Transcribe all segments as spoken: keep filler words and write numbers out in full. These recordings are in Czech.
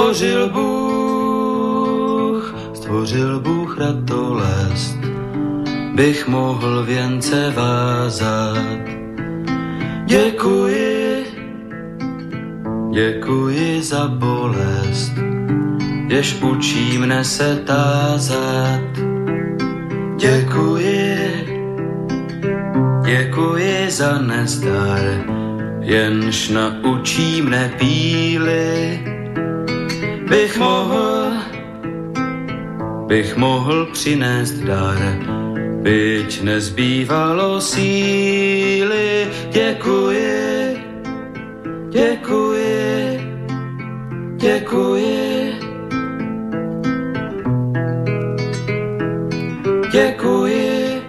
Stvořil Bůh, stvořil Bůh ratolest, bych mohl věnce vázat. Děkuji, děkuji za bolest, jež učí mne se tázat. Děkuji, děkuji za nezdar, jenž naučí mne píly. Bych mohl, bych mohl přinést dar, byť nezbývalo síly. Děkuji, děkuji, děkuji, děkuji,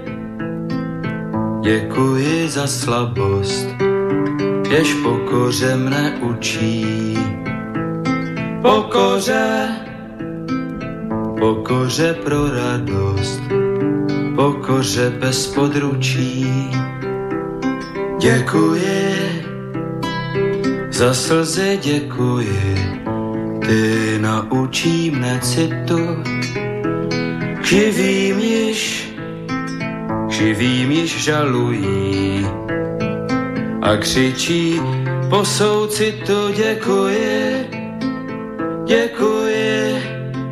děkuji za slabost, jež pokoře mne učí. Pokoře, pokoře pro radost, pokoře bez područí. Děkuji, za slzy děkuji, ty naučí mne citu. Živým již, živým již žalují a křičí po soucitu. Děkuji, děkuji,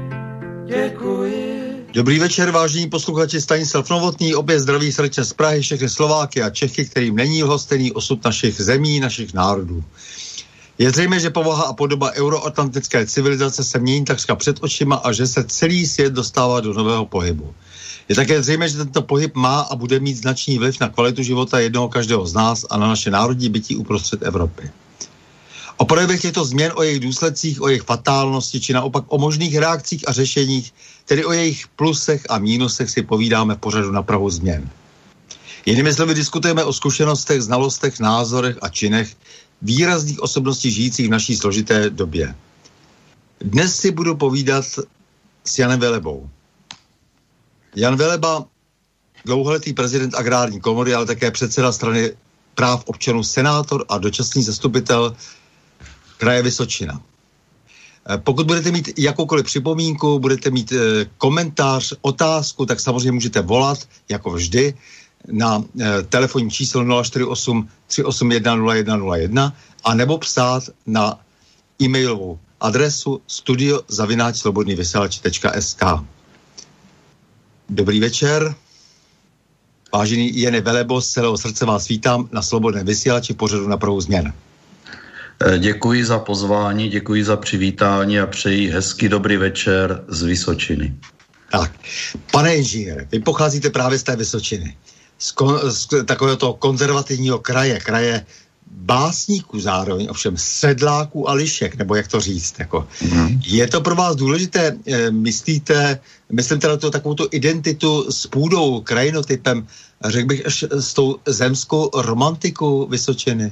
děkuji. Dobrý večer, vážení posluchači, Stanislav Novotný, opět zdraví srdce z Prahy, všechny Slováky a Čechy, kterým není lhostejný osud našich zemí, našich národů. Je zřejmé, že povaha a podoba euroatlantické civilizace se mění takřka před očima a že se celý svět dostává do nového pohybu. Je také zřejmé, že tento pohyb má a bude mít značný vliv na kvalitu života jednoho každého z nás a na naše národní bytí uprostřed Evropy. O projevech těchto změn, o jejich důsledcích, o jejich fatálnosti, či naopak o možných reakcích a řešeních, tedy o jejich plusech a mínusech, si povídáme v pořadu Na prahu změn. Jinými slovy diskutujeme o zkušenostech, znalostech, názorech a činech výrazných osobností žijících v naší složité době. Dnes si budu povídat s Janem Velebou. Jan Veleba, dlouholetý prezident Agrární komory, ale také předseda strany práv občanů, senátor a dočasný zastupitel kraje Vysočina. Pokud budete mít jakoukoliv připomínku, budete mít e, komentář, otázku, tak samozřejmě můžete volat, jako vždy, na e, telefonní číslo nula čtyři osm tři osm jedna nula jedna nula jedna a nebo psát na e-mailovou adresu studio zavináč slobodný vysílač tečka es ká. Dobrý večer. Vážený Jane Velebo, z celého srdce vás vítám na slobodném vysílači pořadu Na prahu změn. Děkuji za pozvání, děkuji za přivítání a přeji hezký dobrý večer z Vysočiny. Tak, pane inženýre, vy pocházíte právě z té Vysočiny, z, kon, z takového toho konzervativního kraje, kraje básníků zároveň, ovšem sedláků a lišek, nebo jak to říct, jako. Mm. Je to pro vás důležité, myslíte, myslím teda to takovou tu identitu s půdou, krajinotypem, řekl bych až s tou zemskou romantikou Vysočiny?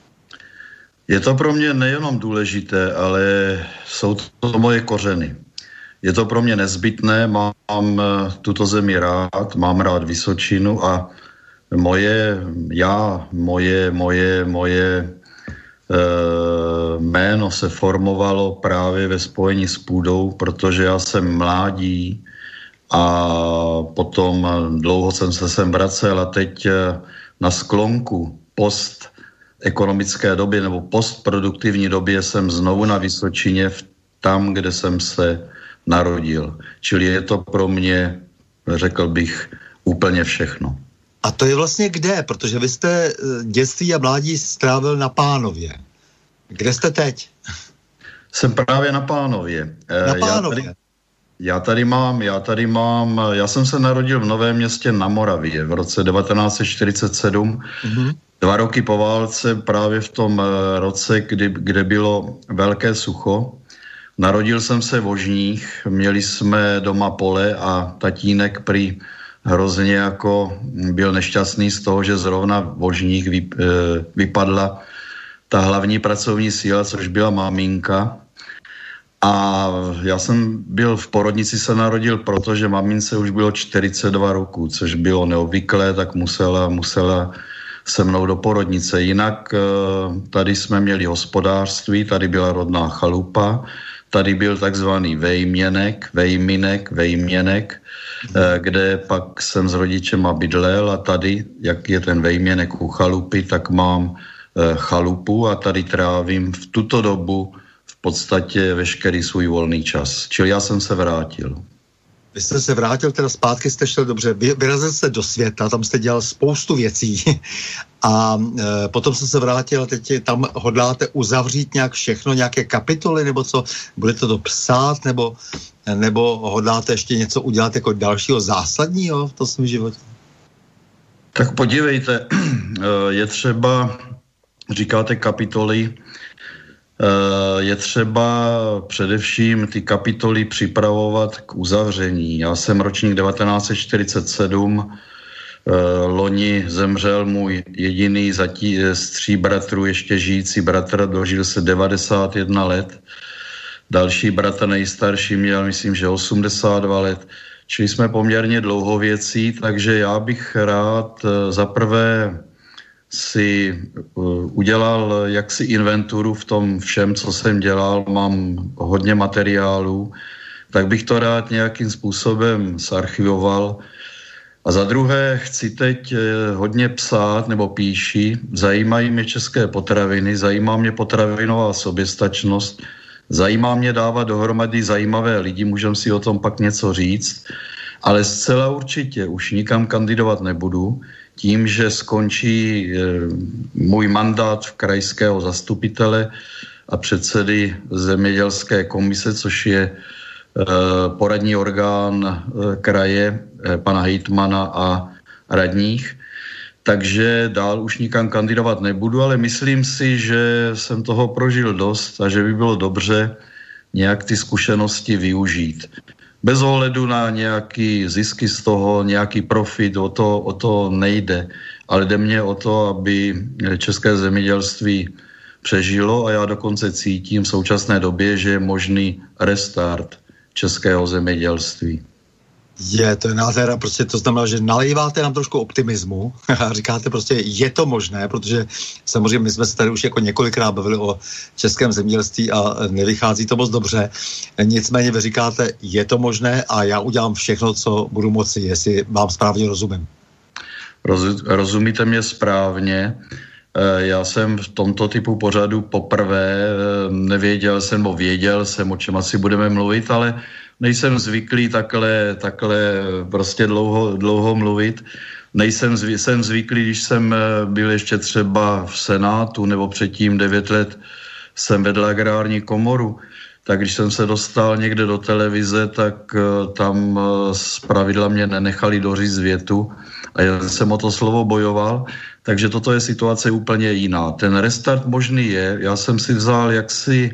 Je to pro mě nejenom důležité, ale jsou to moje kořeny. Je to pro mě nezbytné, mám tuto zemi rád, mám rád Vysočinu a moje, já, moje, moje, moje e, jméno se formovalo právě ve spojení s půdou, protože já jsem mládí a potom dlouho jsem se sem vracel a teď na sklonku post ekonomické době nebo postproduktivní době jsem znovu na Vysočině, tam, kde jsem se narodil. Čili je to pro mě, řekl bych, úplně všechno. A to je vlastně kde? Protože vy jste dětství a mládí strávil na Pánově. Kde jste teď? Jsem právě na Pánově. Na Pánově? Já tady, já tady mám, já tady mám, já jsem se narodil v Novém Městě na Moravě v roce devatenáct set čtyřicet sedm. Mm-hmm. Dva roky po válce, právě v tom roce, kdy, kde bylo velké sucho. Narodil jsem se v Vožních, měli jsme doma pole a tatínek prý hrozně jako byl nešťastný z toho, že zrovna v Vožních vy, vypadla ta hlavní pracovní síla, což byla maminka. A já jsem byl v porodnici, se narodil, protože mamince už bylo čtyřicet dva roků, což bylo neobvyklé, tak musela, musela se mnou do porodnice. Jinak tady jsme měli hospodářství, tady byla rodná chalupa, tady byl takzvaný vejměnek, vejminek, vejměnek, kde pak jsem s rodičema bydlel a tady, jak je ten vejměnek u chalupy, tak mám chalupu a tady trávím v tuto dobu v podstatě veškerý svůj volný čas. Čili já jsem se vrátil. Vy jste se vrátil, teda zpátky jste šel dobře, vy, vyrazil jste do světa, tam jste dělal spoustu věcí a e, potom jste se vrátil a teď tam hodláte uzavřít nějak všechno, nějaké kapitoly, nebo co, budete to psát, nebo, nebo hodláte ještě něco udělat jako dalšího zásadního v tom svém životě? Tak podívejte, je třeba, říkáte kapitoly, je třeba především ty kapitoly připravovat k uzavření. Já jsem ročník devatenáct set čtyřicet sedm, loni zemřel můj jediný zatí, z tří bratrů ještě žijící bratr, dožil se devadesát jedna let. Další bratr nejstarší měl, myslím, že osmdesát dva let. Čili jsme poměrně dlouhověcí, takže já bych rád zaprvé si udělal jaksi inventuru v tom všem, co jsem dělal, mám hodně materiálů, tak bych to rád nějakým způsobem zarchivoval. A za druhé chci teď hodně psát, nebo píši, zajímají mě české potraviny, zajímá mě potravinová soběstačnost, zajímá mě dávat dohromady zajímavé lidi, můžeme si o tom pak něco říct, ale zcela určitě už nikam kandidovat nebudu, tím, že skončí e, můj mandát v krajského zastupitele a předsedy zemědělské komise, což je e, poradní orgán e, kraje, e, pana hejtmana a radních. Takže dál už nikam kandidovat nebudu, ale myslím si, že jsem toho prožil dost a že by bylo dobře nějak ty zkušenosti využít. Bez ohledu na nějaký zisky z toho, nějaký profit, o to, o to nejde. Ale jde mě o to, aby české zemědělství přežilo a já dokonce cítím v současné době, že je možný restart českého zemědělství. Je, to je nádhera, prostě to znamená, že nalíváte nám trošku optimismu a říkáte prostě, je to možné, protože samozřejmě my jsme se tady už jako několikrát bavili o českém zemědělství a nevychází to moc dobře. Nicméně vy říkáte, je to možné a já udělám všechno, co budu moci, jestli vám správně rozumím. Roz, rozumíte mě správně. Já jsem v tomto typu pořadu poprvé, nevěděl jsem, nebo věděl jsem, o čem asi budeme mluvit, ale nejsem zvyklý takhle, takhle prostě dlouho, dlouho mluvit. Nejsem zvy, jsem zvyklý, když jsem byl ještě třeba v Senátu, nebo předtím devět let jsem vedl agrární komoru, tak když jsem se dostal někde do televize, tak tam zpravidla mě nenechali doříct větu a já jsem o to slovo bojoval, takže toto je situace úplně jiná. Ten restart možný je, já jsem si vzal jaksi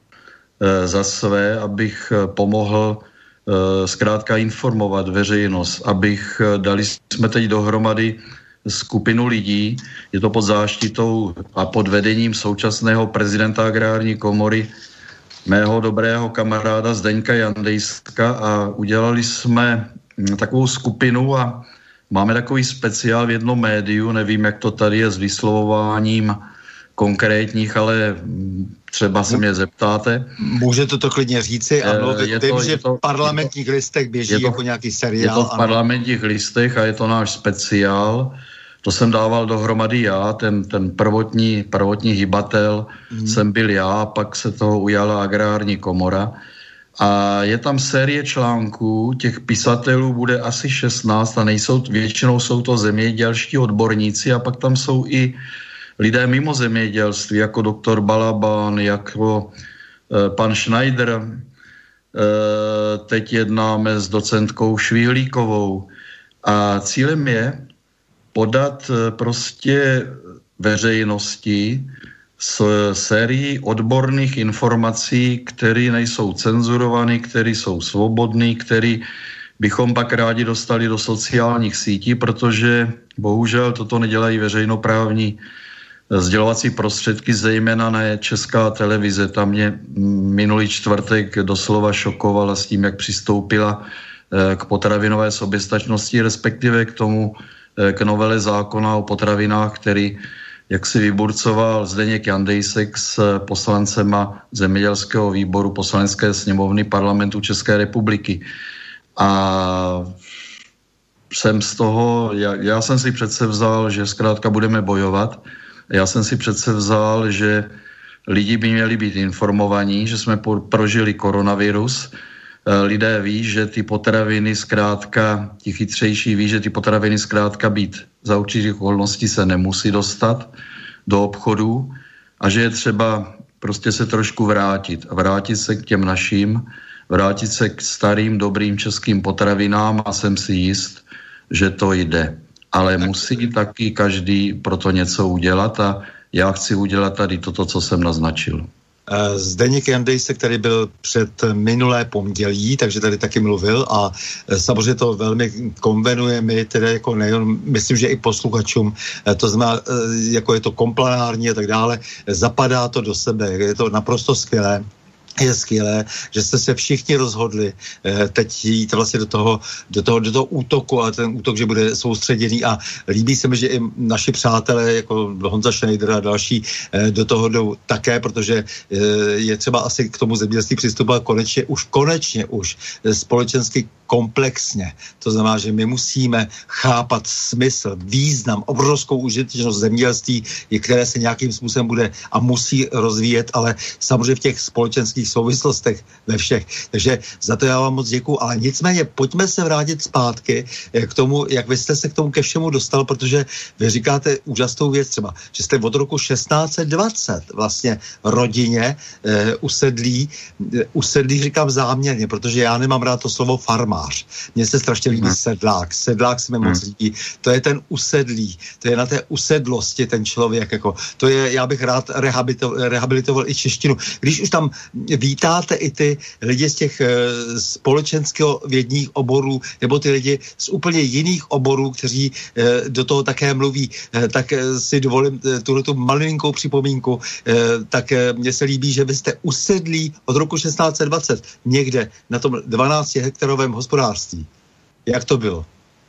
za své, abych pomohl zkrátka informovat veřejnost, abych dali jsme teď dohromady skupinu lidí, je to pod záštitou a pod vedením současného prezidenta agrární komory, mého dobrého kamaráda Zdeňka Jandejska a udělali jsme takovou skupinu a máme takový speciál v jednom médiu, nevím, jak to tady je s vyslovováním konkrétních, ale třeba se mě zeptáte. Můžete to klidně říci, ano, je vím, to, že to, v parlamentních to, listech běží to, jako nějaký seriál. Je to v ano. parlamentních listech a je to náš speciál. To jsem dával dohromady já, ten, ten prvotní, prvotní hybatel hmm. jsem byl já, pak se toho ujala agrární komora. A je tam série článků, těch pisatelů bude asi šestnáct a nejsou, většinou jsou to zemědělští odborníci a pak tam jsou i lidé mimo zemědělství, jako doktor Balaban, jako e, pan Schneider. E, teď jednáme s docentkou Švihlíkovou. A cílem je podat e, prostě veřejnosti s sérií odborných informací, které nejsou cenzurované, které jsou svobodné, které bychom pak rádi dostali do sociálních sítí, protože bohužel toto nedělají veřejnoprávní sdělovací prostředky, zejména ne Česká televize. Tam mě minulý čtvrtek doslova šokovala s tím, jak přistoupila k potravinové soběstačnosti, respektive k tomu, k novele zákona o potravinách, který jak si vyburcoval Zdeněk Jandejsek s poslancema zemědělského výboru Poslanecké sněmovny Parlamentu České republiky. A jsem z toho, já, já jsem si přece vzal, že zkrátka budeme bojovat. Já jsem si přece vzal, že lidi by měli být informovaní, že jsme po, prožili koronavirus. Lidé ví, že ty potraviny zkrátka, ti chytřejší ví, že ty potraviny zkrátka být za určitých okolností se nemusí dostat do obchodů a že je třeba prostě se trošku vrátit. Vrátit se k těm našim, vrátit se k starým, dobrým českým potravinám a jsem si jist, že to jde. Ale musí taky každý pro to něco udělat a já chci udělat tady toto, co jsem naznačil. Zdeněk Jandejsek, který byl před minulé pondělí, takže tady taky mluvil a samozřejmě to velmi konvenuje mi, tedy jako nejen, myslím, že i posluchačům, to znamená, jako je to komplanární a tak dále, zapadá to do sebe, je to naprosto skvělé. Je skvělé, že jste se všichni rozhodli teď jít vlastně do toho, do toho, do toho útoku a ten útok, že bude soustředěný a líbí se mi, že i naši přátelé jako Honza Schneider a další do toho jdou také, protože je třeba asi k tomu zemědělství přistupovat konečně už, konečně už společensky komplexně. To znamená, že my musíme chápat smysl, význam, obrovskou užitečnost zemědělství, které se nějakým způsobem bude a musí rozvíjet, ale samozřejmě v těch společenských souvislostech ve všech. Takže za to já vám moc děkuju, ale nicméně pojďme se vrátit zpátky k tomu, jak vy jste se k tomu ke všemu dostal, protože vy říkáte úžasnou věc třeba, že jste od roku šestnáct dvacet vlastně rodině eh, usedlí, eh, usedlí říkám záměrně, protože já nemám rád to slovo farmář. Mně se strašně líbí sedlák. Sedlák se mi moc líbí. To je ten usedlý. To je na té usedlosti ten člověk. Jako, to je, já bych rád rehabilitoval, rehabilitoval i češtinu. Když už tam vítáte i ty lidi z těch e, společenského vědních oborů, nebo ty lidi z úplně jiných oborů, kteří e, do toho také mluví, e, tak e, si dovolím e, tuhletu malinkou připomínku, e, tak e, mně se líbí, že vy jste usedlí od roku šestnáct dvacet někde na tom dvanácti hektarovém hospodářství. Jak to bylo?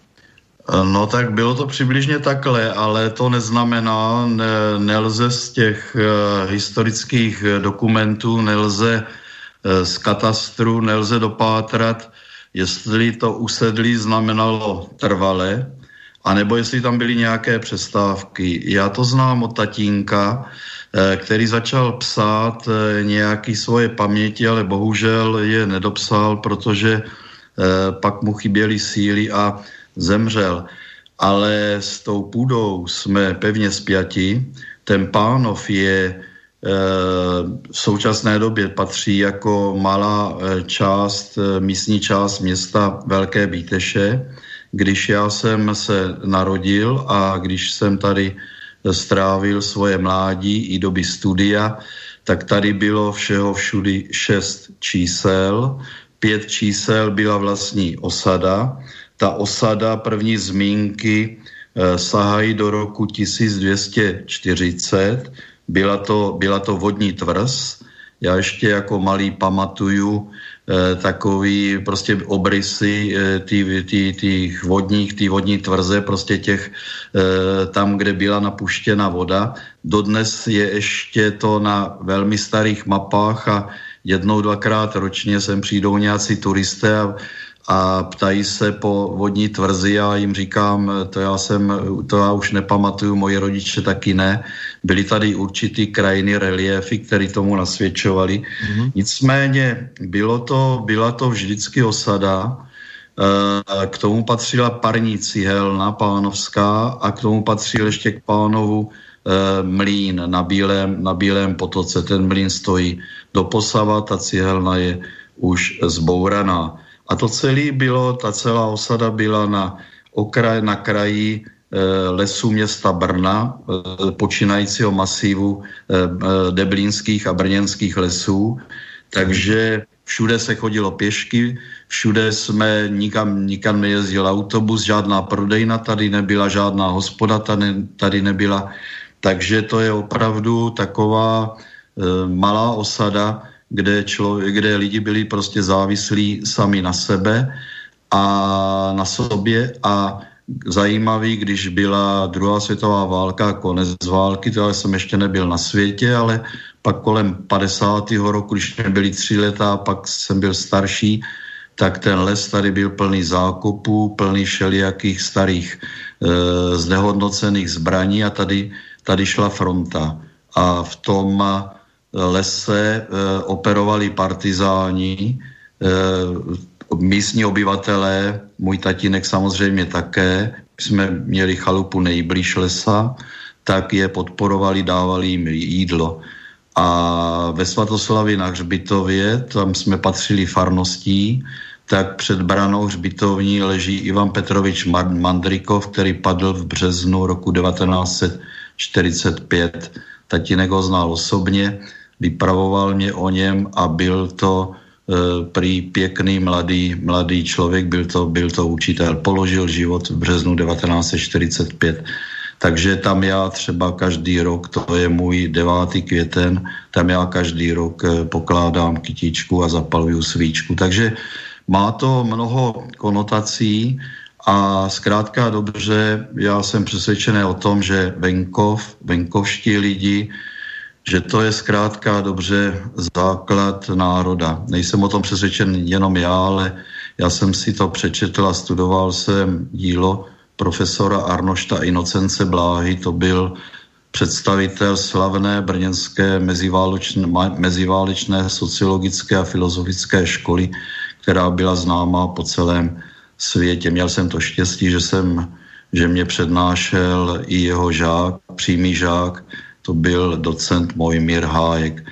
No tak bylo to přibližně takhle, ale to neznamená, ne, nelze z těch uh, historických dokumentů, nelze uh, z katastru, nelze dopátrat, jestli to usedlí znamenalo trvale, anebo jestli tam byly nějaké přestávky. Já to znám od tatínka, uh, který začal psát uh, nějaké svoje paměti, ale bohužel je nedopsal, protože uh, pak mu chyběly síly a zemřel, ale s tou půdou jsme pevně spjati. Ten Pánov je e, v současné době patří jako malá část, místní část města Velké Bíteše. Když já jsem se narodil a když jsem tady strávil svoje mládí i doby studia, tak tady bylo všeho všudy šest čísel. Pět čísel byla vlastní osada. Ta osada, první zmínky eh, sahají do roku tisíc dvě stě čtyřicet. Byla to, byla to vodní tvrz. Já ještě jako malý pamatuju eh, takový prostě obrysy eh, těch vodních, ty vodní tvrze, prostě těch eh, tam, kde byla napuštěna voda. Dodnes je ještě to na velmi starých mapách a jednou, dvakrát ročně sem přijdou nějací turisté a a ptají se po vodní tvrzi, já jim říkám, to já jsem, to já už nepamatuju, moji rodiče taky ne. Byly tady určitý krajiny, reliéfy, které tomu nasvědčovaly. Mm-hmm. Nicméně bylo to, byla to vždycky osada, k tomu patřila parní cihelna pánovská a k tomu patřil ještě k Pánovu mlýn na Bílém, na Bílém potoce. Ten mlýn stojí doposava, ta cihelna je už zbouraná. A to celé bylo, ta celá osada byla na, okraj, na kraji e, lesů města Brna, e, počínajícího masívu e, e, deblínských a brněnských lesů. Takže všude se chodilo pěšky, všude jsme, nikam, nikam nejezdil autobus, žádná prodejna tady nebyla, žádná hospoda tady, tady nebyla. Takže to je opravdu taková e, malá osada, kde, člověk, kde lidi byli prostě závislí sami na sebe a na sobě a zajímavý, když byla druhá světová válka, konec války, to jsem ještě nebyl na světě, ale pak kolem padesátého roku, když jsme byli tři leta, pak jsem byl starší, tak ten les tady byl plný zákopů, plný všelijakých starých e, znehodnocených zbraní a tady, tady šla fronta. A v tom lese e, operovali partizáni, e, místní obyvatelé, můj tatínek samozřejmě také, jsme měli chalupu nejblíž lesa, tak je podporovali, dávali jim jídlo. A ve Svatoslavi na hřbitově, tam jsme patřili farností, tak před branou hřbitovní leží Ivan Petrovič Mandrikov, který padl v březnu roku devatenáct set čtyřicet pět. Tatínek ho znal osobně, vypravoval mě o něm a byl to e, prý pěkný mladý, mladý člověk, byl to, byl to učitel. Položil život v březnu devatenáct set čtyřicet pět. Takže tam já třeba každý rok, to je můj devátý květen, tam já každý rok pokládám kytičku a zapaluju svíčku. Takže má to mnoho konotací a zkrátka dobře, já jsem přesvědčený o tom, že venkov, venkovští lidi, že to je zkrátka dobře základ národa. Nejsem o tom přesvědčen jenom já, ale já jsem si to přečetl a studoval jsem dílo profesora Arnošta Inocence Bláhy, to byl představitel slavné brněnské meziválečné, meziválečné sociologické a filozofické školy, která byla známá po celém světě. Měl jsem to štěstí, že jsem, že mě přednášel i jeho žák, přímý žák, to byl docent Mojmír Hájek.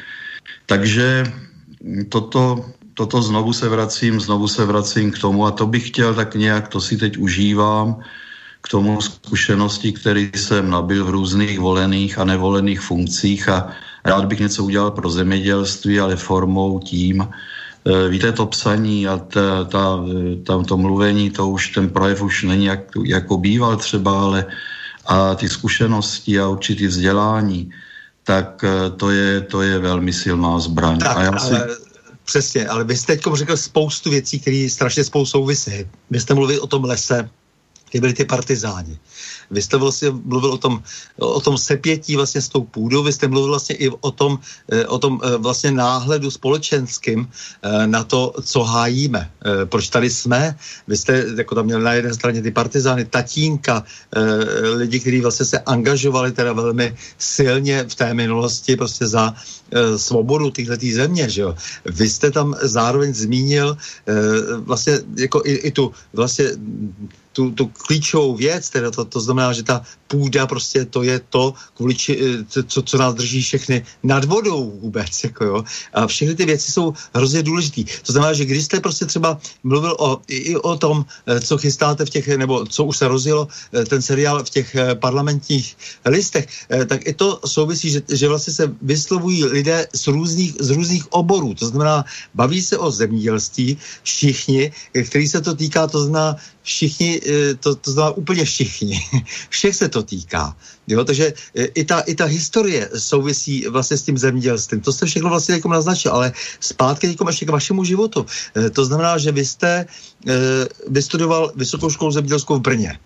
Takže toto, toto znovu se vracím, znovu se vracím k tomu a to bych chtěl tak nějak, to si teď užívám, k tomu zkušenosti, který jsem nabyl v různých volených a nevolených funkcích a rád bych něco udělal pro zemědělství, ale formou tím, víte, to psaní a ta, ta, ta, to mluvení, to už ten projev už není jak, jako býval třeba, ale a ty zkušenosti a určitý vzdělání, tak to je, to je velmi silná zbraň. Tak, a já si... ale přesně, ale vy jste teď řekl spoustu věcí, které strašně spolu souvisí. Vy jste mluvili o tom lese, kde byli ty partizáni. Vy jste vlastně mluvil o tom, o tom sepětí vlastně s tou půdou, vy jste mluvil vlastně i o tom, o tom vlastně náhledu společenským na to, co hájíme. Proč tady jsme? Vy jste jako tam měli na jedné straně ty partizány, tatínka, lidi, kteří vlastně se angažovali teda velmi silně v té minulosti prostě za svobodu téhletý země, že jo. Vy jste tam zároveň zmínil vlastně jako i, i tu vlastně Tu, tu klíčovou věc, teda to, to znamená, že ta půda prostě to je to, kvůli či, co, co nás drží všechny nad vodou vůbec, jako jo. A všechny ty věci jsou hrozně důležitý. To znamená, že když jste prostě třeba mluvil o, i o tom, co chystáte v těch, nebo co už se rozjelo, ten seriál v těch parlamentních listech, tak i to souvisí, že, že vlastně se vyslovují lidé z různých, z různých oborů. To znamená, baví se o zemědělství všichni, který se to týká, to znamená všichni, to, to znamená úplně všichni. Všech se to týká. Jo? Takže i ta, i ta historie souvisí vlastně s tím zemědělstvím. To jste všechno vlastně jako naznačil, ale zpátky jako ještě k vašemu životu. To znamená, že vy jste vystudoval Vysokou školu zemědělskou v Brně.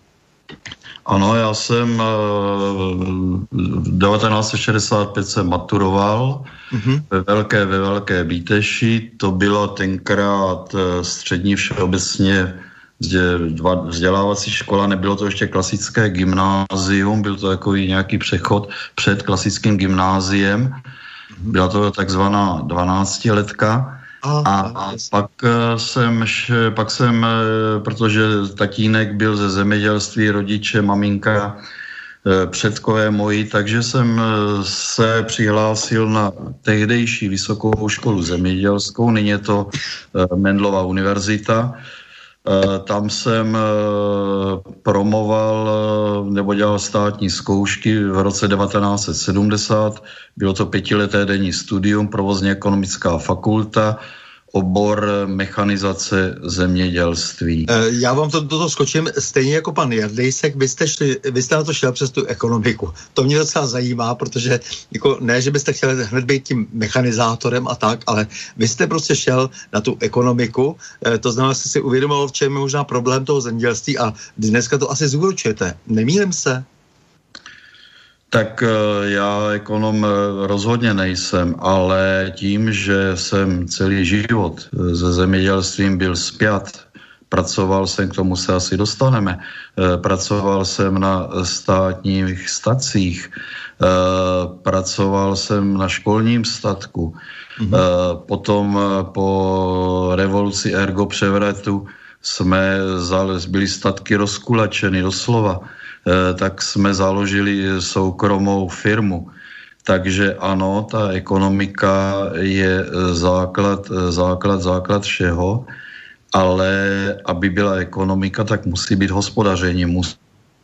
Ano, já jsem v devatenáct set šedesát pět jsem maturoval mm-hmm. ve velké, ve velké Bíteši. To bylo tenkrát střední všeobecně vzdělávací škola, nebylo to ještě klasické gymnázium, byl to takový nějaký přechod před klasickým gymnáziem. Byla to takzvaná dvanáctiletka. A, a pak jsem, pak jsem, protože tatínek byl ze zemědělství, rodiče, maminka, předkové moji, takže jsem se přihlásil na tehdejší Vysokou školu zemědělskou, nyní je to Mendelova univerzita. Tam jsem promoval nebo dělal státní zkoušky v roce devatenáct set sedmdesát. Bylo to pětileté denní studium, provozně ekonomická fakulta. obor mechanizace zemědělství. Já vám to, toto skočím, stejně jako pan Jardejsek, vy jste, šli, vy jste na to šel přes tu ekonomiku. To mě docela zajímá, protože jako ne, že byste chtěli hned být tím mechanizátorem a tak, ale vy jste prostě šel na tu ekonomiku, to znamená, že jste si uvědomoval, v čem je možná problém toho zemědělství a dneska to asi zúročujete. Nemýlím se? Tak já ekonom rozhodně nejsem, ale tím, že jsem celý život se zemědělstvím byl spjat, pracoval jsem, k tomu se asi dostaneme, pracoval jsem na státních stacích, pracoval jsem na školním statku, mm-hmm. potom po revoluci ergo převratu jsme byli statky rozkulačeny doslova, tak jsme založili soukromou firmu. Takže ano, ta ekonomika je základ, základ, základ všeho, ale aby byla ekonomika, tak musí být hospodaření, musí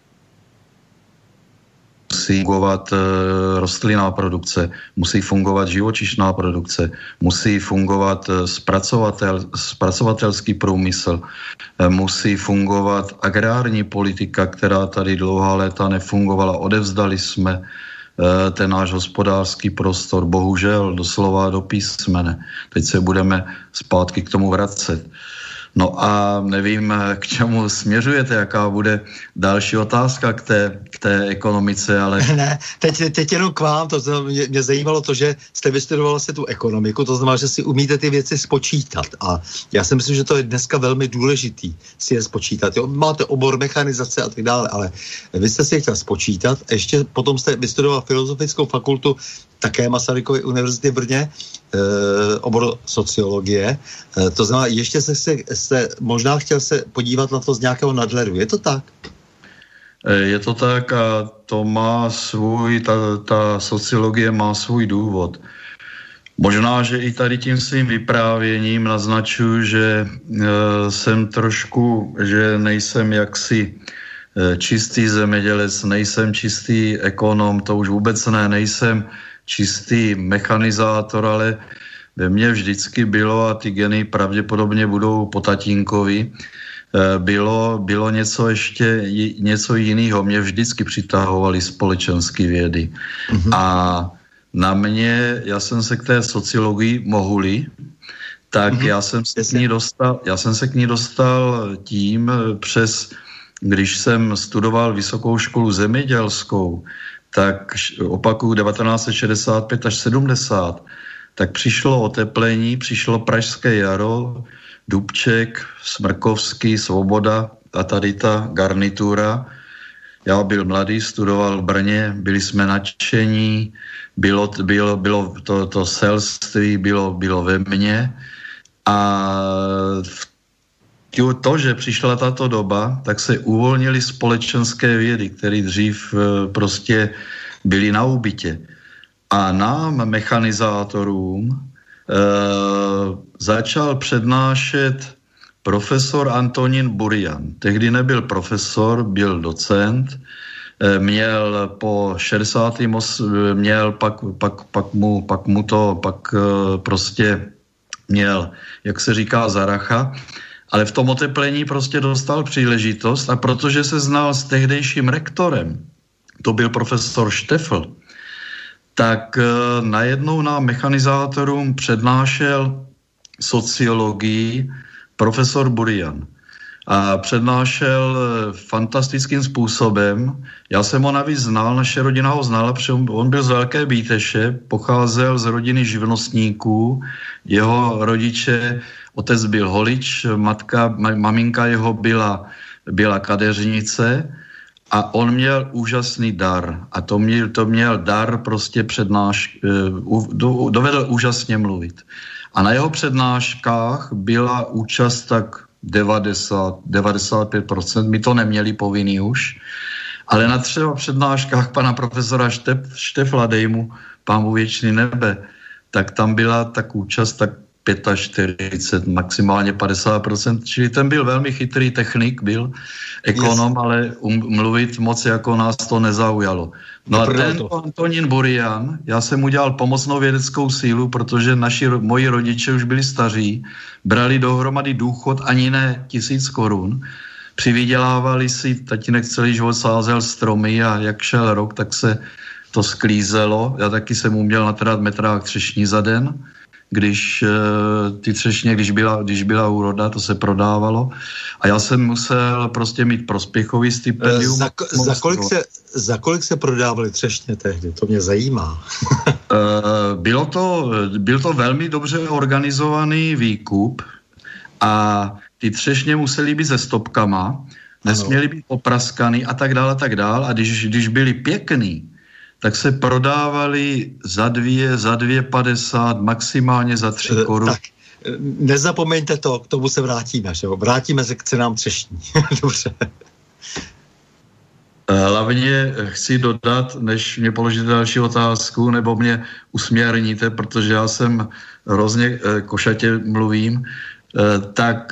fungovat rostlinná produkce, musí fungovat živočišná produkce, musí fungovat zpracovatel, zpracovatelský průmysl, musí fungovat agrární politika, která tady dlouhá léta nefungovala. Odevzdali jsme ten náš hospodářský prostor, bohužel, doslova do písmene. Teď se budeme zpátky k tomu vracet. No a nevím, k čemu směřujete, jaká bude další otázka k té, k té ekonomice, ale... Ne, teď, teď jenom k vám, to znamená, mě, mě zajímalo to, že jste vystudoval vlastně tu ekonomiku, to znamená, že si umíte ty věci spočítat a já si myslím, že to je dneska velmi důležitý si je spočítat. Jo? Máte obor mechanizace a tak dále, ale vy jste si je chtěl spočítat, ještě potom jste vystudoval Filozofickou fakultu také Masarykovy univerzity v Brně, e, obor sociologie, e, to znamená, ještě se, se, se možná chtěl se podívat na to z nějakého nadhledu, je to tak? Je to tak a to má svůj, ta, ta sociologie má svůj důvod. Možná, že i tady tím svým vyprávěním naznačuji, že e, jsem trošku, že nejsem jaksi e, čistý zemědělec, nejsem čistý ekonom, to už vůbec ne, nejsem čistý mechanizátor, ale ve mně vždycky bylo, a ty geny pravděpodobně budou po tatínkovi, bylo, bylo něco ještě, něco jiného. Mě vždycky přitahovaly společenské vědy. Mm-hmm. A na mě, já jsem se k té sociologii mohli, tak mm-hmm. já jsem se k ní dostal, já jsem se k ní dostal tím přes, když jsem studoval vysokou školu zemědělskou, tak opakuju devatenáct set šedesát pět až sedmdesát, tak přišlo oteplení, přišlo pražské jaro, Dubček, Smrkovský, Svoboda a tady ta garnitura. Já byl mladý, studoval v Brně, byli jsme nadšení, bylo, bylo, bylo to, to selství, bylo, bylo ve mně a to, že přišla tato doba, tak se uvolnily společenské vědy, které dřív prostě byly na úbytě. A nám, mechanizátorům, e, začal přednášet profesor Antonín Burian. Tehdy nebyl profesor, byl docent, e, měl po šedesátém osmém měl pak, pak, pak, mu, pak mu to pak e, prostě měl, jak se říká, zaracha, ale v tom oteplení prostě dostal příležitost a protože se znal s tehdejším rektorem, to byl profesor Štefl, tak najednou nám mechanizátorům přednášel sociologii profesor Burian. A přednášel fantastickým způsobem. Já jsem ho navíc znal, naše rodina ho znala, protože on byl z Velké Bíteše, pocházel z rodiny živnostníků, jeho rodiče, otec byl holič, matka, maminka jeho byla, byla kadeřnice, a on měl úžasný dar. A to měl, to měl dar prostě přednáš, dovedl úžasně mluvit. A na jeho přednáškách byla účast tak devadesát, devadesát pět procent. My to neměli povinný už. Ale na třeba přednáškách pana profesora Štef, Štefla, dej mu pán mu věčný nebe, tak tam byla tak účast tak čtyřicet pět, maximálně padesát procent, čili ten byl velmi chytrý technik, byl ekonom, yes. ale um, mluvit moc jako nás to nezaujalo. No a tento Antonín Burian, já jsem udělal pomocnou vědeckou sílu, protože naši, moji rodiče už byli staří, brali dohromady důchod ani ne tisíc korun, přivydělávali si, tatínek celý život sázel stromy a jak šel rok, tak se to sklízelo. Já taky jsem uměl natrát metrák třešní za den, když ty třešně, když byla, když byla úroda, to se prodávalo. A já jsem musel prostě mít prospěchový stipendium. Za, za, kolik, se, za kolik se prodávaly třešně tehdy? To mě zajímá. Bylo to, byl to velmi dobře organizovaný výkup a ty třešně musely být se stopkama, nesměly být opraskaný a tak dále a tak dále. A když, když byly pěkný, tak se prodávali za dvě, za dvě padesát, maximálně za tři korun. Tak, nezapomeňte to, k tomu se vrátíme, že? Vrátíme se k cenám třešní. Dobře. Hlavně chci dodat, než mě položíte další otázku, nebo mě usměrníte, protože já jsem hrozně košatě mluvím, tak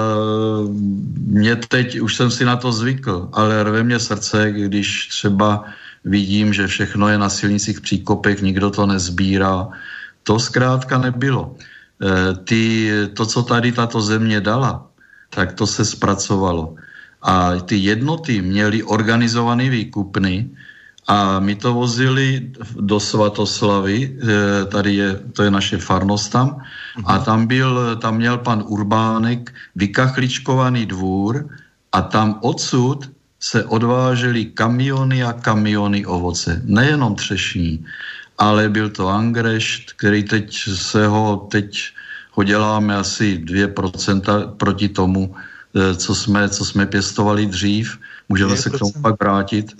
mě teď, už jsem si na to zvykl, ale rve mě srdce, když třeba vidím, že všechno je na silnicích příkopech, nikdo to nezbírá. To zkrátka nebylo. Ty, to, co tady tato země dala, tak to se zpracovalo. A ty jednoty měly organizovaný výkupny a my to vozili do Svatoslavy, tady je, to je naše farnost tam, a tam, byl, tam měl pan Urbánek vykachličkovaný dvůr a tam odsud se odvážely kamiony a kamiony ovoce. Nejenom třešní, ale byl to angrešt, který teď se ho, teď ho děláme asi dvě procenta proti tomu, co jsme, co jsme pěstovali dřív. Můžeme se k tomu pak vrátit.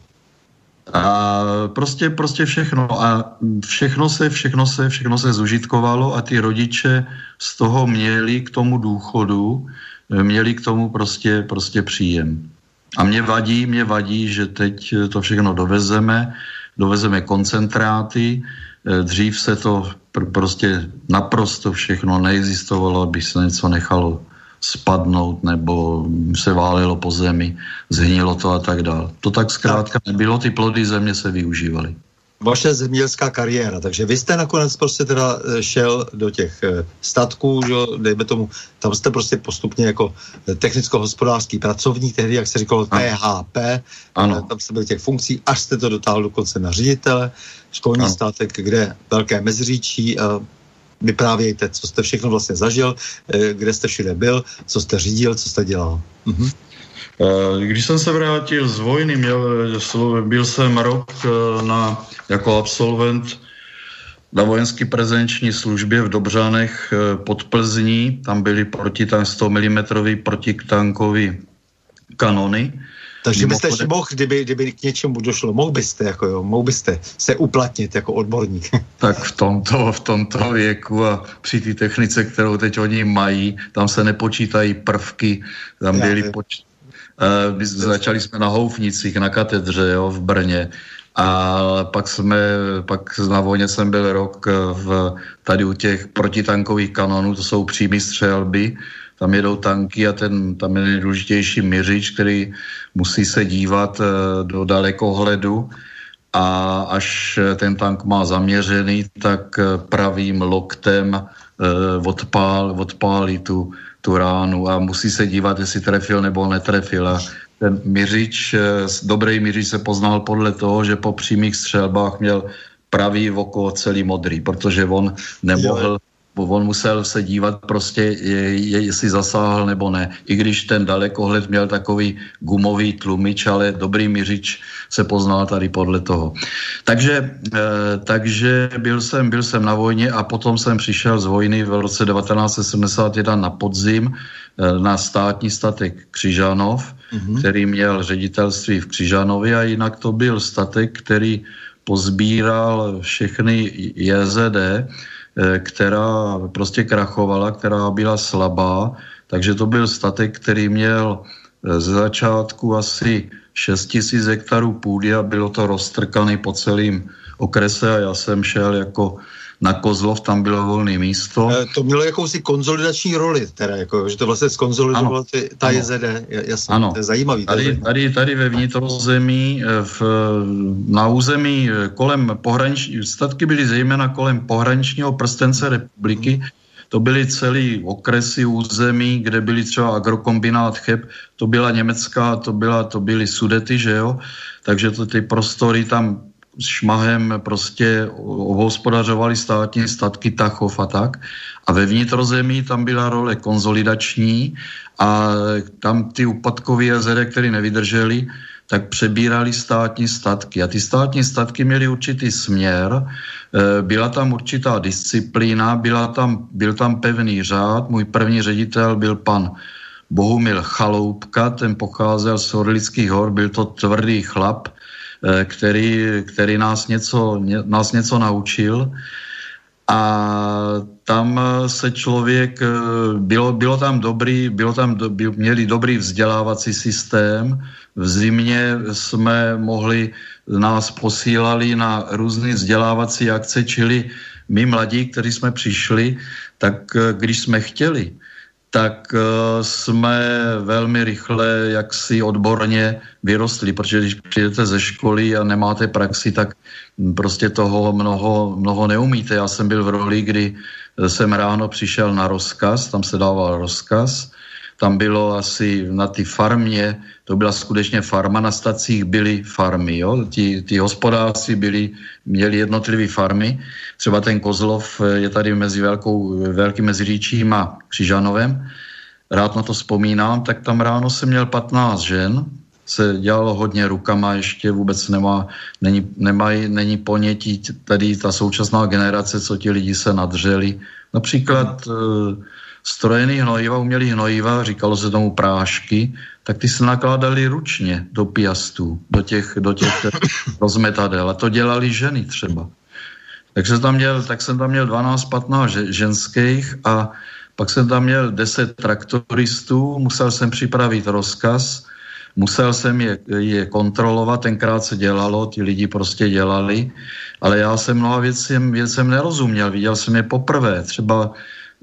A prostě, prostě všechno. A všechno se, všechno se, všechno se zužitkovalo a ty rodiče z toho měli k tomu důchodu, měli k tomu prostě, prostě příjem. A mě vadí, mě vadí, že teď to všechno dovezeme, dovezeme koncentráty, dřív se to pr- prostě naprosto všechno neexistovalo, aby se něco nechalo spadnout nebo se válilo po zemi, zhnilo to a tak dále. To tak zkrátka nebylo, ty plody země se využívaly. Vaše zemědělská kariéra, takže vy jste nakonec prostě teda šel do těch statků, že, dejme tomu, tam jste prostě postupně jako technicko-hospodářský pracovník, tehdy, jak se říkalo, T H P, ano. Tam jste byl těch funkcí, až jste to dotáhl dokonce na ředitele, školní ano. Státek, kde velké Meziříčí, a vyprávějte, co jste všechno vlastně zažil, kde jste všude byl, co jste řídil, co jste dělal. Mhm. Když jsem se vrátil z vojny, měl, byl jsem rok na, jako absolvent na vojenské prezenční službě v Dobřanech pod Plzní. Tam byly proti tam sto milimetrové protitankové kanony. Takže byste ještě mohl, kdyby, kdyby k něčemu došlo, mohl byste, jako jo, mohl byste se uplatnit jako odborník. Tak v tomto, v tomto věku a při té technice, kterou teď oni mají, tam se nepočítají prvky, tam Já, byly poč- uh, začali jsme na Houfnicích, na katedře, jo, v Brně. A pak jsme, pak na vojně jsem byl rok v, tady u těch protitankových kanonů, to jsou přímý střelby, tam jedou tanky a ten, tam je nejdůležitější měřič, který musí se dívat do dalekohledu a až ten tank má zaměřený, tak pravým loktem odpál, odpálí tu, tu ránu a musí se dívat, jestli trefil nebo netrefil. A ten měřič, dobrý měřič se poznal podle toho, že po přímých střelbách měl pravý oko celý modrý, protože on nemohl... On musel se dívat prostě, je, je, jestli zasáhl nebo ne. I když ten dalekohled měl takový gumový tlumič, ale dobrý měřič se poznal tady podle toho. Takže, eh, takže byl, jsem, byl jsem na vojně a potom jsem přišel z vojny v roce devatenáct set sedmdesát jedna na podzim eh, na státní statek Křižanov, mm-hmm. který měl ředitelství v Křižanově a jinak to byl statek, který pozbíral všechny J Z D, která prostě krachovala, která byla slabá, takže to byl statek, který měl ze začátku asi šest tisíc hektarů půdy a bylo to roztrkané po celém okrese a já jsem šel jako na Kozlov, tam bylo volné místo. E, to mělo jakousi konzolidační roli, teda, jako, že to vlastně skonzolidovalo ty, ta J Z D, jasně, ano. To je zajímavý. Tady, zajímavý. tady, tady ve vnitrozemí, v, na území kolem pohraniční, statky byly zejména kolem pohraničního prstence republiky, to byly celý okresy území, kde byly třeba agrokombinát Cheb, to byla německá, to, byla, to byly Sudety, že jo, takže to ty prostory tam šmahem prostě obhospodařovali státní statky Tachov a tak. A ve vnitrozemí tam byla role konzolidační a tam ty úpadkové jezera, které nevydrželi, tak přebírali státní statky. A ty státní statky měly určitý směr, byla tam určitá disciplína, byla tam, byl tam pevný řád. Můj první ředitel byl pan Bohumil Chaloupka, ten pocházel z Orlických hor, byl to tvrdý chlap, který, který nás, něco, nás něco naučil. A tam se člověk, bylo, bylo tam dobrý, bylo tam, byl, měli dobrý vzdělávací systém. V zimě jsme mohli, nás posílali na různé vzdělávací akce, čili my mladí, kteří jsme přišli, tak když jsme chtěli, tak jsme velmi rychle jaksi odborně vyrostli, protože když přijdete ze školy a nemáte praxi, tak prostě toho mnoho, mnoho neumíte. Já jsem byl v roli, kdy jsem ráno přišel na rozkaz, tam se dával rozkaz, tam bylo asi na ty farmě, to byla skutečně farma, na stacích byly farmy, jo? Ti, ti hospodářství byli, měli jednotlivé farmy, třeba ten Kozlov je tady mezi velkou, velkým Meziříčím a Křižanovem, rád na to vzpomínám, tak tam ráno jsem měl patnáct žen, se dělalo hodně rukama, ještě vůbec nemá, není, nemaj, není ponětí tady ta současná generace, co ti lidi se nadřeli. Například hmm. strojený hnojiva, umělý hnojiva, říkalo se tomu prášky, tak ty se nakládali ručně do piastů, do těch, do těch rozmetadel. A to dělali ženy třeba. Takže tam měl, tak jsem tam měl dvanáct patnáct ženských a pak jsem tam měl deset traktoristů, musel jsem připravit rozkaz, musel jsem je, je kontrolovat, tenkrát se dělalo, ti lidi prostě dělali, ale já jsem mnoha věcem, věcem nerozuměl, viděl jsem je poprvé, třeba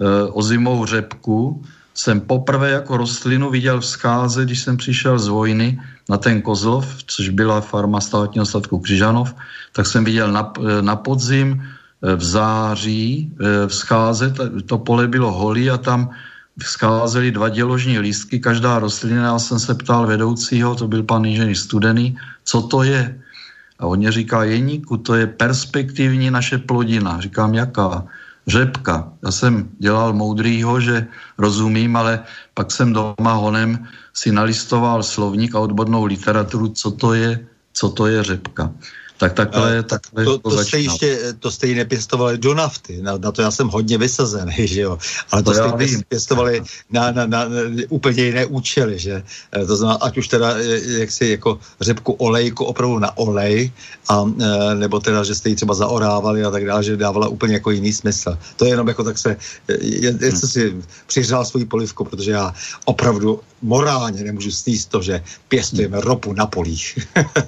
ozimou řepku jsem poprvé jako rostlinu viděl vzcházet, když jsem přišel z vojny na ten Kozlov, což byla farma státního statku Křižanov, tak jsem viděl na, na podzim v září vzcházet, to pole bylo holý a tam vzcházely dva děložní lístky, každá rostlina, já jsem se ptal vedoucího, to byl pan inženýr Studený, co to je? A on mě říká, Jeníku, to je perspektivní naše plodina. Říkám, jaká? Řepka. Já jsem dělal moudrýho, že rozumím, ale pak jsem doma honem si nalistoval slovník a odbornou literaturu, co to je, co to je řepka. Tak takhle, tak takhle to, to, to jste ještě, to jste ji nepěstovali do nafty, na, na to já jsem hodně vysazený, že jo, ale to, to jste pěstovali na, na, na, na úplně jiné účely, že, to znamená, ať už teda jaksi jako řepku olejku opravdu na olej, a, nebo teda, že jste ji třeba zaorávali a tak dále, že dávala úplně jako jiný smysl. To je jenom jako tak se, je, je, hmm. si přihřál svoji polivku, protože já opravdu morálně nemůžu sníst to, že pěstujeme hmm. ropu na polích.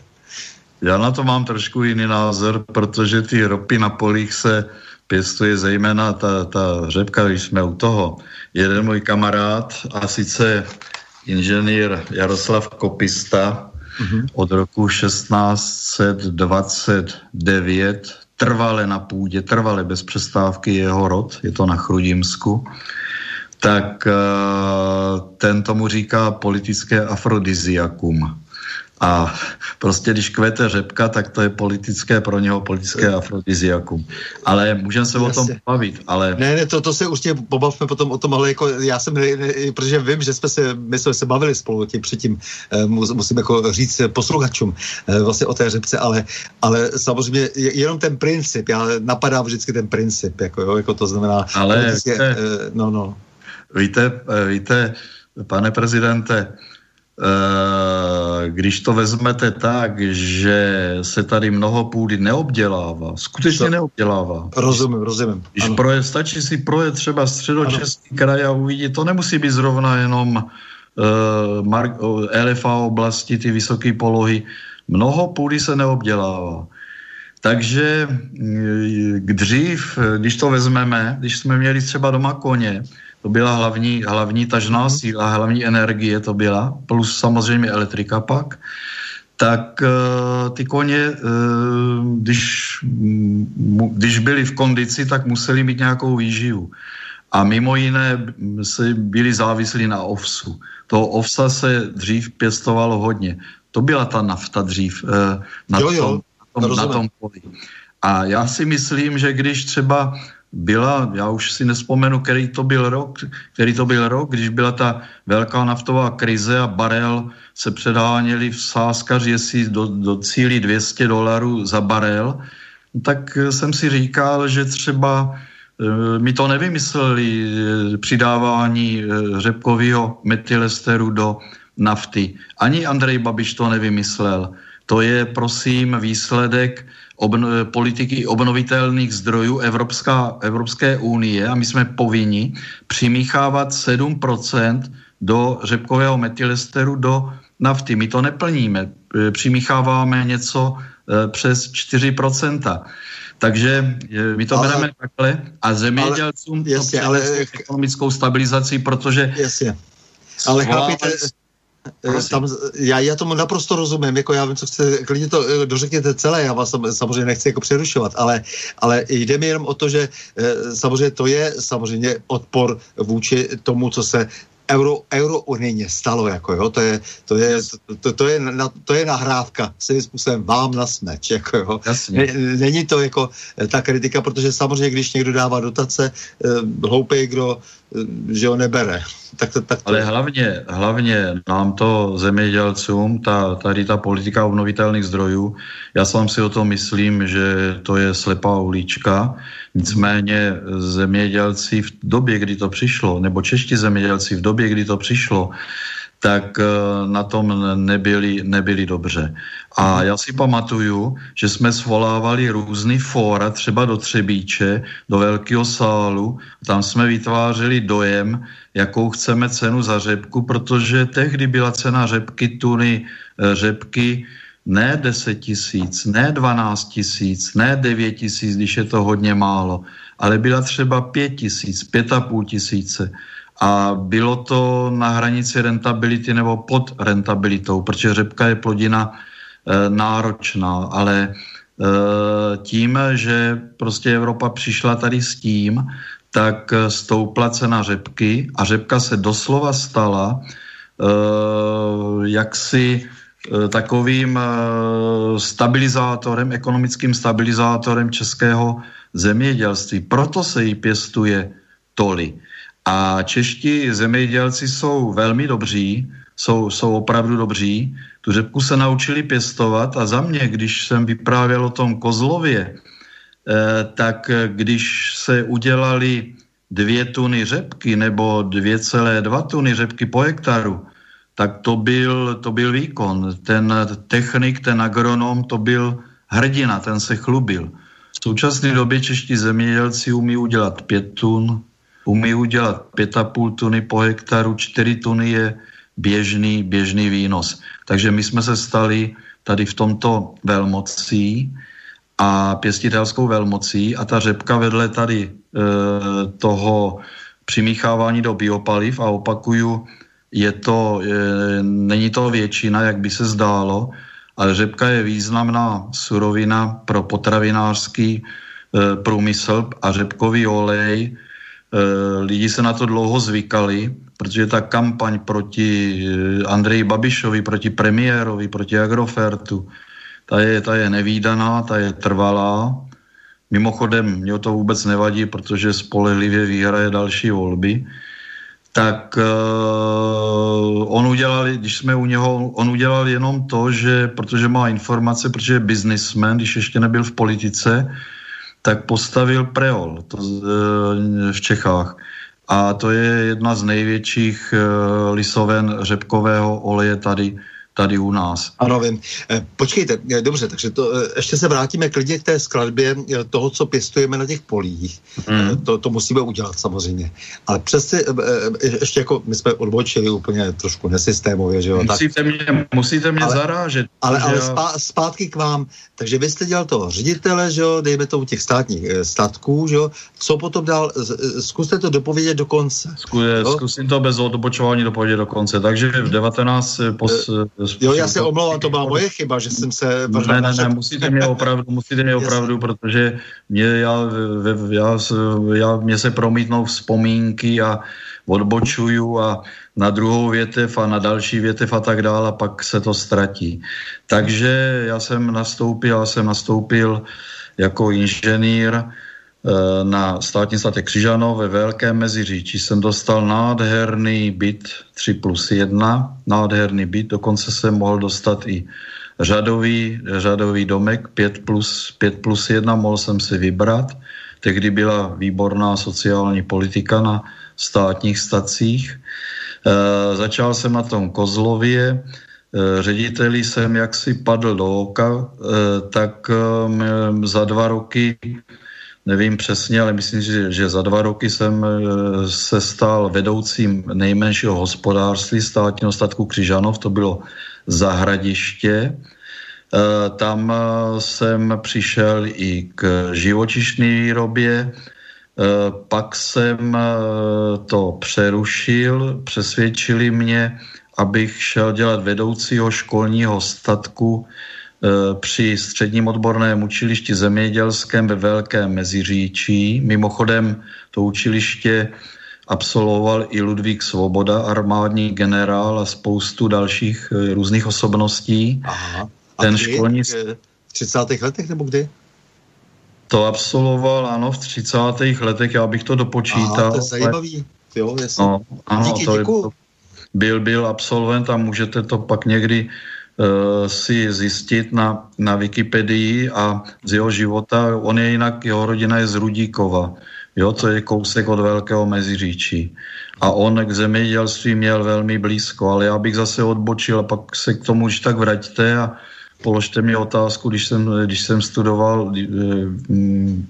Já na to mám trošku jiný názor, protože ty ropy na polích se pěstuje zejména ta, ta řepka, když jsme u toho. Jeden můj kamarád, a sice inženýr Jaroslav Kopista, mm-hmm. od roku šestnáct dvacet devět trvale na půdě, trvale bez přestávky jeho rod, je to na Chrudimsku, tak ten tomu říká politické afrodiziakum. A prostě když kvete řepka, tak to je politické pro něho, politické afrodiziakum. Ale můžeme se o tom bavit, ale... Ne, ne, to, to se určitě pobavme potom o tom, ale jako já jsem, ne, ne, protože vím, že jsme se, my jsme se bavili spolu tím předtím, eh, musím jako říct posluchačům eh, vlastně o té řepce, ale, ale samozřejmě jenom ten princip, já napadám vždycky ten princip, jako, jo, jako to znamená... Ale vždycky, víte, eh, no, no. Víte, víte, pane prezidente, když to vezmete tak, že se tady mnoho půdy neobdělává, skutečně to neobdělává. Rozumím, rozumím. Když proje, stačí si projet třeba Středočeský kraj a uvidí, to nemusí být zrovna jenom uh, Mar- L F A oblasti, ty vysoké polohy. Mnoho půdy se neobdělává. Takže dřív, když to vezmeme, když jsme měli třeba doma koně, to byla hlavní, hlavní tažná mm. síla, hlavní energie to byla, plus samozřejmě elektrika pak, tak uh, ty koně, uh, když, když byli v kondici, tak museli mít nějakou výživu. A mimo jiné se byli závislí na ovsu. Toho ovsa se dřív pěstovalo hodně. To byla ta nafta dřív uh, na, jo, jo, tom, na, tom, na tom poli. A já si myslím, že když třeba byla, já už si nespomenu, který to byl rok, který to byl rok, když byla ta velká naftová krize a barel se předháněli v sázkaři, jestli do, do cílí dvě stě dolarů za barel, tak jsem si říkal, že třeba e, mi to nevymysleli e, přidávání e, řepkového metylesteru do nafty. Ani Andrej Babiš to nevymyslel. To je, prosím, výsledek obno- politiky obnovitelných zdrojů Evropská, Evropské unie a my jsme povinni přimíchávat sedm procent do řepkového metylesteru do nafty. My to neplníme. Přimícháváme něco e, přes čtyři procenta. Takže e, my to ale, bereme takhle a zemědělcům ale, jasně, to ale ekonomickou stabilizaci, protože jasně. Ale chápíte, tam, já, já tomu naprosto rozumím, jako já vím, co chcete, klidně to dořekněte celé, já vás samozřejmě nechci jako přerušovat, ale, ale jde mi jenom o to, že samozřejmě to je samozřejmě odpor vůči tomu, co se euro, eurounijně stalo, jako jo, to je, to je, to, to, to je, na, to je nahrávka, svým způsobem vám na smeč, jako jo. Ne, není to jako ta kritika, protože samozřejmě, když někdo dává dotace, hloupej, kdo, že ho nebere. Tak to, tak to... Ale hlavně, hlavně nám to zemědělcům, ta, tady ta politika obnovitelných zdrojů, já sám si o tom myslím, že to je slepá ulička, nicméně zemědělci v době, kdy to přišlo, nebo čeští zemědělci v době, kdy to přišlo, tak na tom nebyli, nebyli dobře. A já si pamatuju, že jsme svolávali různý fóra, třeba do Třebíče, do velkého sálu, tam jsme vytvářeli dojem, jakou chceme cenu za řepku, protože tehdy byla cena řepky, tuny řepky ne deset tisíc, ne dvanáct tisíc, ne devět tisíc, když je to hodně málo, ale byla třeba pět tisíc, pět a půl tisíce. A bylo to na hranici rentability nebo pod rentabilitou, protože řepka je plodina e, náročná, ale e, tím, že prostě Evropa přišla tady s tím, tak stoupla cena řepky a řepka se doslova stala e, jaksi e, takovým e, stabilizátorem, ekonomickým stabilizátorem českého zemědělství. Proto se jí pěstuje tolik. A čeští zemědělci jsou velmi dobří, jsou, jsou opravdu dobří. Tu řepku se naučili pěstovat a za mě, když jsem vyprávěl o tom Kozlově, eh, tak když se udělali dvě tuny řepky nebo dvě celé dva tuny řepky po hektaru, tak to byl, to byl výkon. Ten technik, ten agronom, to byl hrdina, ten se chlubil. V současné době čeští zemědělci umí udělat pět tun, umí udělat pět a půl tuny po hektaru, čtyři tuny je běžný, běžný výnos. Takže my jsme se stali tady v tomto velmocí a pěstitelskou velmocí a ta řepka vedle tady e, toho přimíchávání do biopaliv a opakuju, je to, e, není to většina, jak by se zdálo, ale řepka je významná surovina pro potravinářský e, průmysl a řepkový olej. Lidi se na to dlouho zvykali, protože ta kampaň proti Andreji Babišovi, proti premiérovi, proti Agrofertu, ta je, ta je nevídaná, ta je trvalá. Mimochodem, mě to vůbec nevadí, protože spolehlivě vyhraje další volby. Tak uh, on udělal, když jsme u něho, on udělal jenom to, že protože má informace, protože je businessman, když ještě nebyl v politice, tak postavil Preol to, e, v Čechách. A to je jedna z největších e, lisoven řepkového oleje tady, tady u nás. Ano, vím. Počkejte, dobře, takže to, ještě se vrátíme klidně k té skladbě toho, co pěstujeme na těch polích. Mm. To, to musíme udělat samozřejmě. Ale přesně, ještě jako my jsme odbočili úplně trošku nesystémově, že jo? Musíte, tak, mě, musíte mě ale, zarážet. Ale, ale já... spá, zpátky k vám. Takže vy jste dělal toho ředitele, že jo, dejme tomu těch státních statků, že jo? Co potom dál? Zkuste to dopovědět do konce. Zkuste, zkusím to bez odbočování dopovědět do konce. Takže v devatenáct Pos, jo, já se omlouvám, to byla moje chyba, že jsem se... Ne, ne, ne, musíte mě opravdu, musíte mě opravdu, protože mě, já, já, já, mě se promítnou vzpomínky a odbočuju a na druhou větev a na další větev a tak dále a pak se to ztratí. Takže já jsem nastoupil, já jsem nastoupil jako inženýr na státní statek Křižanov ve Velkém Meziříčí. Jsem dostal nádherný byt tři plus jedna, nádherný byt, dokonce jsem mohl dostat i řadový, řadový domek pět plus jedna, mohl jsem si vybrat. Tehdy byla výborná sociální politika na státních stacích. E, začal jsem na tom Kozlově, e, řediteli jsem jaksi padl do oka, e, tak e, za dva roky, nevím přesně, ale myslím, že, že za dva roky jsem se stal vedoucím nejmenšího hospodářství státního statku Křižanov, to bylo Zahradiště. Tam jsem přišel i k živočišné výrobě, pak jsem to přerušil, přesvědčili mě, abych šel dělat vedoucího školního statku při středním odborném učilišti zemědělském ve Velkém Meziříčí. Mimochodem to učiliště absolvoval i Ludvík Svoboda, armádní generál a spoustu dalších různých osobností. Aha. A ten kdy? školní... V třicátých letech nebo kdy? To absolvoval, ano, v třicátých letech, já bych to dopočítal. Aha, to je zajímavý. Jo, jasně. No, ano, díky, to díku. Je, byl, byl absolvent a můžete to pak někdy uh, si zjistit na, na Wikipedii a z jeho života. On je jinak, jeho rodina je z Rudíkova, jo, to je kousek od Velkého Meziříčí. A on k zemědělství měl velmi blízko, ale já bych zase odbočil a pak se k tomu už tak vraťte a položte mi otázku, když jsem, když jsem studoval e, mm,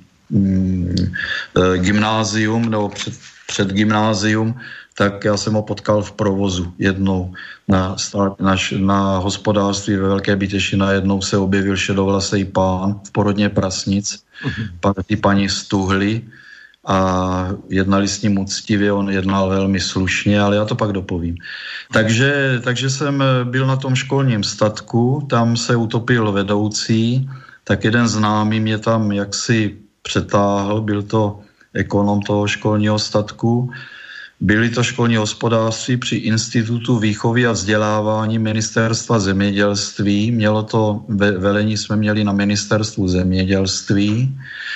e, gymnázium nebo před, před gymnázium, tak já jsem ho potkal v provozu jednou na, na, na hospodářství ve Velké Bytěši. Najednou se objevil šedovlasej pán v porodně prasnic, pak ty paní stuhly a jednali s ním úctivě, on jednal velmi slušně, ale já to pak dopovím. Takže, takže jsem byl na tom školním statku, tam se utopil vedoucí, tak jeden známý mě tam jaksi přetáhl, byl to ekonom toho školního statku, byli to školní hospodářství při Institutu výchovy a vzdělávání Ministerstva zemědělství, mělo to velení jsme měli na Ministerstvu zemědělství.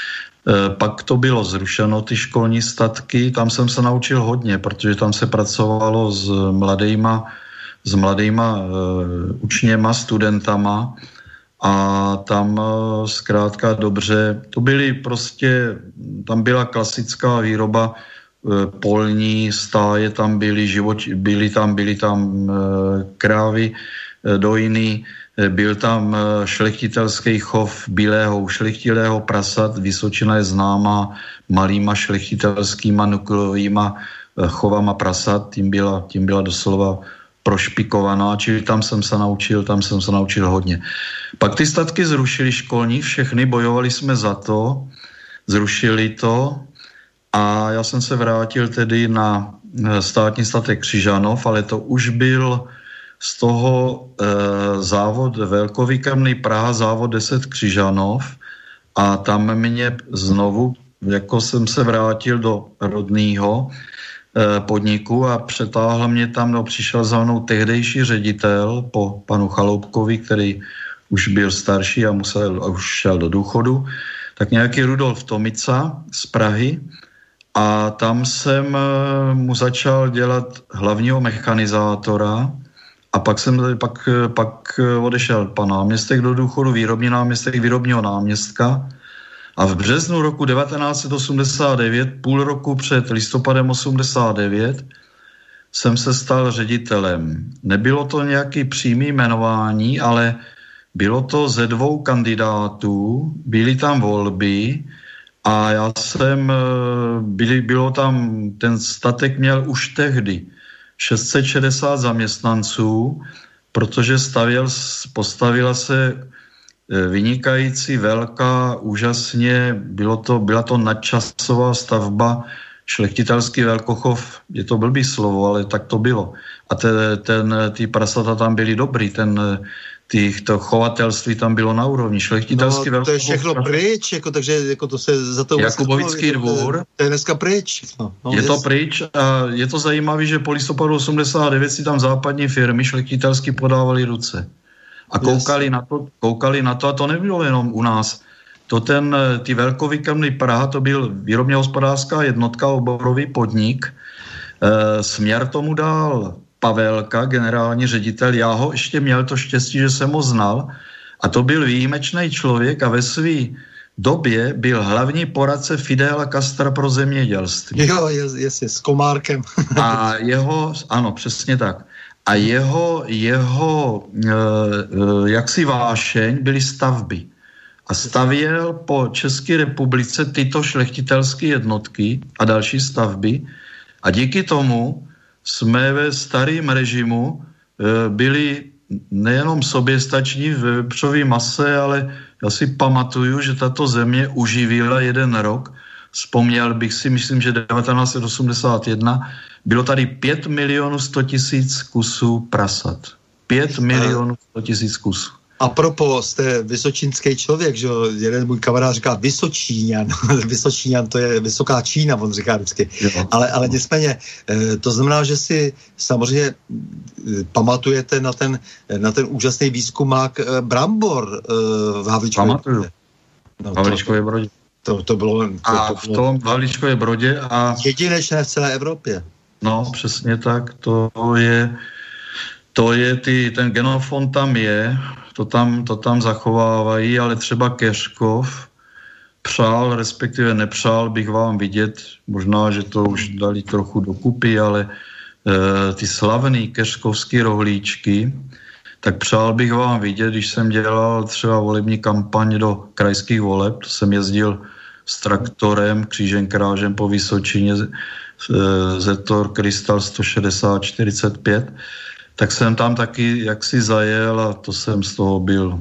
Pak to bylo zrušeno, ty školní statky, tam jsem se naučil hodně, protože tam se pracovalo s mladýma, s mladýma uh, učněma, studentama a tam uh, zkrátka dobře, to byly prostě, tam byla klasická výroba uh, polní, stáje tam byly, živoč, byly tam, byly tam uh, krávy, uh, dojný, byl tam šlechtitelský chov bílého ušlechtilého prasat. Vysočina je známá malýma šlechtitelskýma nukleovýma chovama prasat. Tím byla, tím byla doslova prošpikovaná, čili tam jsem se naučil, tam jsem se naučil hodně. Pak ty statky zrušili školní, všechny, bojovali jsme za to, zrušili to a já jsem se vrátil tedy na státní statek Křižanov, ale to už byl z toho e, závod Velkovýkamný Praha, závod deset Křižanov a tam mě znovu, jako jsem se vrátil do rodného e, podniku a přetáhl mě tam, no, přišel za mnou tehdejší ředitel po panu Chaloupkovi, který už byl starší a musel, a už šel do důchodu, tak nějaký Rudolf Tomica z Prahy a tam jsem mu začal dělat hlavního mechanizátora. A pak jsem pak, pak odešel pan náměstek do důchodu, výrobní náměstek výrobního náměstka. A v březnu roku devatenáct set osmdesát devět, půl roku před listopadem osmdesát devět, jsem se stal ředitelem. Nebylo to nějaký přímý jmenování, ale bylo to ze dvou kandidátů, byly tam volby a já jsem, byli, bylo tam, ten statek měl už tehdy šest set šedesát zaměstnanců, protože stavěl, postavila se vynikající, velká, úžasně, bylo to, byla to nadčasová stavba, šlechtitelský velkochov, je to blbý slovo, ale tak to bylo. A te, ten, ty prasata tam byly dobrý, ten, těch, to chovatelství tam bylo na úrovni. Šlechtitelský no, velkochov. To je všechno pryč, jako, takže jako to se za to... Jakubovický dvůr. To je dneska pryč. No, no, je jest. to pryč a je to zajímavé, že po listopadu osmdesát devět si tam západní firmy šlechtitelsky podávali ruce. A koukali na, to, koukali na to, a to nebylo jenom u nás. To ten, ty velkovýkonný Praha, to byl výrobně hospodářská jednotka, oborový podnik. E, směr tomu dal Pavelka, generální ředitel. Já ho ještě měl to štěstí, že jsem ho znal. A to byl výjimečný člověk a ve své době byl hlavní poradce Fidela Castra pro zemědělství. Jo, jasně, s Komárkem. A jeho, ano, přesně tak. A jeho, jeho e, e, jaksi vášeň byly stavby. A stavěl po České republice tyto šlechtitelské jednotky a další stavby. A díky tomu jsme ve starém režimu e, byli nejenom soběstační v vepřové mase, ale já si pamatuju, že tato země uživila jeden rok. Vzpomněl bych si, myslím, že devatenáct set osmdesát jedna bylo tady pět milionů sto tisíc kusů prasat. pět milionů sto tisíc kusů. A propos, jste vysočínský člověk, že jeden můj kamarád říká Vysočíňan. Vysočíňan, to je vysoká Čína, on říká vždycky. Ale, ale nicméně, to znamená, že si samozřejmě pamatujete na ten, na ten úžasný výzkumák Brambor v Havlíčkově. Pamatuju. No, v Havlíčkově Brodě. To, to bylo... To, a to v bylo tom Havlíčkově Brodě a... jedinečné v celé Evropě. No, přesně tak. To je... To je ty, ten genofond tam je, to tam, to tam zachovávají, ale třeba Keřkov přál, respektive nepřál bych vám vidět, možná, že to už dali trochu dokupy, ale e, ty slavný keřkovský rohlíčky, tak přál bych vám vidět, když jsem dělal třeba volební kampaň do krajských voleb, to jsem jezdil s traktorem, křížem krážem po Vysočině, e, Zetor Krystal sto šedesát čtyřicet pět, tak jsem tam taky jaksi zajel a to jsem z toho byl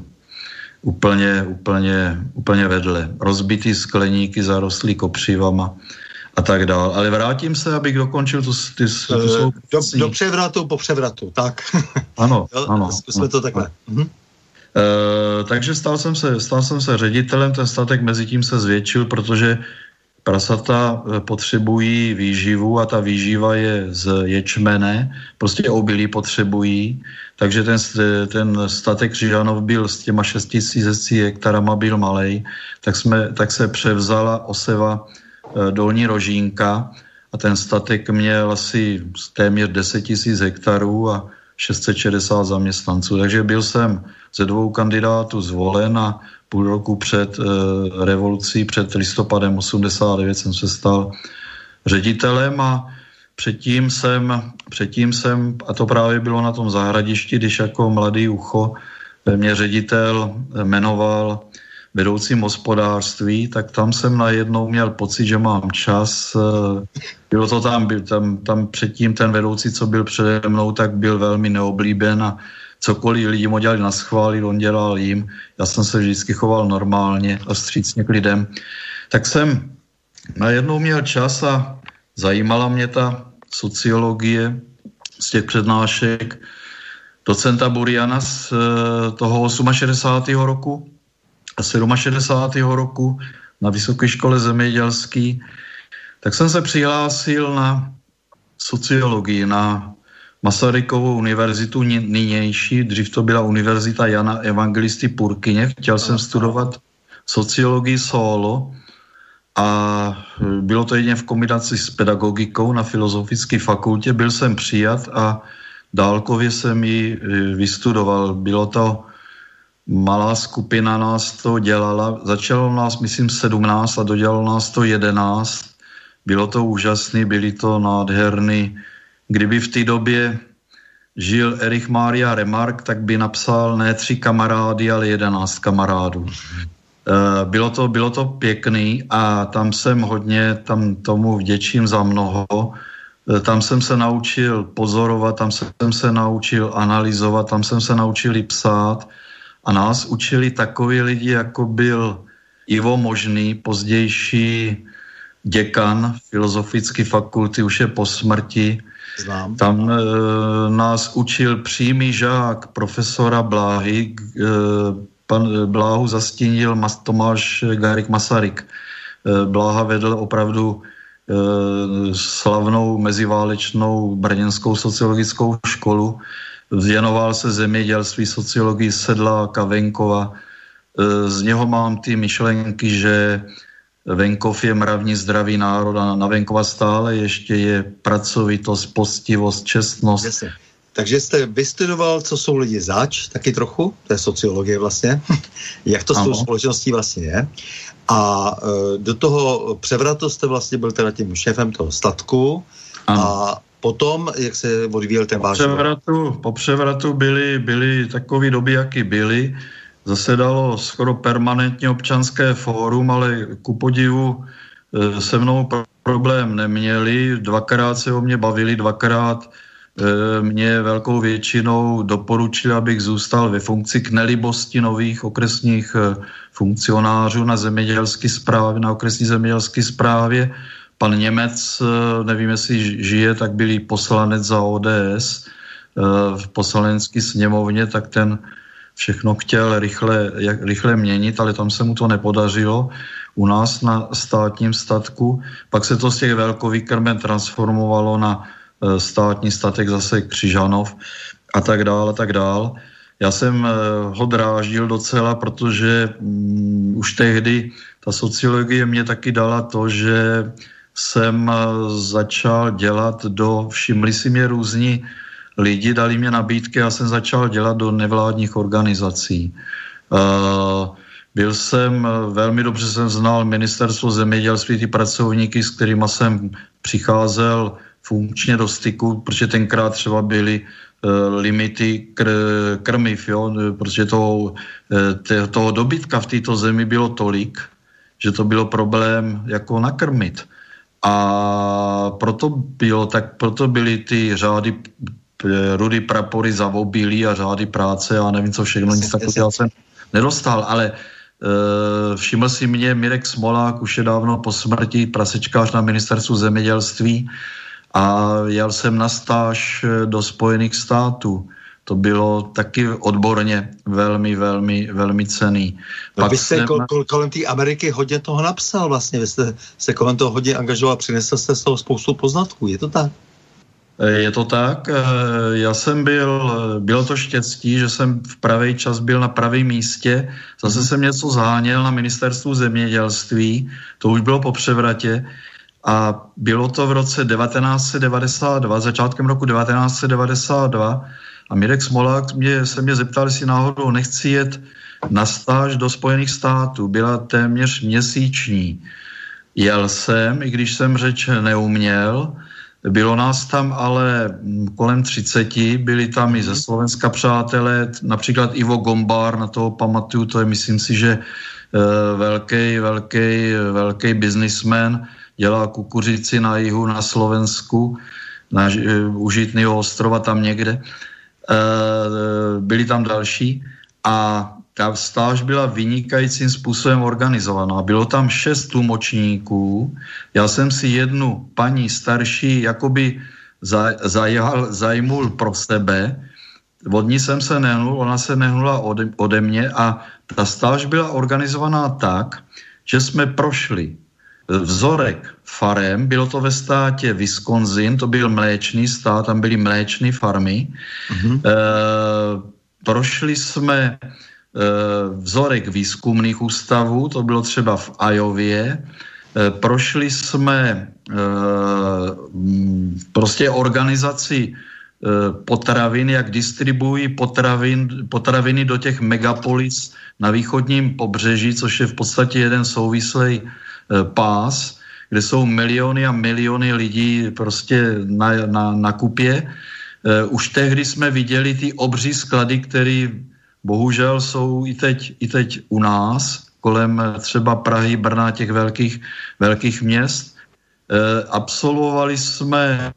úplně, úplně, úplně vedle. Rozbitý skleníky, zarostlý kopřivama a tak dál. Ale vrátím se, abych dokončil tu, ty, tu svou... Do, do převratu po převratu, tak. Ano, jo, ano. Zkusme to takhle. Mhm. E, takže stal jsem, se, stal jsem se ředitelem, ten statek mezi tím se zvětšil, protože prasata potřebují výživu a ta výživa je z ječmene, prostě obilí potřebují, takže ten, ten statek Křižanov byl s těma šest tisíc hektarama byl malej, tak, jsme, tak se převzala oseva Dolní Rožínka a ten statek měl asi téměř deset tisíc hektarů a šest set šedesát zaměstnanců, takže byl jsem ze dvou kandidátů zvolen a půl roku před e, revolucí, před listopadem osmdesát devět jsem se stal ředitelem a předtím jsem, předtím jsem, a to právě bylo na tom zahradišti, když jako mladý ucho mě ředitel jmenoval vedoucím hospodářství, tak tam jsem najednou měl pocit, že mám čas. Bylo to tam, tam, tam předtím ten vedoucí, co byl přede mnou, tak byl velmi neoblíben a cokoliv lidi mu dělali na schválit, on dělal jim. Já jsem se vždycky choval normálně a vstřícně k lidem. Tak jsem najednou měl čas a zajímala mě ta sociologie z těch přednášek docenta Buriana z toho šedesátého osmého roku a šedesátého sedmého roku na Vysoké škole zemědělský. Tak jsem se přihlásil na sociologii, na Masarykovu univerzitu nynější, dřív to byla univerzita Jana Evangelisty Purkyně, chtěl jsem studovat sociologii solo a bylo to jedině v kombinaci s pedagogikou na Filozofické fakultě, byl jsem přijat a dálkově jsem ji vystudoval. Bylo to malá skupina, nás to dělala, začalo nás myslím sedmnáct a dodělalo nás to jedenáct. Bylo to úžasné, byly to nádherný kdyby v té době žil Erich Maria Remarque, tak by napsal ne tři kamarády, ale jedenáct kamarádů. Bylo to, bylo to pěkný a tam jsem hodně, tam tomu vděčím za mnoho. Tam jsem se naučil pozorovat, tam jsem se naučil analyzovat, tam jsem se naučil i psát a nás učili takoví lidi, jako byl Ivo Možný, pozdější děkan Filozofické fakulty, už je po smrti. Znám. Tam e, nás učil přímý žák profesora Bláhy, e, pan Bláhu zastínil Mas, Tomáš Garrigue Masaryk. E, Bláha vedl opravdu e, slavnou meziválečnou brněnskou sociologickou školu, věnoval se zemědělství, sociologii Sedláka, venkova. E, z něho mám ty myšlenky, že venkov je mravní zdravý národ a na venkova stále ještě je pracovitost, postivost, čestnost. Jasně. Takže jste vystudoval, co jsou lidi zač, taky trochu, to je sociologie vlastně, jak to s tou společností vlastně je. A e, do toho převratu jste vlastně byl teda tím šéfem toho statku. Ano. A potom, jak se odvíjel ten váš... Po, po převratu byly, byly takové doby, jaký byly. Zasedalo skoro permanentně občanské fórum, ale ku podivu e, se mnou problém neměli. Dvakrát se o mě bavili, dvakrát e, mě velkou většinou doporučili, abych zůstal ve funkci k nelibosti nových okresních e, funkcionářů na zemědělské správě, na okresní zemědělské správě. Pan Němec, e, nevím, jestli žije, tak byl poslanec za O D S e, v poslanecké sněmovně, tak ten všechno chtěl rychle, jak, rychle měnit, ale tam se mu to nepodařilo u nás na státním statku. Pak se to z těch velkovýkrmen transformovalo na e, státní statek zase Křižanov a tak dál a tak dál. Já jsem e, ho dráždil docela, protože mm, už tehdy ta sociologie mě taky dala to, že jsem e, začal dělat do, všimli si mě různí lidi, dali mě nabídky a jsem začal dělat do nevládních organizací. Uh, byl jsem, velmi dobře jsem znal ministerstvo zemědělství, ty pracovníky, s kterými jsem přicházel funkčně do styku, protože tenkrát třeba byly uh, limity kr- krmiv, jo? Protože toho, uh, t- toho dobytka v této zemi bylo tolik, že to bylo problém jako nakrmit. A proto bylo, tak proto byly ty řády rudy prapory za obilí a řády práce a nevím co všechno, nic takového jsem nedostal, ale e, všiml si mě Mirek Smolák, už je dávno po smrti, prasečkář na ministerstvu zemědělství a jel jsem na stáž do Spojených států. To bylo taky odborně velmi, velmi, velmi cenný. No, vy jste jsem... kol, kol, kolem té Ameriky hodně toho napsal vlastně, vy jste se kolem toho hodně angažoval, přinesl jste z toho spoustu poznatků, je to tak? Je to tak. Já jsem byl, bylo to štěstí, že jsem v pravý čas byl na pravém místě. Zase jsem něco zháněl na ministerstvu zemědělství, to už bylo po převratě a bylo to v roce devatenáct set devadesát dva, začátkem roku devatenáct set devadesát dva a Mirek Smolák mě, se mě zeptal, jestli náhodou nechci jet na stáž do Spojených států. Byla téměř měsíční. Jel jsem, i když jsem řeč neuměl. Bylo nás tam ale kolem třiceti, byli tam i ze Slovenska přátelé, například Ivo Gombár, na toho pamatuju, to je myslím si, že velký, velký, velký biznismen, dělá kukuřici na jihu, na Slovensku, na Užitného ostrova tam někde. Byli tam další a ta stáž byla vynikajícím způsobem organizovaná. Bylo tam šest tlumočníků. Já jsem si jednu paní starší jakoby zajal, zajmul pro sebe. Od ní jsem se nehnul, ona se nehnula ode, ode mě a ta stáž byla organizovaná tak, že jsme prošli vzorek farem, bylo to ve státě Wisconsin, to byl mléčný stát, tam byly mléčné farmy. Mm-hmm. E, prošli jsme vzorek výzkumných ústavů, to bylo třeba v Iově. Prošli jsme prostě organizaci potravin, jak distribuují potravin, potraviny do těch megapolis na východním pobřeží, což je v podstatě jeden souvislý pás, kde jsou miliony a miliony lidí prostě na, na, na kupě. Už tehdy jsme viděli ty obří sklady, které bohužel jsou i teď, i teď u nás, kolem třeba Prahy, Brna, těch velkých, velkých měst. Absolvovali jsme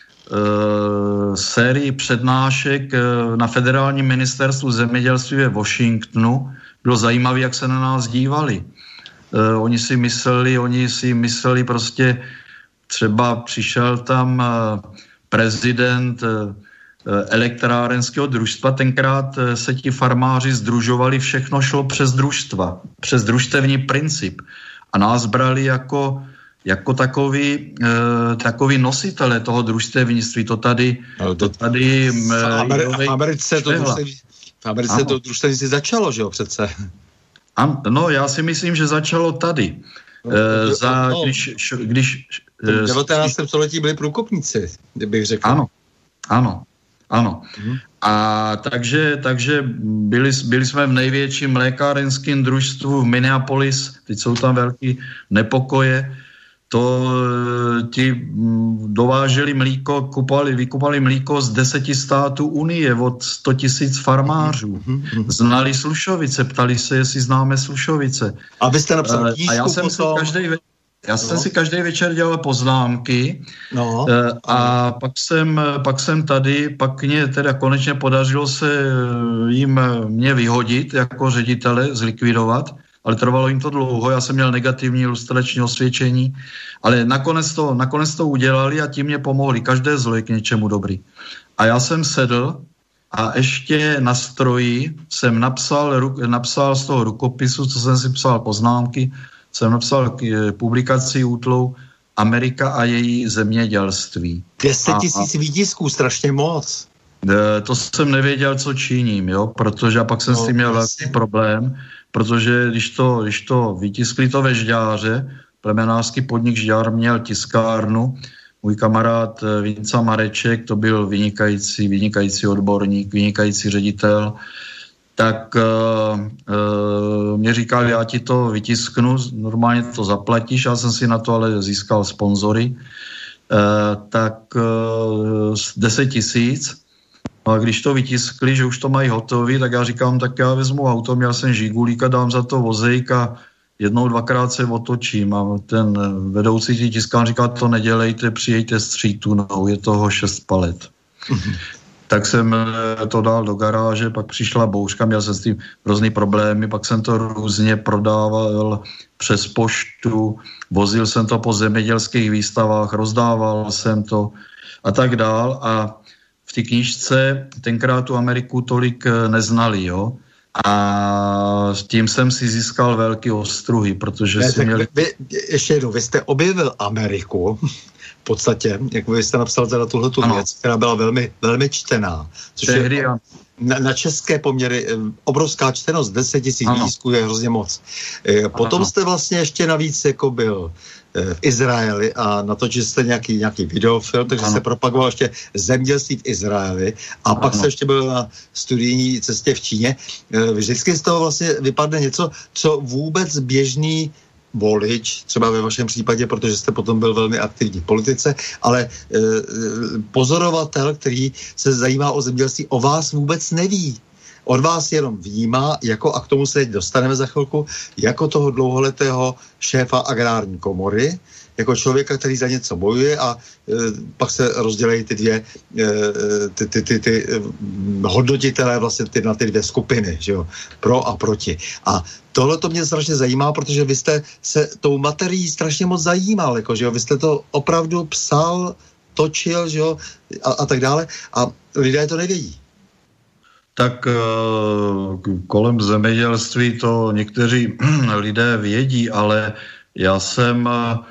sérii přednášek na Federálním ministerstvu zemědělství ve Washingtonu. Bylo zajímavé, jak se na nás dívali. Oni si mysleli, oni si mysleli prostě, třeba přišel tam prezident elektrárenského družstva, tenkrát se ti farmáři sdružovali, všechno šlo přes družstva, přes družstevní princip. A nás brali jako, jako takový, eh, takový nositele toho družstevnictví. To tady... No to, to tady v, Ameri- v Americe to družstevnictví, v Americe to družstevnictví začalo, že jo, přece. An, no, já si myslím, že začalo tady. No, e, za, no, když, když, v devatenáctém století byli průkopníci, bych řekl. Ano, ano, ano. Hmm. A takže, takže byli, byli jsme v největším mlékárenském družstvu v Minneapolis, teď jsou tam velký nepokoje, to ti dováželi mlíko, kupovali, vykupovali mlíko z deseti států Unie od sto tisíc farmářů. Znali Slušovice, ptali se, jestli známe Slušovice. A vy jste napsal knížku a já jsem potom... si každý ve... Já jsem no. si každý večer dělal poznámky no. a pak jsem, pak jsem tady, pak mě teda konečně podařilo se jim mě vyhodit jako ředitele, zlikvidovat, ale trvalo jim to dlouho, já jsem měl negativní lustrační osvědčení, ale nakonec to, nakonec to udělali a tím mě pomohli, každé zlo je k něčemu dobrý. A já jsem sedl a ještě na stroji jsem napsal, napsal z toho rukopisu, co jsem si psal poznámky, jsem napsal publikaci útlou Amerika a její zemědělství. deset tisíc výtisků, strašně moc. To jsem nevěděl, co činím, jo, protože a pak jsem no, s tím měl velký problém, protože když to, když to vytiskli to ve Žďáře, plemenářský podnik Žďár měl tiskárnu, můj kamarád Vinca Mareček, to byl vynikající, vynikající odborník, vynikající ředitel, tak uh, uh, mě říkal, já ti to vytisknu, normálně to zaplatíš, já jsem si na to ale získal sponzory, uh, tak uh, deset tisíc. A když to vytiskli, že už to mají hotový, tak já říkám, tak já vezmu auto, měl jsem žigulíka, dám za to vozejk a jednou, dvakrát se otočím. A ten vedoucí tí tiskán říká, to nedělejte, přijejte s tří tunou, je toho šest palet. Tak jsem to dal do garáže, pak přišla bouřka, měl jsem s tím hrozný problémy, pak jsem to různě prodával přes poštu, vozil jsem to po zemědělských výstavách, rozdával jsem to a tak dál. A v té knížce tenkrát tu Ameriku tolik neznali, jo. A s tím jsem si získal velký ostruhy, protože ne, si měli... Vy, ještě jednou, vy jste objevil Ameriku, v podstatě, jak vy jste napsal teda tuhletu věc, která byla velmi, velmi čtená. Což Tehdy, je na, na české poměry obrovská čtenost, deset tisíc výzků je hrozně moc. Potom ano. jste vlastně ještě navíc jako byl v Izraeli a natočil jste nějaký, nějaký videofilm, takže se propagoval ještě zemědělství v Izraeli a ano. pak jste ještě byl na studijní cestě v Číně. Vždycky z toho vlastně vypadne něco, co vůbec běžný volič, třeba ve vašem případě, protože jste potom byl velmi aktivní v politice, ale e, pozorovatel, který se zajímá o zemědělství, o vás vůbec neví. Od vás jenom vnímá, jako, a k tomu se teď dostaneme za chvilku, jako toho dlouholetého šéfa agrární komory, jako člověka, který za něco bojuje a e, pak se rozdělejí ty dvě e, ty, ty, ty, ty e, hodnotitelé vlastně ty, na ty dvě skupiny, že jo, pro a proti. A tohle to mě strašně zajímá, protože vy jste se tou materií strašně moc zajímal, jako, že jo, vy jste to opravdu psal, točil, že jo, a, a tak dále a lidé to nevědí. Tak kolem zemědělství to někteří lidé vědí, ale já jsem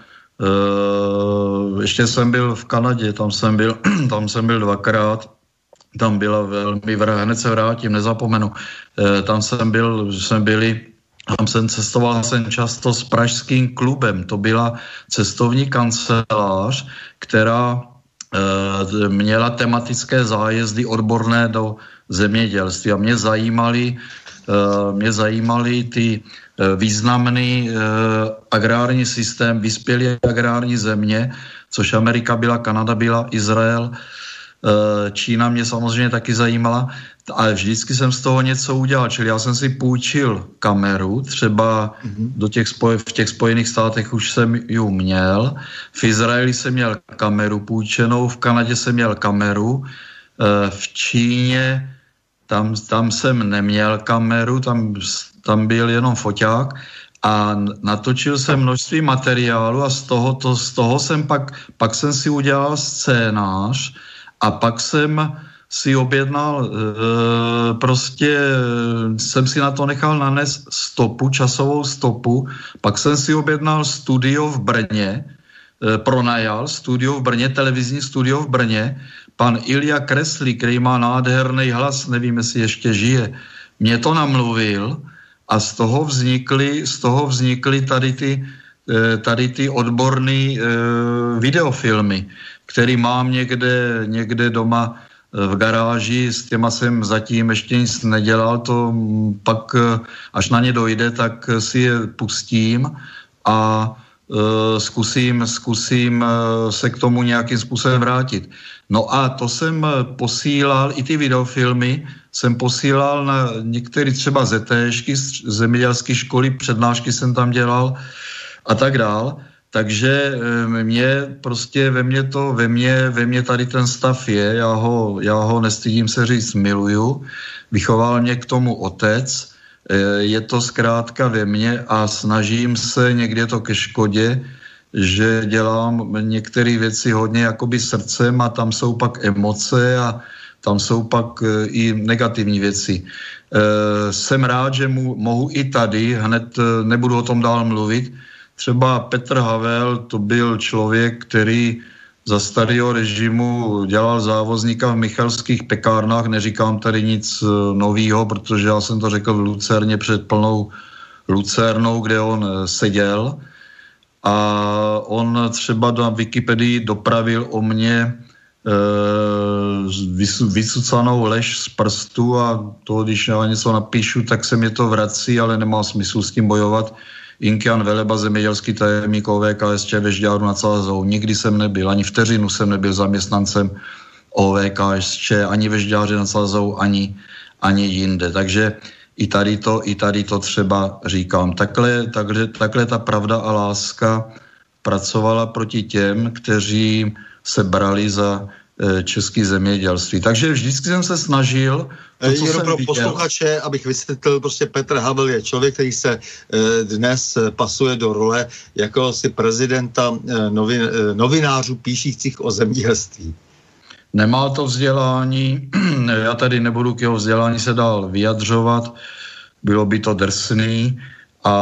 ještě jsem byl v Kanadě, tam jsem byl, tam jsem byl dvakrát, tam byla velmi, hned se vrátím, nezapomenu, tam jsem byl, jsme byli, tam jsem cestoval jsem často s Pražským klubem, to byla cestovní kancelář, která měla tematické zájezdy odborné do zemědělství a mě zajímaly, mě zajímaly ty významný agrární systém, vyspělý agrární země, což Amerika byla, Kanada byla, Izrael, Čína mě samozřejmě taky zajímala, ale vždycky jsem z toho něco udělal, čili já jsem si půjčil kameru, třeba mm-hmm. do těch spoj- v těch Spojených státech už jsem ji měl, v Izraeli jsem měl kameru půjčenou, v Kanadě jsem měl kameru, v Číně tam, tam jsem neměl kameru, tam, tam byl jenom foťák a natočil jsem množství materiálu a z toho, to, z toho jsem pak, pak jsem si udělal scénář a pak jsem si objednal, e, prostě jsem si na to nechal nanést stopu, časovou stopu, pak jsem si objednal studio v Brně, e, pronajal studio v Brně, televizní studio v Brně, pan Ilja Kreslík, který má nádherný hlas, nevím, jestli ještě žije, mě to namluvil a z toho vznikly, z toho vznikly tady ty, e, tady ty odborné e, videofilmy, který mám někde, někde doma v garáži, s těma jsem zatím ještě nic nedělal, to pak, až na ně dojde, tak si je pustím a e, zkusím, zkusím se k tomu nějakým způsobem vrátit. No a to jsem posílal, i ty videofilmy jsem posílal na některé třeba zetéšky, zemědělské školy, přednášky jsem tam dělal a tak dál. Takže mě prostě ve mně to, ve mně, ve mně tady ten stav je, já ho, já ho nestydím se říct, miluju, vychoval mě k tomu otec, je to zkrátka ve mně a snažím se, někdy je to ke škodě, že dělám některé věci hodně jakoby srdcem a tam jsou pak emoce a tam jsou pak i negativní věci. Jsem rád, že mu, mohu i tady, hned nebudu o tom dál mluvit. Třeba Petr Havel, to byl člověk, který za starého režimu dělal závozníka v michalských pekárnách, neříkám tady nic novýho, protože já jsem to řekl v Lucerně před plnou Lucernou, kde on seděl a on třeba na Wikipedii dopravil o mně e, vysucanou lež z prstu a to, když já něco napíšu, tak se mě to vrací, ale nemá smysl s tím bojovat. Inkian Veleba, zemědělský tajemník O V K S Č Vežďáru nad Salazou. Nikdy jsem nebyl, ani vteřinu jsem nebyl zaměstnancem O V K S Č, ani Vežďáře nad Salazou, ani, ani jinde. Takže i tady to, i tady to třeba říkám. Takhle, takhle, takhle ta pravda a láska pracovala proti těm, kteří se brali za české zemědělství. Takže vždycky jsem se snažil to, co Jenom pro viděl. posluchače, abych vysvětlil, prostě Petr Havel je člověk, který se e, dnes pasuje do role jako si prezidenta e, novin, e, novinářů píšících o zemědělství. Nemá to vzdělání, já tady nebudu k jeho vzdělání se dál vyjadřovat, bylo by to drsný a,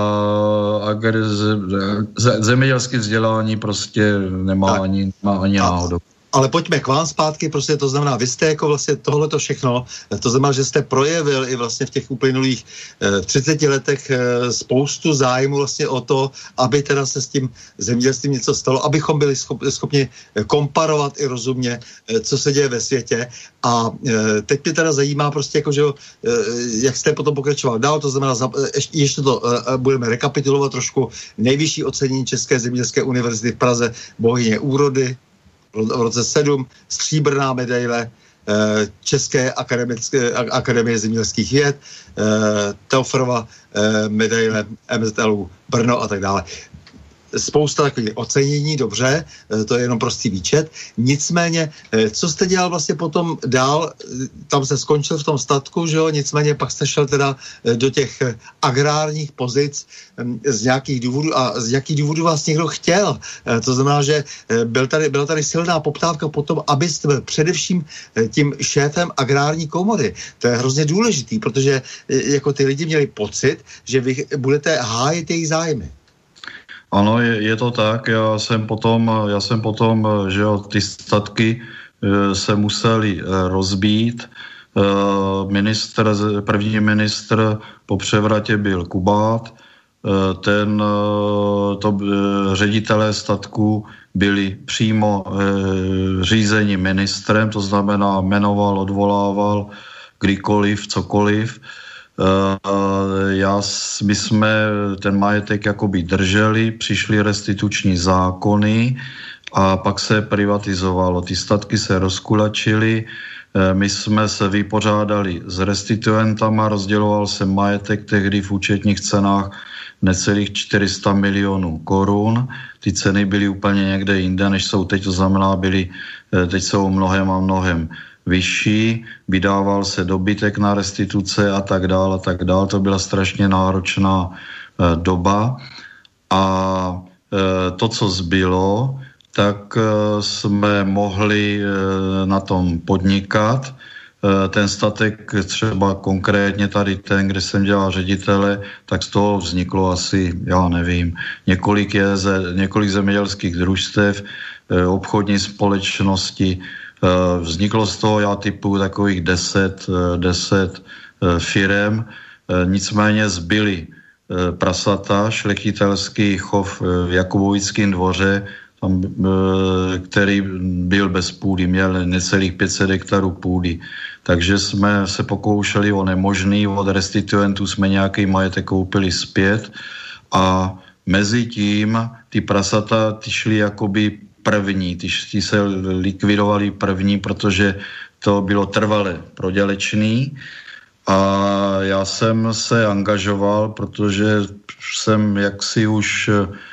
a zemědělské vzdělání prostě nemá tak. ani, nemá ani náhodou. Ale pojďme k vám zpátky, prostě to znamená, vy jste jako vlastně tohleto všechno, to znamená, že jste projevil i vlastně v těch uplynulých eh, třiceti letech eh, spoustu zájmu vlastně o to, aby teda se s tím zemědělstvím něco stalo, abychom byli schop, schopni komparovat i rozumně, eh, co se děje ve světě. A eh, teď mě teda zajímá prostě jako, že eh, jak jste potom pokračoval dál, to znamená, za, eh, ještě, ještě to eh, budeme rekapitulovat trošku, nejvyšší ocenění České zemědělské univerzity v Praze, bohyně úrody, v roce sedm, stříbrná medaile České akademické, akademie zemědělských věd, Teoforova medaile M Z L U Brno a tak dále. Spousta takových ocenění, dobře, to je jenom prostý výčet. Nicméně, co jste dělal vlastně potom dál, tam se skončil v tom statku, že jo, nicméně pak jste šel teda do těch agrárních pozic z nějakých důvodů a z jakých důvodů vás někdo chtěl. To znamená, že byl tady, byla tady silná poptávka potom, abyste byl především tím šéfem agrární komory. To je hrozně důležitý, protože jako ty lidi měli pocit, že vy budete hájit jejich zájmy. Ano, je, je to tak. Já jsem potom, já jsem potom, že jo, ty statky e, se museli e, rozbít. E, ministr, první ministr po převratě byl Kubát. E, ten, e, to e, ředitelé statků byli přímo e, řízeni ministrem, to znamená jmenoval, odvolával kdykoliv, cokoliv. Já, my jsme ten majetek jakoby drželi, přišly restituční zákony a pak se privatizovalo. Ty statky se rozkulačily, my jsme se vypořádali s restituentama, rozděloval se majetek tehdy v účetních cenách necelých čtyři sta milionů korun. Ty ceny byly úplně někde jinde, než jsou teď, to znamená, byly, teď jsou mnohem a mnohem vyšší, vydával se dobytek na restituce a tak dál a tak dál. To byla strašně náročná e, doba a e, to, co zbylo, tak e, jsme mohli e, na tom podnikat. E, ten statek, třeba konkrétně tady ten, kde jsem dělal ředitele, tak z toho vzniklo asi, já nevím, několik, jeze, několik zemědělských družstev, e, obchodní společnosti. Vzniklo z toho, já typu takových deset, deset firem, nicméně zbyly prasata, šlechtitelský chov v Jakubovickém dvoře, tam, který byl bez půdy, měl necelých pět set hektarů půdy. Takže jsme se pokoušeli o nemožný, od restituentů jsme nějaký majetek koupili zpět a mezi tím ty prasata ty šly jakoby první, ty, ty se likvidovali první, protože to bylo trvale prodělečný a já jsem se angažoval, protože jsem jaksi už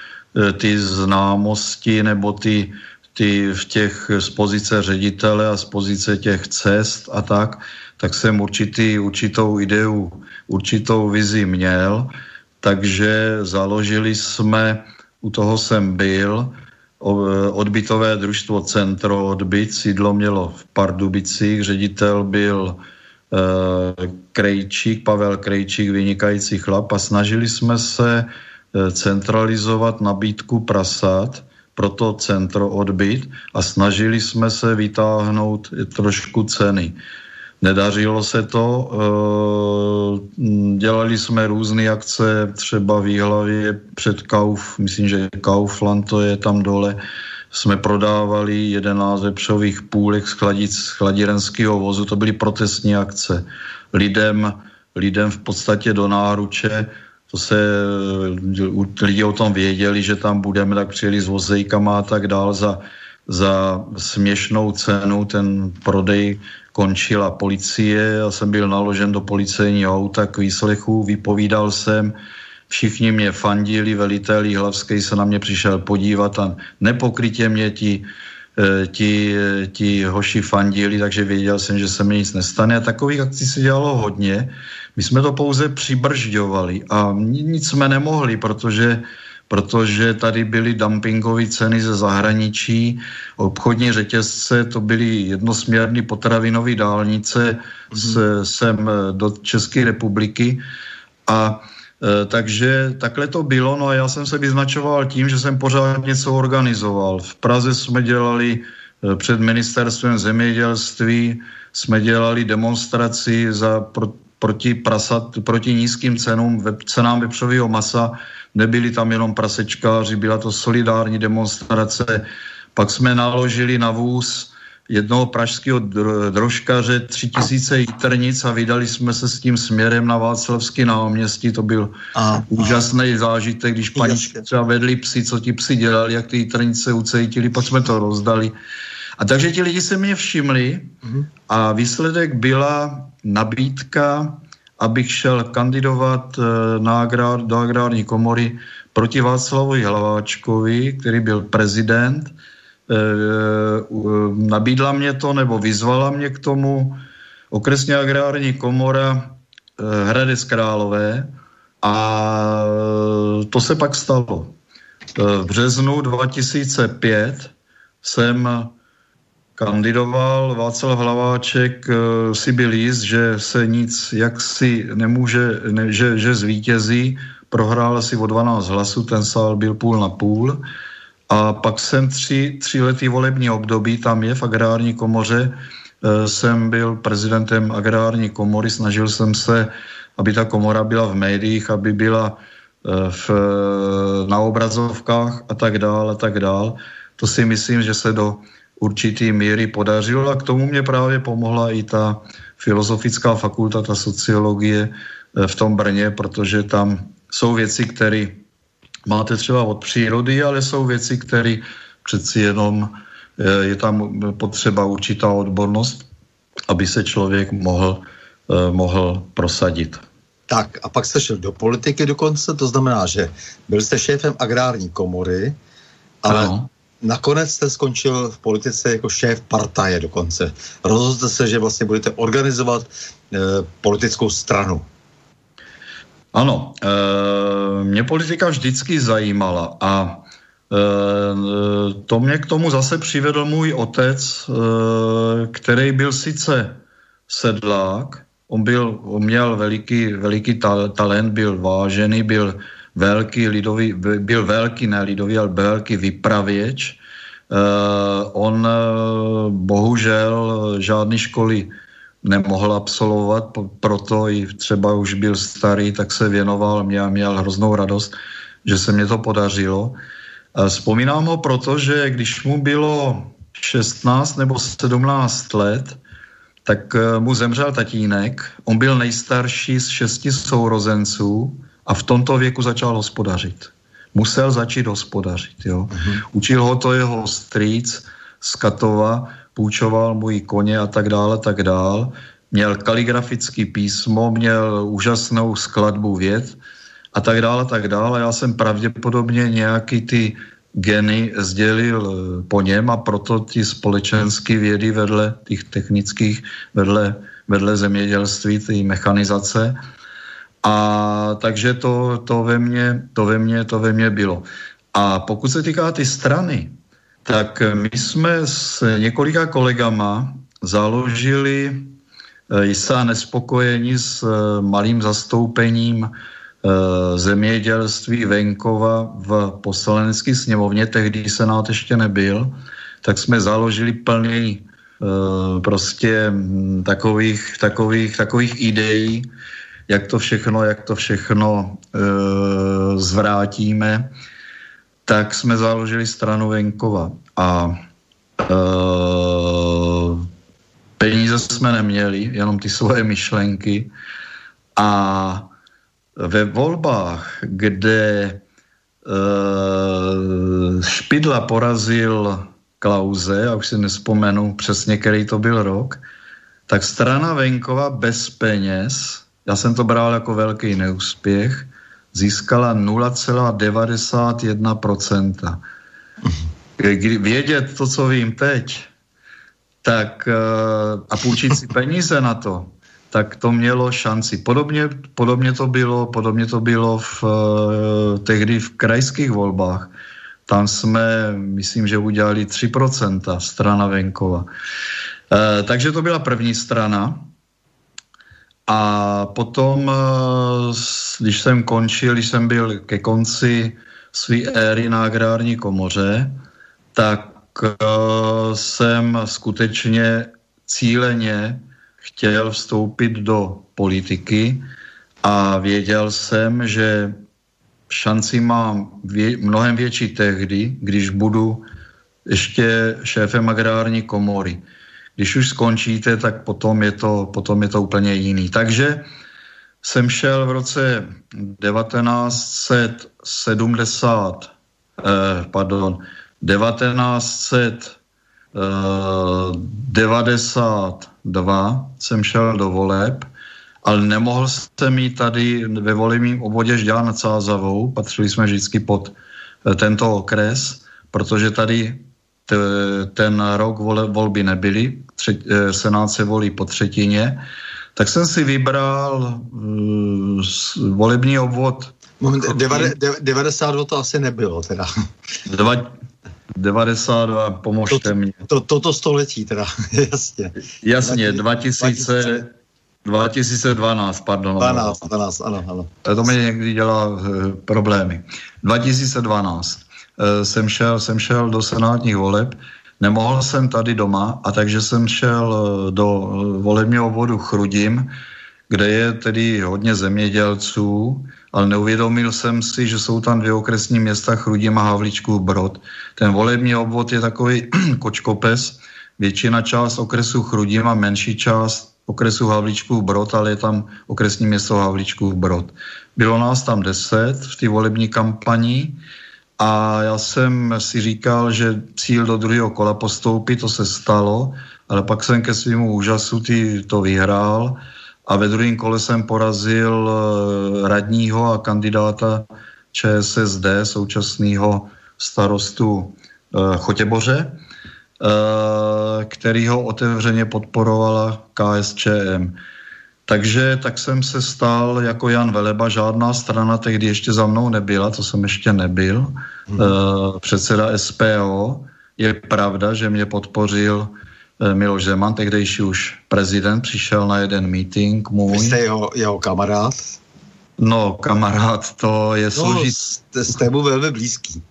ty známosti nebo ty, ty v těch z pozice ředitele a z pozice těch cest a tak, tak jsem určitý, určitou ideu, určitou vizi měl, takže založili jsme, u toho jsem byl, odbytové družstvo Centro odbyt, sídlo mělo v Pardubicích, ředitel byl e, Krejčík, Pavel Krejčík, vynikající chlap a snažili jsme se e, centralizovat nabídku prasat pro to Centro odbyt a snažili jsme se vytáhnout trošku ceny. Nedařilo se to, dělali jsme různé akce, třeba v Jihlavě před Kauf, myslím, že Kaufland to je tam dole, jsme prodávali jedenáct vepřových půlek z, chladic, z chladirenského vozu, to byly protestní akce. Lidem, lidem v podstatě do náruče, to se, lidi o tom věděli, že tam budeme, tak přijeli s vozejkama a tak dál za, za směšnou cenu, ten prodej končila policie, já jsem byl naložen do policejního auta k výslechu, vypovídal jsem, všichni mě fandili, velitel Jihlavský se na mě přišel podívat a nepokrytě mě ti, ti, ti hoši fandili, takže věděl jsem, že se mi nic nestane a takových akcí se dělalo hodně. My jsme to pouze přibržďovali a nic jsme nemohli, protože protože tady byly dumpingové ceny ze zahraničí, obchodní řetězce, to byly jednosměrné potravinové dálnice mm-hmm. sem do České republiky a e, takže takhle to bylo, no a já jsem se vyznačoval tím, že jsem pořád něco organizoval. V Praze jsme dělali e, před ministerstvem zemědělství, jsme dělali demonstraci za, pro, proti, prasat, proti nízkým cenům, cenám vepřového masa. Nebyli tam jenom prasečkáři, byla to solidární demonstrace. Pak jsme naložili na vůz jednoho pražského drožkaře tři tisíce jitrnic a vydali jsme se s tím směrem na Václavské náměstí. To byl a, úžasný a. zážitek, když paničky třeba vedli psi, co ti psi dělali, jak ty jitrnice ucejtili, pak jsme to rozdali. A takže ti lidi se mě všimli a výsledek byla nabídka, abych šel kandidovat na agrár, do agrární komory proti Václavovi Hlaváčkovi, který byl prezident. E, nabídla mě to, nebo vyzvala mě k tomu okresní agrární komora e, Hradec Králové a to se pak stalo. E, v březnu dva tisíce pět jsem kandidoval, Václav Hlaváček si byl jist, že se nic jaksi nemůže, ne, že, že zvítězí, prohrál asi o dvanáct hlasů, ten sál byl půl na půl a pak jsem tři, tři lety volební období, tam je v agrární komoře, jsem byl prezidentem agrární komory, snažil jsem se, aby ta komora byla v médiích, aby byla v, na obrazovkách a tak dál a tak dál. To si myslím, že se do určitý míry podařilo a k tomu mě právě pomohla i ta filozofická fakulta, ta sociologie, v tom Brně, protože tam jsou věci, které máte třeba od přírody, ale jsou věci, které přeci jenom je tam potřeba určitá odbornost, aby se člověk mohl, mohl prosadit. Tak a pak jste šel do politiky dokonce, to znamená, že byl jste šéfem agrární komory, ale ano. Nakonec jste skončil v politice jako šéf partaje dokonce. Rozhodl jste se, že vlastně budete organizovat e, politickou stranu. Ano, e, mě politika vždycky zajímala a e, to mě k tomu zase přivedl můj otec, e, který byl sice sedlák, on, byl, on měl veliký, veliký ta, talent, byl vážený, byl velký lidový, byl velký, ne lidový, ale velký vypravěč. Uh, on uh, bohužel žádné školy nemohl absolvovat, proto i třeba už byl starý, tak se věnoval, měl, měl hroznou radost, že se mě to podařilo. Uh, vzpomínám ho proto, že když mu bylo šestnáct nebo sedmnáct let, tak uh, mu zemřel tatínek, on byl nejstarší z šesti sourozenců, a v tomto věku začal hospodařit. Musel začít hospodařit. Jo. Uh-huh. Učil ho to jeho strýc z Katova, půjčoval mu i koně a tak dále, tak dále. Měl kaligrafický písmo, měl úžasnou skladbu vět a tak dále, tak dále. Já jsem pravděpodobně nějaký ty geny sdělil po něm a proto ty společenské vědy vedle těch technických, vedle, vedle zemědělství, ty mechanizace. A takže to, to, ve mně, to, ve mně, to ve mně bylo. A pokud se týká ty strany, tak my jsme s několika kolegama založili jistá nespokojení s malým zastoupením zemědělství venkova v poslanecké sněmovně, tehdy senát ještě nebyl, tak jsme založili plný prostě takových, takových, takových ideí, jak to všechno, jak to všechno e, zvrátíme, tak jsme založili stranu venkova. A e, peníze jsme neměli, jenom ty svoje myšlenky. A ve volbách, kde e, Špidla porazil Klause, já už si nespomenu přesně, který to byl rok, tak strana venkova bez peněz, já jsem to bral jako velký neúspěch, získala nula celá devadesát jedna procenta. Vědět to, co vím teď, tak a půjčit si peníze na to, tak to mělo šanci. Podobně, podobně, to, bylo, podobně to bylo v, tehdy v krajských volbách. Tam jsme, myslím, že udělali tři procenta strana venkova. E, takže to byla první strana. A potom, když jsem končil, když jsem byl ke konci své éry na agrární komoře, tak jsem skutečně cíleně chtěl vstoupit do politiky a věděl jsem, že šanci mám vě- mnohem větší tehdy, když budu ještě šéfem agrární komory. Když už skončíte, tak potom je to, potom je to úplně jiný. Takže jsem šel v roce devatenáct set sedmdesát, eh, pardon, devatenáct set devadesát dva jsem šel do voleb, ale nemohl jsem jít tady ve volebním obvodě Žďár nad Sázavou, patřili jsme vždycky pod tento okres, protože tady t, ten rok vole, volby nebyly, tři, senát se volí po třetině, tak jsem si vybral uh, volební obvod. Moment, devadesát dva to asi nebylo teda. Dva, devadesát dva, pomožte to, mě. To, toto století teda, jasně. Jasně, dva tisíce, dva tisíce dvanáct, pardon. dvanáct, dvanáct, ano, ano. To mi někdy dělá uh, problémy. dva tisíce dvanáct uh, jsem, šel, jsem šel do senátních voleb, nemohl jsem tady doma, a takže jsem šel uh, do uh, volebního obvodu Chrudim, kde je tedy hodně zemědělců, ale neuvědomil jsem si, že jsou tam dvě okresní města Chrudim a Havlíčkův Brod. Ten volební obvod je takový kočkopes, většina část okresu Chrudim a menší část okresu Havlíčkův Brod, ale je tam okresní město Havlíčkův Brod. Bylo nás tam deset v té volební kampani a já jsem si říkal, že cíl do druhého kola postoupí, to se stalo, ale pak jsem ke svému úžasu ty, to vyhrál a ve druhém kole jsem porazil radního a kandidáta ČSSD, současného starostu Chotěboře, který ho otevřeně podporovala KSČM. Takže tak jsem se stal jako Jan Veleba, žádná strana tehdy ještě za mnou nebyla, to jsem ještě nebyl, hmm. předseda S P O. Je pravda, že mě podpořil Miloš Zeman, tehdejší už prezident, přišel na jeden meeting můj. Vy jste jeho, jeho kamarád? No, kamarád, to je složitý. No, jste mu velmi blízký.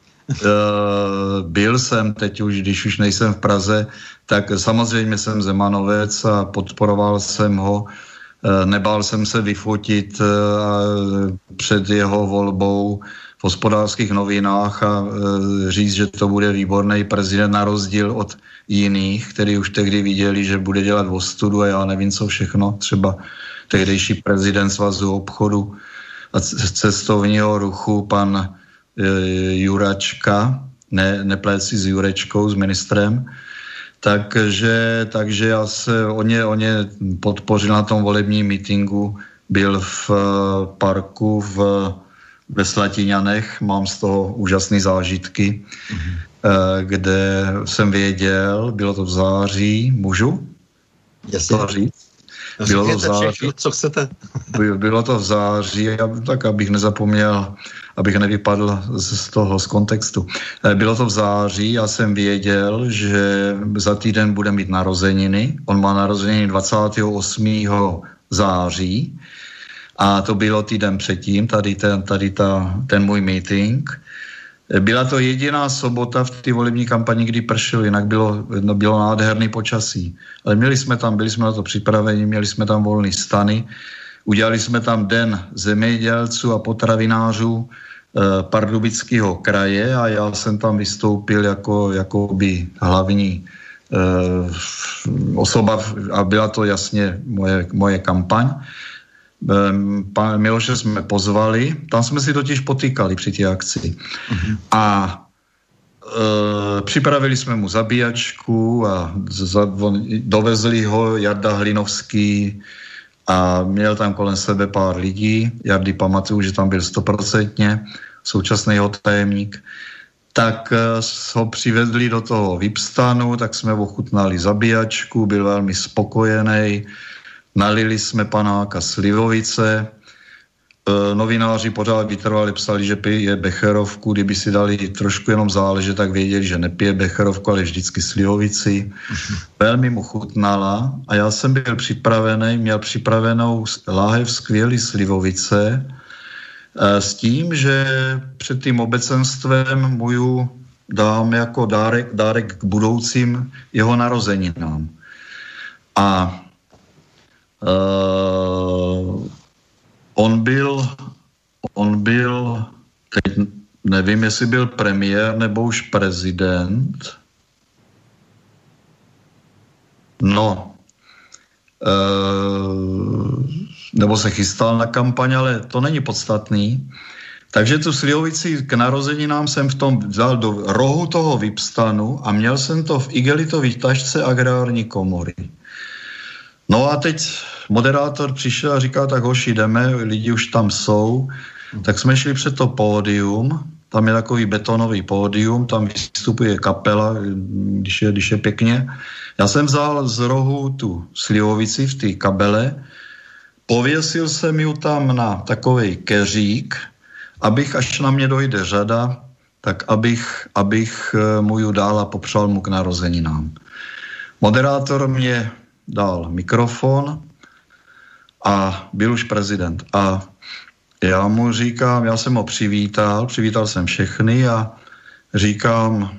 Byl jsem teď už, když už nejsem v Praze, tak samozřejmě jsem Zemanovec a podporoval jsem ho. Nebál jsem se vyfotit před jeho volbou v Hospodářských novinách a říct, že to bude výborný prezident na rozdíl od jiných, kteří už tehdy viděli, že bude dělat ostudu a já nevím co všechno. Třeba tehdejší prezident Svazu obchodu a cestovního ruchu, pan Juračka, ne, neplét si s Jurečkou, s ministrem, takže, takže já se o ně, o ně podpořil na tom volebním mítingu, byl v parku v, ve Slatiňanech, mám z toho úžasné zážitky, mm-hmm. kde jsem věděl, bylo to v září, můžu? Jasně. To říct? Bylo to v září, všechno, co chcete. Bylo to v září, tak abych nezapomněl, abych nevypadl z toho, z kontextu. Bylo to v září, já jsem věděl, že za týden bude mít narozeniny. On má narozeniny dvacátého osmého září a to bylo týden předtím, tady ten, tady ta, ten můj meeting. Byla to jediná sobota v té volební kampani, kdy pršelo, jinak bylo, no, bylo nádherný počasí. Ale měli jsme tam, byli jsme na to připraveni, měli jsme tam volný stany, udělali jsme tam den zemědělců a potravinářů eh, Pardubického kraje a já jsem tam vystoupil jako, jako by hlavní eh, osoba a byla to jasně moje, moje kampaň. Pana Miloše jsme pozvali, tam jsme si totiž potýkali při té akci. Uh-huh. A e, připravili jsme mu zabíjačku a za, on, dovezli ho Jarda Hlinovský a měl tam kolem sebe pár lidí. Jardy pamatuju, že tam byl stoprocentně, současný jeho tajemník. Tak e, ho přivedli do toho Vipstanu, tak jsme ochutnali zabíjačku, byl velmi spokojený. Nalili jsme panáka slivovice, e, novináři pořád vytrvali, psali, že pije becherovku, kdyby si dali trošku jenom záležet, tak věděli, že nepije becherovku, ale vždycky slivovici. Velmi mu chutnala a já jsem byl připravený, měl připravenou láhev skvělý slivovice e, s tím, že před tím obecenstvem mu ju dám jako dárek, dárek k budoucím jeho narozeninám. A Uh, on byl, on byl, teď nevím, jestli byl premiér nebo už prezident. No, uh, nebo se chystal na kampaň, ale to není podstatný. Takže tu slivovici k narozeninám jsem v tom vzal do rohu toho Vipstanu a měl jsem to v igelitový tašce agrární komory. No a teď moderátor přišel a říkal, tak hoši, jdeme, lidi už tam jsou. Tak jsme šli před to pódium, tam je takový betonový pódium, tam vystupuje kapela, když je, když je pěkně. Já jsem vzal z rohu tu slivovici v té kabele, pověsil jsem ju tam na takovej keřík, abych, až na mě dojde řada, tak abych, abych mu ju dal a popřál mu k narozeninám. Moderátor mě dal mikrofon a byl už prezident. A já mu říkám, já jsem ho přivítal, přivítal jsem všechny a říkám,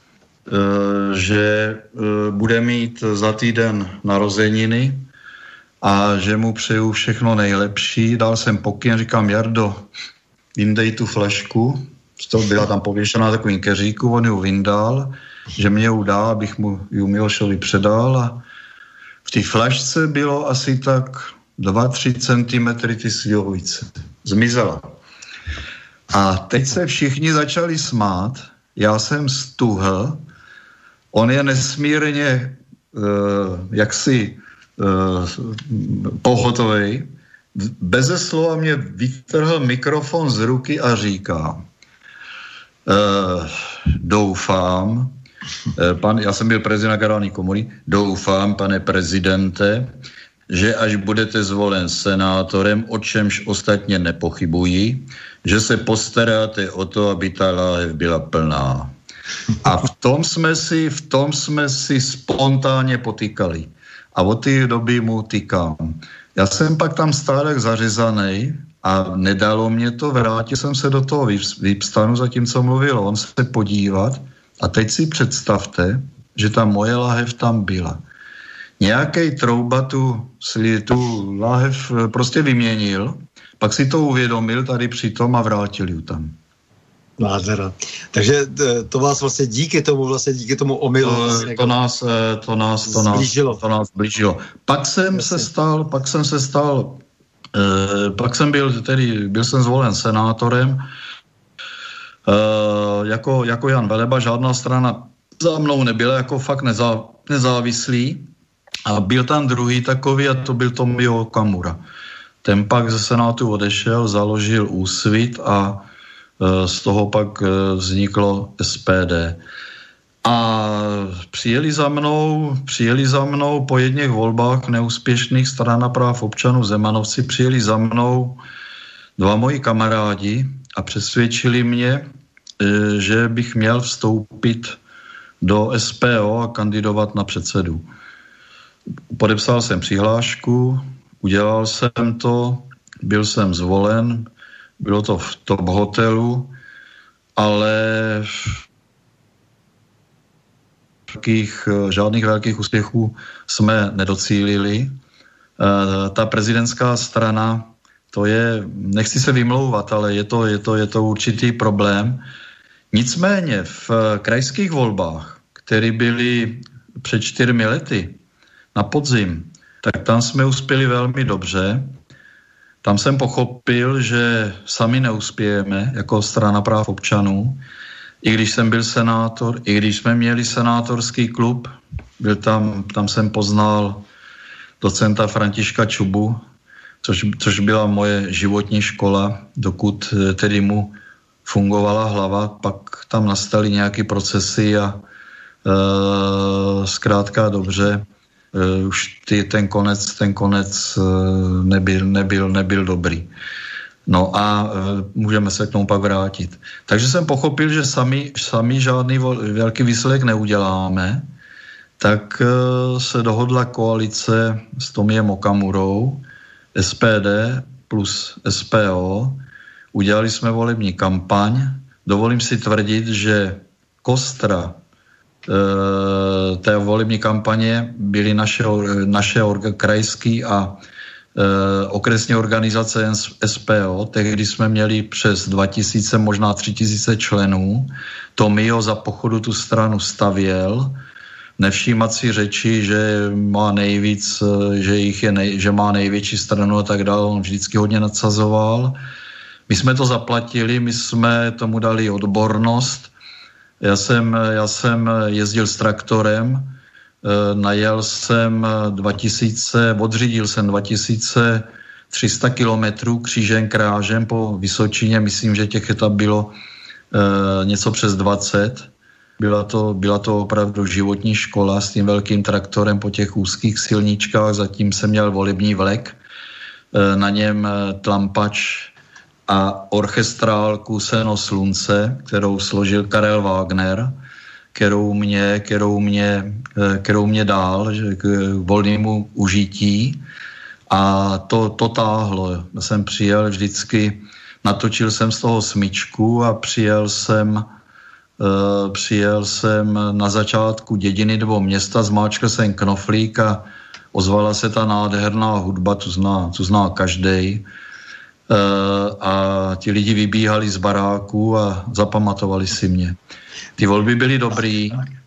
že bude mít za týden narozeniny a že mu přeju všechno nejlepší. Dal jsem pokyn, říkám, Jardo, vyndej tu flašku, to byla tam pověšená takovým keříku, on ju vyndal, že mě ju dá, abych mu ju Milošovi předal a V té flašce bylo asi tak dva tři centimetry ty slivovice. Zmizela. A teď se všichni začali smát, já jsem stuhl, on je nesmírně uh, jaksi uh, pohotovej, beze slova mě vytrhl mikrofon z ruky a říká, uh, doufám, uh, pan, já jsem byl prezident agrární komory, doufám, pane prezidente, že až budete zvolen senátorem, o čemž ostatně nepochybují, že se postaráte o to, aby ta láhev byla plná. A v tom jsme si, v tom jsme si spontánně potýkali. A od té doby mu tykám. Já jsem pak tam stál jak zařezanej a nedalo mě to, vrátil jsem se do toho výpstanu, zatímco mluvil on se podívat a teď si představte, že ta moje láhev tam byla. Nějakej trouba tu, tu láhev prostě vyměnil, pak si to uvědomil tady přitom a vrátil ju tam. Nádhera. Takže to vás vlastně díky tomu, vlastně díky tomu omylu to, vlastně to, nás, to, nás, to, nás, to nás blížilo. Pak jsem Jasně. se stal, pak jsem se stal, eh, pak jsem byl, tedy byl jsem zvolen senátorem, eh, jako, jako Jan Veleba, žádná strana za mnou nebyla, jako fakt nezá, nezávislý. A byl tam druhý takový a to byl Tomio Okamura. Ten pak ze senátu odešel, založil Úsvit a e, z toho pak e, vzniklo S P D. A přijeli za mnou, přijeli za mnou po jedných volbách neúspěšných Strana práv občanů Zemanovci, přijeli za mnou dva moji kamarádi a přesvědčili mě, e, že bych měl vstoupit do S P O a kandidovat na předsedu. Podepsal jsem přihlášku, udělal jsem to, byl jsem zvolen, bylo to v top hotelu, ale velkých, žádných velkých úspěchů jsme nedocílili. Ta prezidentská strana, to je, nechci se vymlouvat, ale je to, je to, je to určitý problém. Nicméně v krajských volbách, které byly před čtyřmi lety, na podzim, tak tam jsme uspěli velmi dobře. Tam jsem pochopil, že sami neuspějeme jako Strana práv občanů. I když jsem byl senátor, i když jsme měli senátorský klub, byl tam, tam jsem poznal docenta Františka Čubu, což, což byla moje životní škola, dokud tedy mu fungovala hlava, pak tam nastaly nějaké procesy a e, zkrátka dobře, Uh, už ty, ten konec, ten konec uh, nebyl, nebyl, nebyl dobrý. No a uh, můžeme se k tomu pak vrátit. Takže jsem pochopil, že sami, sami žádný velký výsledek neuděláme, tak uh, se dohodla koalice s Tomiem Okamurou, S P D plus S P O. Udělali jsme volební kampaň. Dovolím si tvrdit, že kostra té volební kampaně byly naše, naše orga, krajský a e, okresní organizace S P O. Tehdy jsme měli přes dva tisíce, možná tři tisíce členů. Tomio za pochodu tu stranu stavěl, nevšímat si řeči, že má nejvíc, že, jich je nej, že má největší stranu a tak dále. On vždycky hodně nadsazoval. My jsme to zaplatili, my jsme tomu dali odbornost. Já jsem, já jsem jezdil s traktorem, najel jsem dva tisíce, odřídil jsem dva tisíce tři sta kilometrů křížem krážem po Vysočině, myslím, že těch etap bylo e, něco přes dvacet. Byla to, byla to opravdu životní škola s tím velkým traktorem po těch úzkých silničkách, zatím jsem měl volební vlek, e, na něm tlampač a orchestrálku Seno slunce, kterou složil Karel Wagner, kterou mě, kterou mě, kterou mě dal že k volnému užití a to, to táhlo. Já jsem přijel vždycky, natočil jsem z toho smyčku a přijel jsem, uh, přijel jsem na začátku dědiny nebo města, zmáčkl jsem knoflík a ozvala se ta nádherná hudba, tu zná, tu zná každej. Uh, a ti lidi vybíhali z baráku a zapamatovali si mě. Ty volby byly dobrý,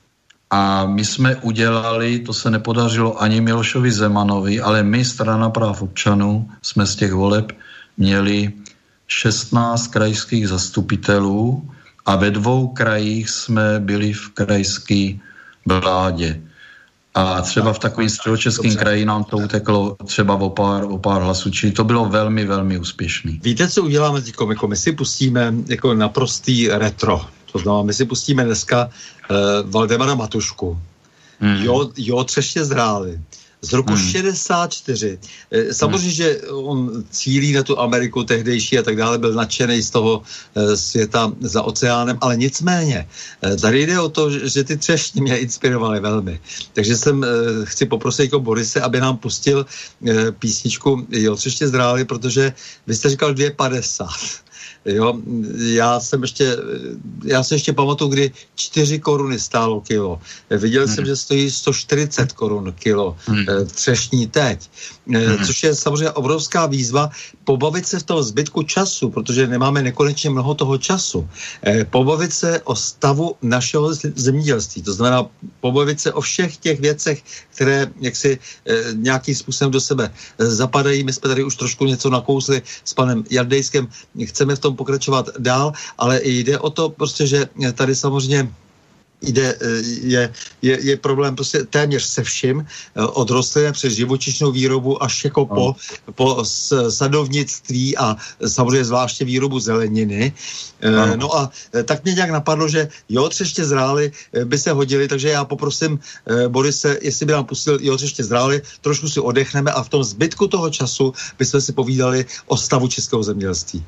A my jsme udělali, to se nepodařilo ani Milošovi Zemanovi, ale my, Strana práv občanů, jsme z těch voleb měli šestnáct krajských zastupitelů a ve dvou krajích jsme byli v krajské vládě. A třeba v takovým středočeském kraji nám to uteklo třeba o pár, o pár hlasů, čili to bylo velmi, velmi úspěšný. Víte, co uděláme teď? Jako my si pustíme jako naprostý retro. To znamená, my si pustíme dneska uh, Valdemara Matušku. Hmm. Jo, jo, třeště zráli. Z roku hmm. šedesát čtyři. Samozřejmě, hmm. že on cílí na tu Ameriku tehdejší a tak dále, byl nadšený z toho e, světa za oceánem, ale nicméně, e, tady jde o to, že ty třešně mě inspirovaly velmi. Takže jsem e, chci poprosit jako Borise, aby nám pustil e, písničku Jo, třeště zráli, protože vy jste říkal dvě padesát. Jo, já jsem ještě, já se ještě pamatuju, kdy čtyři koruny stálo kilo. Viděl hmm. jsem, že stojí sto čtyřicet korun kilo hmm. třešní teď. Hmm. Což je samozřejmě obrovská výzva pobavit se v tom zbytku času, protože nemáme nekonečně mnoho toho času. Pobavit se o stavu našeho zemědělství. To znamená pobavit se o všech těch věcech, které jaksi nějakým způsobem do sebe zapadají. My jsme tady už trošku něco nakousli s panem Jardejskem. Chceme v tom pokračovat dál, ale jde o to prostě, že tady samozřejmě jde, je, je, je problém prostě téměř se vším, od rostlin přes živočišnou výrobu až jako po, po sadovnictví a samozřejmě zvláště výrobu zeleniny. No, no a tak mě nějak napadlo, že jo, třeště zráli by se hodili, takže já poprosím Borise, jestli by nám pustil Jo, třeště zráli, trošku si odechneme a v tom zbytku toho času bychom si povídali o stavu českého zemědělství.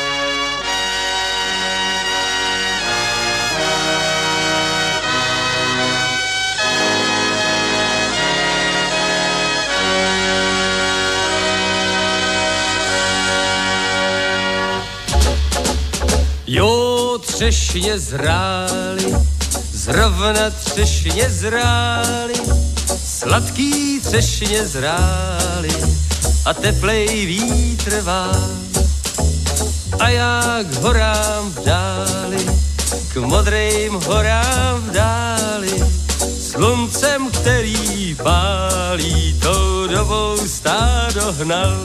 Jo, třešně zráli, zrovna třešně zráli, sladký třešně zráli a teplej vítr vál. A já k horám v dáli, k modrým horám v dáli, sluncem, který pálí, tou dobou stádo hnal.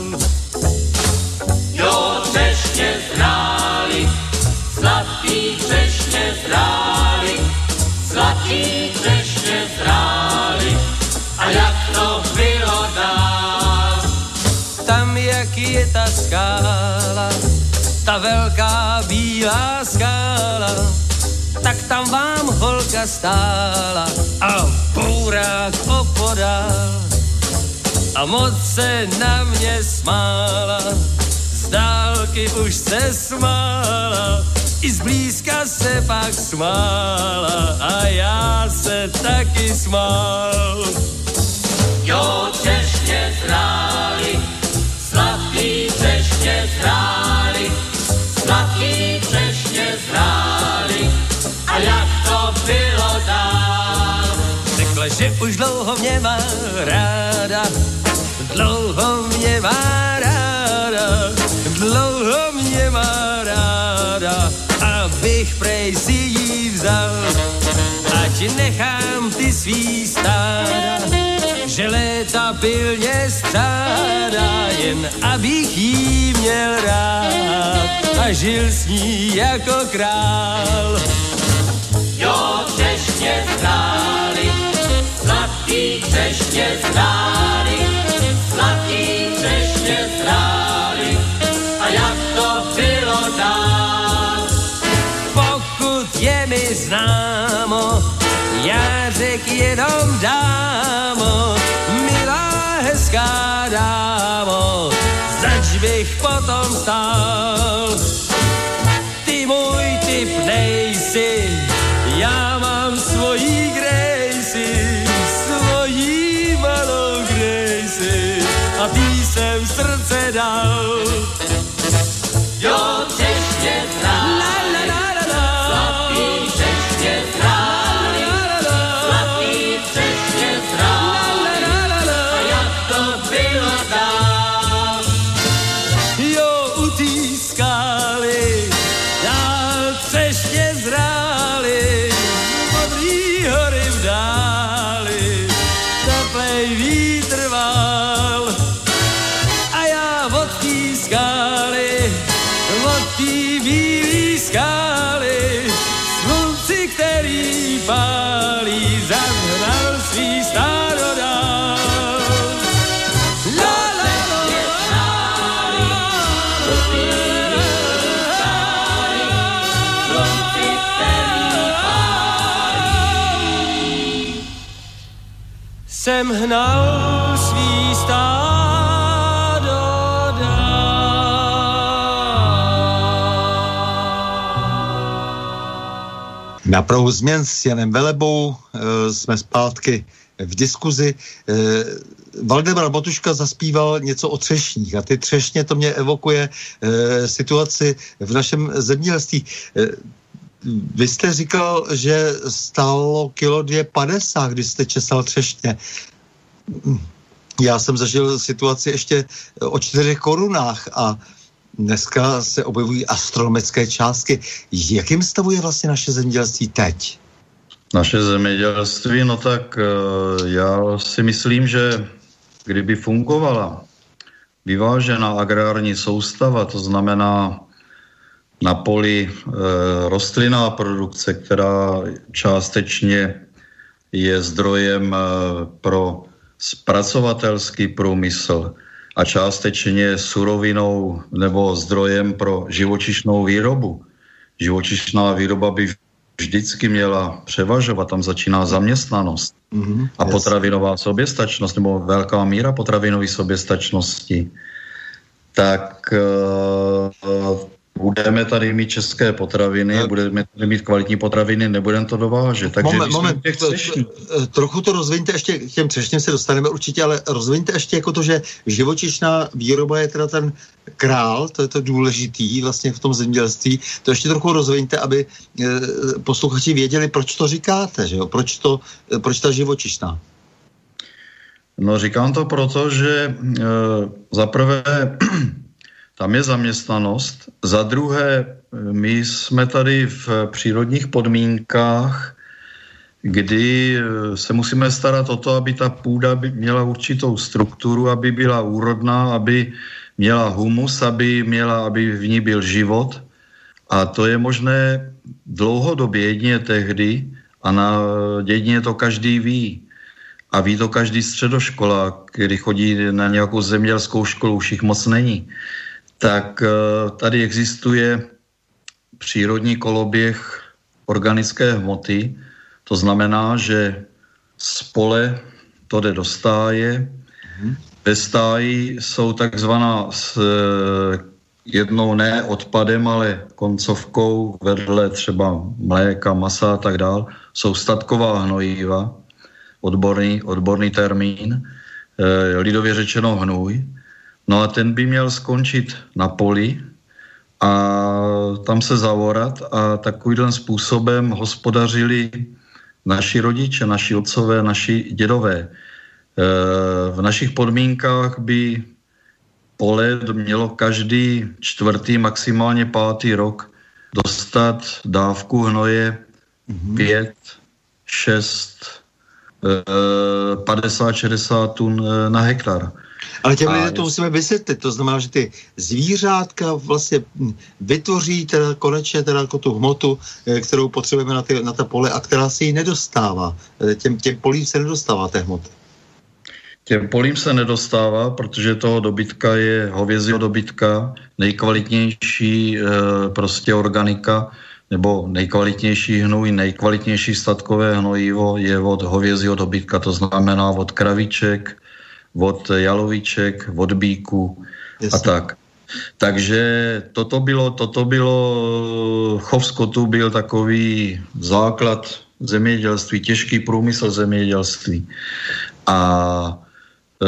Jo, třešně zráli, sladký třešně zráli, sladký třešně zráli, a jak to bylo dál. Tam, jak je ta skála, ta velká bílá skála, tak tam vám holka stála a bourák opodál. A moc se na mě smála, z dálky už se smála, i zblízka se pak smála a já se taky smál. Jo, třešně zráli, sladký třešně zráli, sladký třešně zráli, a jak to bylo dál. Řekla, že už dlouho mě má ráda, dlouho mě má ráda, dlouho mě má ráda, abych prej si jí vzal, ať nechám ty svý stáda, že léta pilně střádá, jen abych jí měl rád a žil s ní jako král. Jo, třešně zráli, sladký třešně zráli, sladký třešně zráli, a jak to bylo dál. Pokud je mi známo, já řek jenom dámo, milá hezká dámo, zač bych potom stál. Ty můj typ nejsi, já mám svojí Gracie, svojí malou Gracie, a ty jsem srdce dal. Jo, třešně zráli, sladký třešně zráli, sladký třešně zráli, a jak to bylo dál. Jo, u tý skály dál třešně zráli, modrý hory v dáli, teplej vítr vál. A já od tý skály, od tý bílý skály, slunci, který pálí, zahnal svý stádo dál. La, la, la, jsem hnal svý stádo dál. Na prahu změn s Janem Velebou e, jsme zpátky v diskuzi. E, Valdemar Matuška zaspíval něco o třešních a ty třešně, to mě evokuje e, situaci v našem zemědělství. E, Vy jste říkal, že stálo kilo dvě padesát, když jste česal třešně. Já jsem zažil situaci ještě o čtyřech korunách a dneska se objevují astronomické částky. Jakým stavu je vlastně naše zemědělství teď? Naše zemědělství, no tak já si myslím, že kdyby fungovala vyvážená agrární soustava, to znamená na poli e, rostlinná produkce, která částečně je zdrojem e, pro zpracovatelský průmysl a částečně surovinou nebo zdrojem pro živočišnou výrobu. Živočišná výroba by vždycky měla převažovat, tam začíná zaměstnanost mm-hmm, a yes. potravinová soběstačnost nebo velká míra potravinové soběstačnosti. Tak e, budeme tady mít české potraviny, no. budeme tady mít kvalitní potraviny, nebudeme to dovážet. Takže moment, moment, trochu to rozviňte ještě, k těm třešním se dostaneme určitě, ale rozviňte ještě jako to, že živočišná výroba je teda ten král, to je to důležitý vlastně v tom zemědělství. To ještě trochu rozviňte, aby e, posluchači věděli, proč to říkáte, že jo? Proč, to, proč ta živočišná? No říkám to proto, že e, zaprvé tam je zaměstnanost. Za druhé, my jsme tady v přírodních podmínkách, kdy se musíme starat o to, aby ta půda měla určitou strukturu, aby byla úrodná, aby měla humus, aby, měla, aby v ní byl život. A to je možné dlouhodobě, jedině tehdy, a na, jedině to každý ví. A ví to každý středoškolák, který chodí na nějakou zemědělskou školu, už jich moc není. Tak tady existuje přírodní koloběh organické hmoty. To znamená, že z pole to jde do stáje. Ve stáji jsou takzvaná s jednou ne odpadem, ale koncovkou vedle třeba mléka, masa a tak dál, jsou statková hnojiva, odborný, odborný termín, lidově řečeno hnůj. No a ten by měl skončit na poli a tam se zavorat a takovýmhle způsobem hospodařili naši rodiče, naši otcové, naši dědové. V našich podmínkách by pole mělo každý čtvrtý, maximálně pátý rok dostat dávku hnoje pět, šest, padesát, šedesát tun na hektar. Ale těm lidem to musíme vysvětlit, to znamená, že ty zvířátka vlastně vytvoří teda konečně teda jako tu hmotu, kterou potřebujeme na, ty, na ta pole a která se jí nedostává. Těm, těm polím se nedostává té hmoty. Těm polím se nedostává, protože toho dobytka je hovězího dobytka, nejkvalitnější e, prostě organika, nebo nejkvalitnější hnůj, nejkvalitnější statkové hnojivo je od hovězího dobytka, to znamená od kraviček, od jaloviček, od bíků a tak. Takže toto bylo, toto bylo, chov skotu byl takový základ zemědělství, těžký průmysl zemědělství. A e,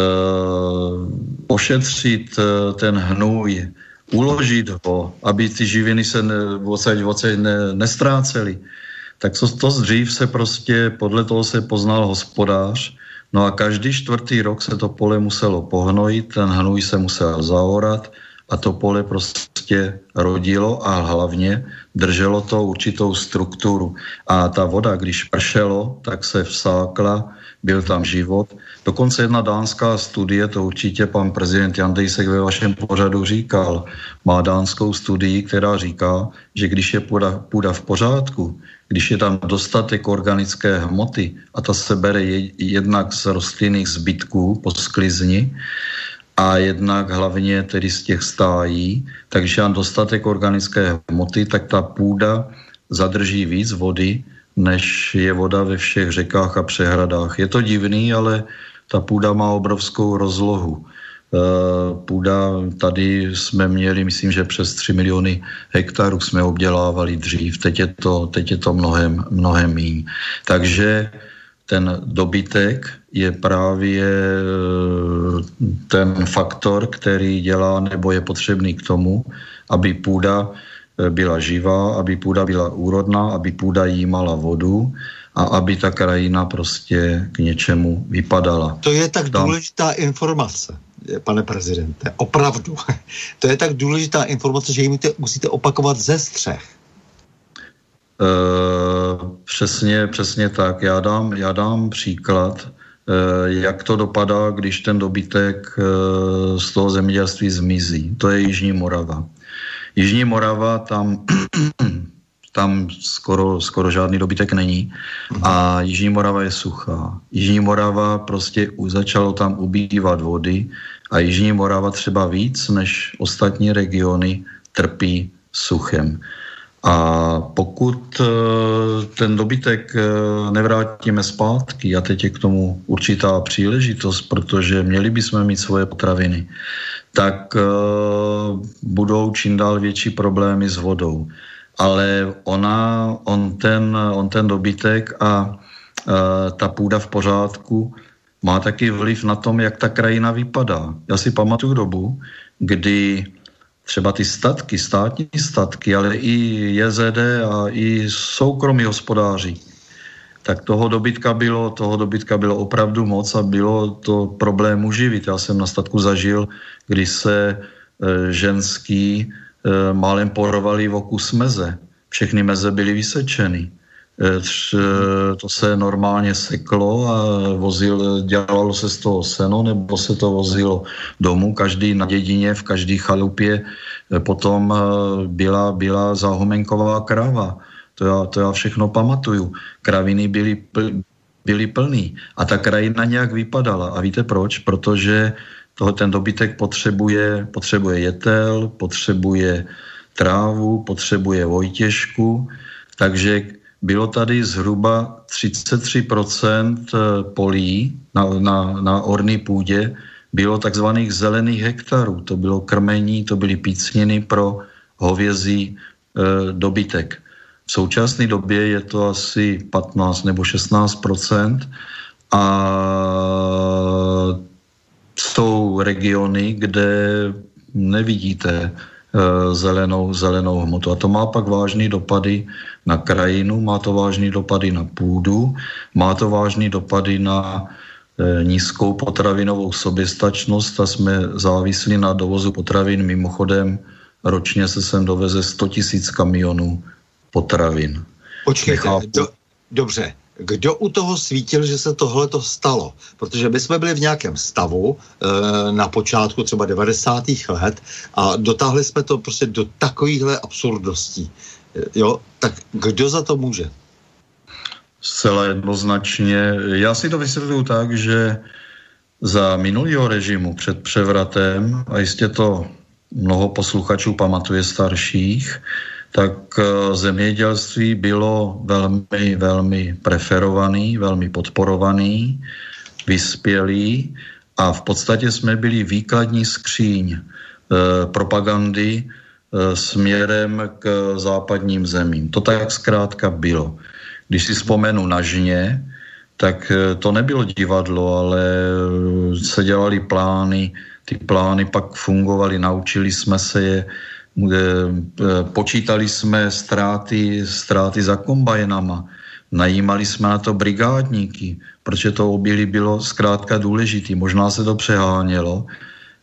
ošetřit ten hnůj, uložit ho, aby ty živiny se ne, ne, ne, nestrácely, tak to, to dřív se prostě, podle toho se poznal hospodář. No a každý čtvrtý rok se to pole muselo pohnojit, ten hnůj se musel zaorat a to pole prostě prostě rodilo a hlavně drželo to určitou strukturu. A ta voda, když pršelo, tak se vsákla, byl tam život. Dokonce jedna dánská studie, to určitě pan prezident Jan Dejsek ve vašem pořadu říkal, má dánskou studii, která říká, že když je půda, půda v pořádku, když je tam dostatek organické hmoty a ta se bere jednak z rostlinných zbytků po sklizni a jednak hlavně tedy z těch stájí, takže mám dostatek organické hmoty, tak ta půda zadrží víc vody, než je voda ve všech řekách a přehradách. Je to divný, ale ta půda má obrovskou rozlohu. Půda, tady jsme měli, myslím, že přes tři miliony hektarů jsme obdělávali dřív, teď je to, teď je to mnohem, mnohem míň. Takže ten dobytek je právě ten faktor, který dělá nebo je potřebný k tomu, aby půda byla živá, aby půda byla úrodná, aby půda jímala vodu a aby ta krajina prostě k něčemu vypadala. To je tak Tam... důležitá informace, pane prezidente, opravdu. To je tak důležitá informace, že ji musíte opakovat ze střech. Uh, přesně, přesně tak. Já dám, já dám příklad, uh, jak to dopadá, když ten dobytek uh, z toho zemědělství zmizí. To je Jižní Morava. Jižní Morava, tam, tam skoro, skoro žádný dobytek není a Jižní Morava je suchá. Jižní Morava prostě začalo tam ubývat vody a Jižní Morava třeba víc než ostatní regiony trpí suchem. A pokud ten dobytek nevrátíme zpátky, a teď je k tomu určitá příležitost, protože měli bychom mít svoje potraviny, tak budou čím dál větší problémy s vodou. Ale ona, on, ten, on ten dobytek a, a ta půda v pořádku má taky vliv na tom, jak ta krajina vypadá. Já si pamatuju dobu, kdy třeba ty statky, státní statky, ale i J Z D a i soukromí hospodáři, tak toho dobytka bylo, toho dobytka bylo opravdu moc a bylo to problém uživit. Já jsem na statku zažil, kdy se e, ženský e, málem porovali v oku meze. Všechny meze byly vysečeny. E, tř, e, to se normálně seklo a vozil, dělalo se z toho seno, nebo se to vozilo domů. Každý na dědině, v každé chalupě e, potom e, byla, byla zahomenková krava. To já, to já všechno pamatuju. Kraviny byly, pl, byly plný a ta krajina nějak vypadala. A víte proč? Protože toho ten dobytek potřebuje, potřebuje jetel, potřebuje trávu, potřebuje vojtěžku, takže bylo tady zhruba třicet tři procent polí na, na, na orné půdě, bylo takzvaných zelených hektarů. To bylo krmení, to byly pícniny pro hovězí e, dobytek. V současné době je to asi patnáct nebo šestnáct procent a jsou regiony, kde nevidíte uh, zelenou, zelenou hmotu. A to má pak vážný dopady na krajinu, má to vážný dopady na půdu, má to vážný dopady na uh, nízkou potravinovou soběstačnost a jsme závislí na dovozu potravin. Mimochodem ročně se sem doveze sto tisíc kamionů potravin. Počkejte, do, dobře. Kdo u toho svítil, že se tohleto stalo? Protože my jsme byli v nějakém stavu e, na počátku třeba devadesátých let a dotáhli jsme to prostě do takovýchhle absurdností. E, jo, tak kdo za to může? Zcela jednoznačně. Já si to vysvětluju tak, že za minulého režimu před převratem, a jistě to mnoho posluchačů pamatuje starších, tak zemědělství bylo velmi, velmi preferovaný, velmi podporovaný, vyspělý a v podstatě jsme byli výkladní skříň e, propagandy e, směrem k západním zemím. To tak zkrátka bylo. Když si vzpomenu na Žně, tak to nebylo divadlo, ale se dělaly plány, ty plány pak fungovaly, naučili jsme se je, počítali jsme ztráty, ztráty za kombajnama, najímali jsme na to brigádníky, protože to obilí bylo zkrátka důležitý. Možná se to přehánělo,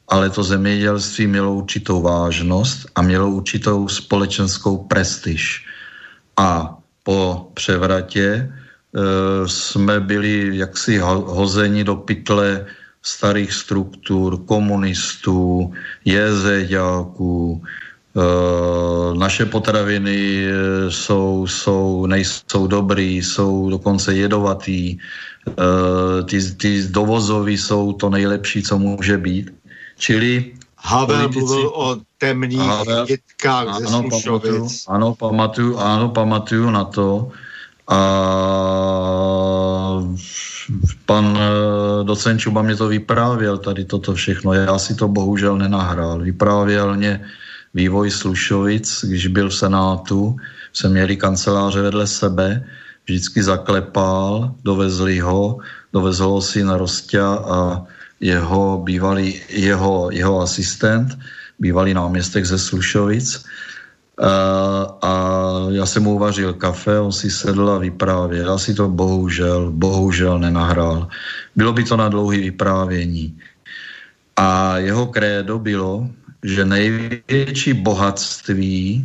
ale to zemědělství mělo určitou vážnost a mělo určitou společenskou prestiž. A po převratě e, jsme byli jaksi hozeni do pytle starých struktur, komunistů, jézeďáků. E, naše potraviny jsou, jsou, nejsou dobrý, jsou dokonce jedovatý. E, ty, ty dovozový jsou to nejlepší, co může být. Čili Havel politici... mluvil o temných kytkách ze Slušovic. Ano, pamatuju, ano, pamatuju na to. A pan docent Čuba mě to vyprávěl, tady toto všechno. Já si to bohužel nenahrál. Vyprávěl mě vývoj Slušovic, když byl v Senátu. Se měli kanceláře vedle sebe. Vždycky zaklepal, dovezli ho, dovezl ho syn Rostia a jeho bývalý, jeho, jeho asistent, bývalý náměstek ze Slušovic. A, a já jsem mu uvařil kafe, on si sedl a vyprávěl. Já si to bohužel, bohužel nenahrál. Bylo by to na dlouhé vyprávění. A jeho krédo bylo, že největší bohatství e,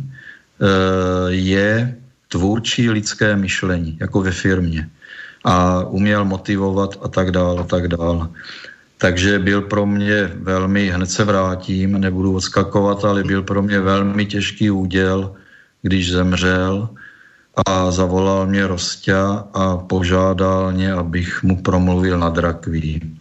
je tvůrčí lidské myšlení, jako ve firmě. A uměl motivovat a tak dále, a tak dále. Takže byl pro mě velmi, hned se vrátím, nebudu odskakovat, ale byl pro mě velmi těžký úděl, když zemřel a zavolal mě Rostia a požádal mě, abych mu promluvil nad rakví.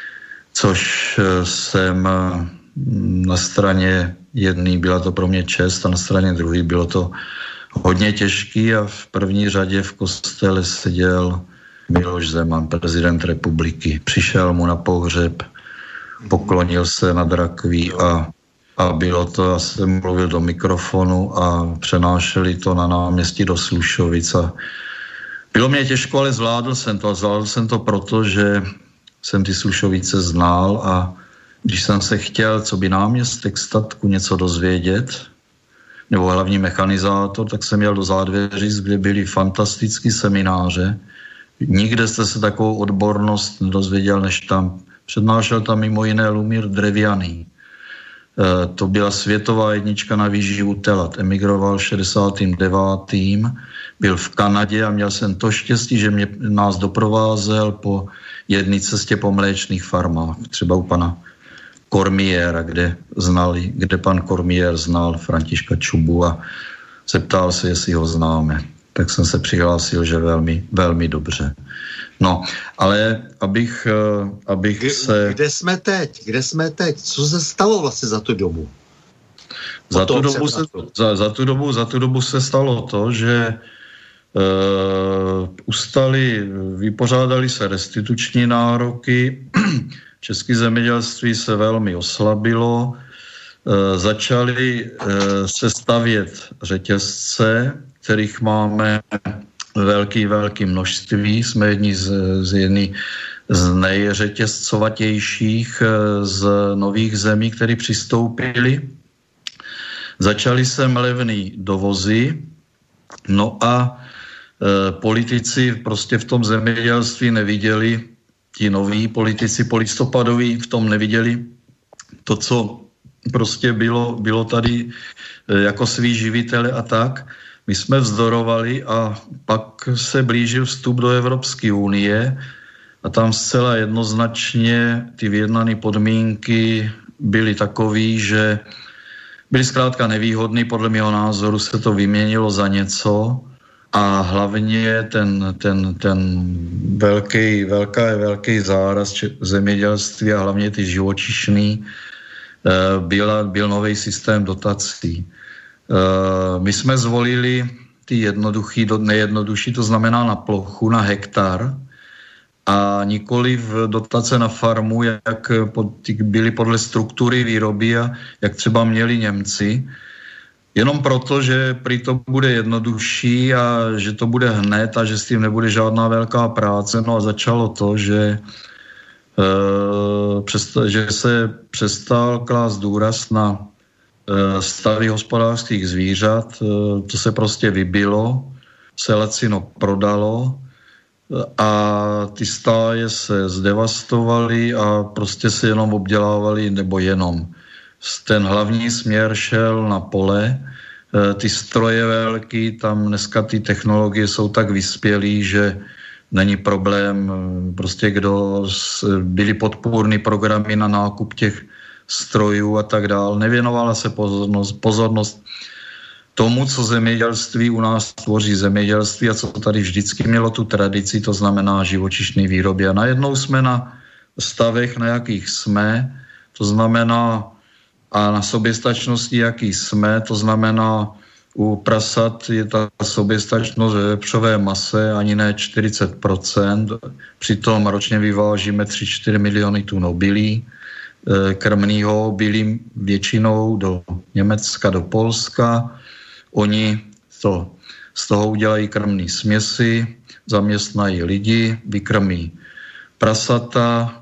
Což jsem na straně jedné, byla to pro mě čest, a na straně druhé bylo to hodně těžký a v první řadě v kostele seděl Miloš Zeman, prezident republiky. Přišel mu na pohřeb, poklonil se nad rakví a, a bylo to, já jsem mluvil do mikrofonu a přenášeli to na náměstí do Slušovic. A bylo mě těžko, ale zvládl jsem to. A zvládl jsem to proto, že jsem ty Slušovice znal a když jsem se chtěl, co by náměstek statku něco dozvědět, nebo hlavní mechanizátor, tak jsem jel do Zádvěříc, kde byly fantastické semináře. Nikde jste se takovou odbornost nedozvěděl, než tam. Přednášel tam mimo jiné Lumír Drevianý. E, to byla světová jednička na výživu telat. Emigroval v šedesátém devátém Byl v Kanadě a měl jsem to štěstí, že mě nás doprovázel po jedné cestě po mléčných farmách. Třeba u pana Kormiéra, kde, znali, kde pan Kormiér znal Františka Čubu a zeptal se, jestli ho známe. Tak jsem se přihlásil, že velmi, velmi dobře. No, ale abych, abych kde, se... Kde jsme teď? Kde jsme teď? Co se stalo vlastně za tu dobu? Za tu dobu, se, za, za, tu dobu, za tu dobu se stalo to, že uh, ustali, vypořádali se restituční nároky, české zemědělství se velmi oslabilo, uh, začaly uh, se stavět řetězce, kterých máme velký, velký množství. Jsme jedni z, z jedný z nejřetězcovatějších z nových zemí, které přistoupili. Začaly se levný dovozy, no a e, politici prostě v tom zemědělství neviděli, ti noví politici polistopadoví v tom neviděli to, co prostě bylo, bylo tady e, jako svý živitele a tak. My jsme vzdorovali a pak se blížil vstup do Evropské unie a tam zcela jednoznačně ty vyjednané podmínky byly takový, že byly zkrátka nevýhodný, podle mého názoru se to vyměnilo za něco a hlavně ten, ten, ten velký, velká, velký záraz zemědělství a hlavně ty živočišný byl, byl nový systém dotací. My jsme zvolili ty jednoduchý, nejjednodušší, to znamená na plochu, na hektar a nikoli v dotace na farmu, jak byly podle struktury výroby a jak třeba měli Němci. Jenom proto, že prý to bude jednodušší a že to bude hned a že s tím nebude žádná velká práce. No a začalo to, že, e, že se přestal klást důraz na stavy hospodářských zvířat, to se prostě vybilo, se lacino prodalo, a ty stáje se zdevastovaly a prostě se jenom obdělávali, nebo jenom. Ten hlavní směr šel na pole, ty stroje velký, tam dneska ty technologie jsou tak vyspělý, že není problém, prostě kdo byly podpůrný programy na nákup těch strojů a tak dál. Nevěnovala se pozornost, pozornost tomu, co zemědělství u nás tvoří zemědělství a co tady vždycky mělo tu tradici, to znamená živočišné výroby. A najednou jsme na stavech, na jakých jsme, to znamená a na soběstačnosti, jaký jsme, to znamená u prasat je ta soběstačnost ve vepřové mase ani ne čtyřicet procent, přitom ročně vyvážíme tři čtyři miliony tun obilí, krmného obilí většinou do Německa, do Polska. Oni to, z toho udělají krmné směsi, zaměstnají lidi, vykrmí prasata,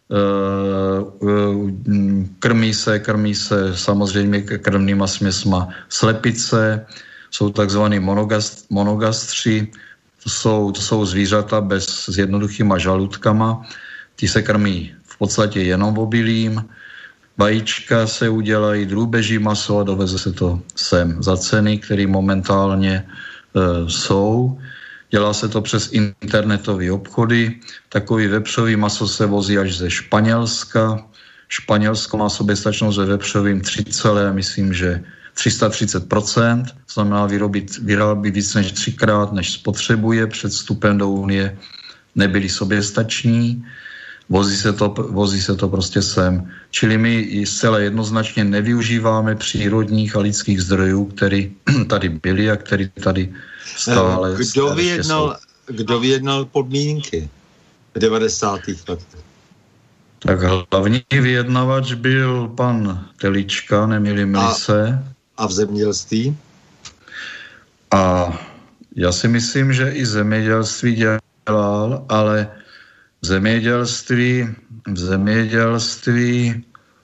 krmí se, krmí se samozřejmě krmnýma směsma slepice, jsou takzvaný monogast, monogastři, to jsou, to jsou zvířata bez, s jednoduchýma žaludkama, ty se krmí v podstatě jenom obilím, vajíčka se udělají, drůbeží maso a doveze se to sem za ceny, které momentálně e, jsou. Dělá se to přes internetové obchody. Takový vepřový maso se vozí až ze Španělska. Španělsko má soběstačnost ve vepřovým tři, myslím, že tři sta třicet procent. Znamená vyrobit, vyrobit víc než třikrát, než spotřebuje. Před vstupem do Unie nebyli soběstační. Vozí se to, vozí se to prostě sem. Čili my zcela jednoznačně nevyužíváme přírodních a lidských zdrojů, které tady byly a které tady stále... Kdo vyjednal, kdo vyjednal podmínky v devadesátých letech? Tak hlavní vyjednavač byl pan Telička, nemýlím-li se. A v zemědělství? A já si myslím, že i zemědělství dělal, ale v zemědělství, v zemědělství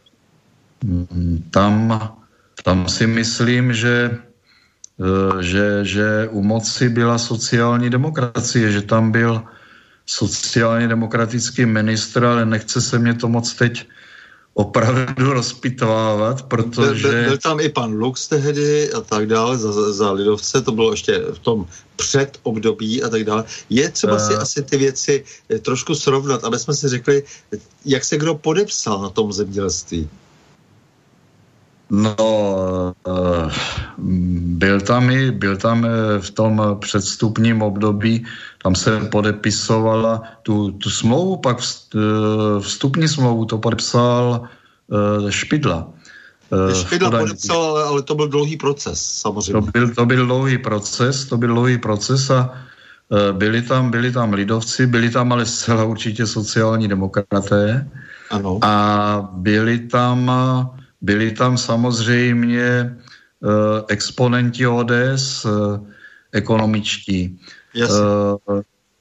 tam, tam si myslím, že, že, že u moci byla sociální demokracie, že tam byl sociálně demokratický ministr, ale nechce se mě to moc teď opravdu rozpitvávat, protože... Byl, byl tam i pan Lux tehdy a tak dále, za, za lidovce, to bylo ještě v tom předobdobí a tak dále. Je třeba uh, si asi ty věci trošku srovnat, aby jsme si řekli, jak se kdo podepsal na tom zemědělství. No, uh, byl tam i, byl tam v tom předstupním období, tam se podepisovala tu, tu smlouvu, pak vstupní smlouvu to podepsal uh, Špidla. Uh, Špidla Podaj... podepsal, ale, ale to byl dlouhý proces, samozřejmě. To byl, to byl dlouhý proces, to byl dlouhý proces a uh, byli tam, byli tam lidovci, byli tam ale zcela určitě sociální demokraté. Ano. A byli tam... Byli tam samozřejmě uh, exponenti O D S, uh, ekonomičtí. Uh,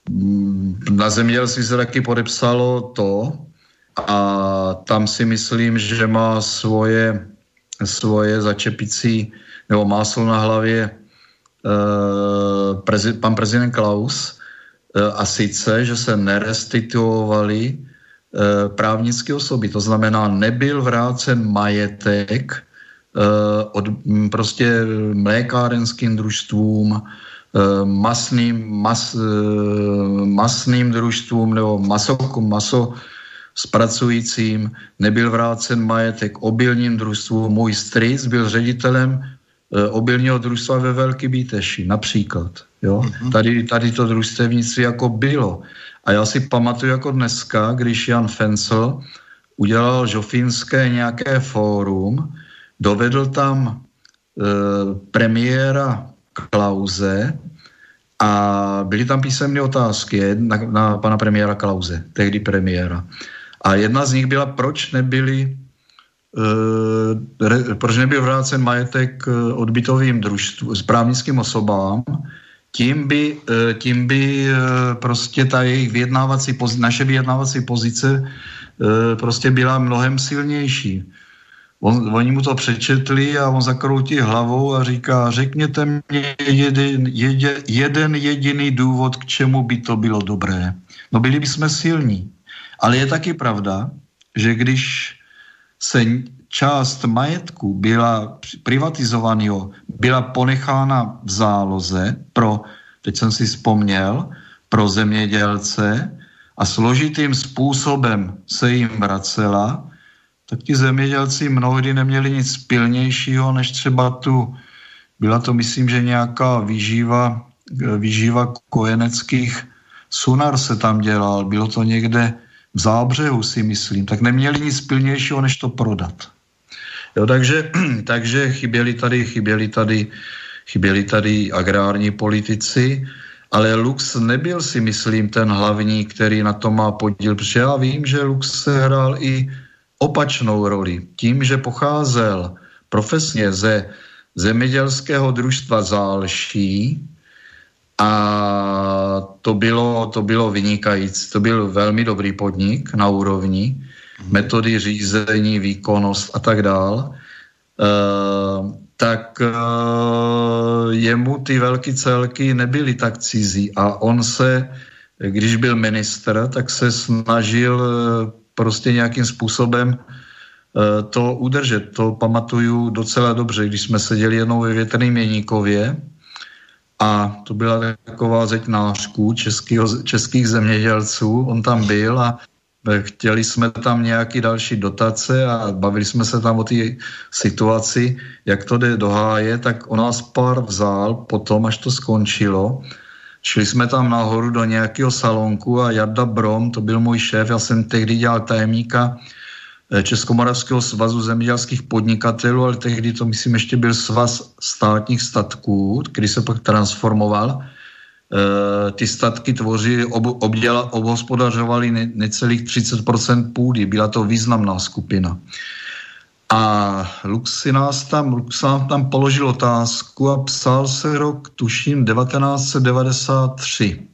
na zemědělství se taky podepsalo to a tam si myslím, že má svoje, svoje začepicí nebo máslo na hlavě uh, prezi, pan prezident Klaus uh, a sice, že se nerestituovali právnické osoby, to znamená, nebyl vrácen majetek uh, od prostě mlékárenským družstvům, uh, masným, mas, uh, masným družstvům nebo maso, maso spracujícím, nebyl vrácen majetek obilním družstvům. Můj strýc byl ředitelem uh, obilního družstva ve Velké Bíteši, například. Jo? Mm-hmm. Tady, tady to družstevnictví jako bylo. A já si pamatuju jako dneska, když Jan Fencl udělal žofínské nějaké fórum, dovedl tam e, premiéra Klause a byly tam písemné otázky na, na pana premiéra Klause, tehdy premiéra. A jedna z nich byla, proč nebyli e, re, proč nebyl vrácen majetek odbytovým družstvu, správnickým osobám. Tím by, tím by prostě ta jejich vyjednávací pozice, naše vyjednávací pozice prostě byla mnohem silnější. On, oni mu to přečetli a on zakroutí hlavou a říká, řekněte mě jeden, jeden, jeden jediný důvod, k čemu by to bylo dobré. No byli bychom silní. Ale je taky pravda, že když se část majetku byla privatizovaného, byla ponechána v záloze pro, teď jsem si vzpomněl, pro zemědělce a složitým způsobem se jim vracela, tak ti zemědělci mnohdy neměli nic pilnějšího, než třeba tu, byla to myslím, že nějaká výživa, výživa kojeneckých sunar se tam dělal, bylo to někde v Zábřehu si myslím, tak neměli nic pilnějšího, než to prodat. Jo, takže, takže chyběli tady, chyběli tady, chyběli tady agrární politici, ale Lux nebyl si myslím ten hlavní, který na to má podíl, protože já vím, že Lux se hrál i opačnou roli. Tím, že pocházel profesně ze zemědělského družstva Zálší a to bylo, to bylo vynikající, to byl velmi dobrý podnik na úrovni, metody řízení, výkonnost a tak dál, e, tak e, jemu ty velké celky nebyly tak cizí a on se, když byl ministr, tak se snažil prostě nějakým způsobem to udržet. To pamatuju docela dobře, když jsme seděli jednou ve Větrném Jeníkově a to byla taková zeď nářků českýho, českých zemědělců. On tam byl a chtěli jsme tam nějaký další dotace a bavili jsme se tam o té situaci, jak to jde do háje, tak on nás pár vzal potom, až to skončilo. Šli jsme tam nahoru do nějakého salonku a Jarda Brom, to byl můj šéf, já jsem tehdy dělal tajemníka Českomoravského svazu zemědělských podnikatelů, ale tehdy to myslím ještě byl svaz státních statků, který se pak transformoval. E, ty statky tvoří, ob, obděla, obhospodařovali ne, necelých třicet procent půdy, byla to významná skupina. A Lux si nás tam, Lux nám tam položil otázku a psal se rok, tuším, devatenáct set devadesát tři. E,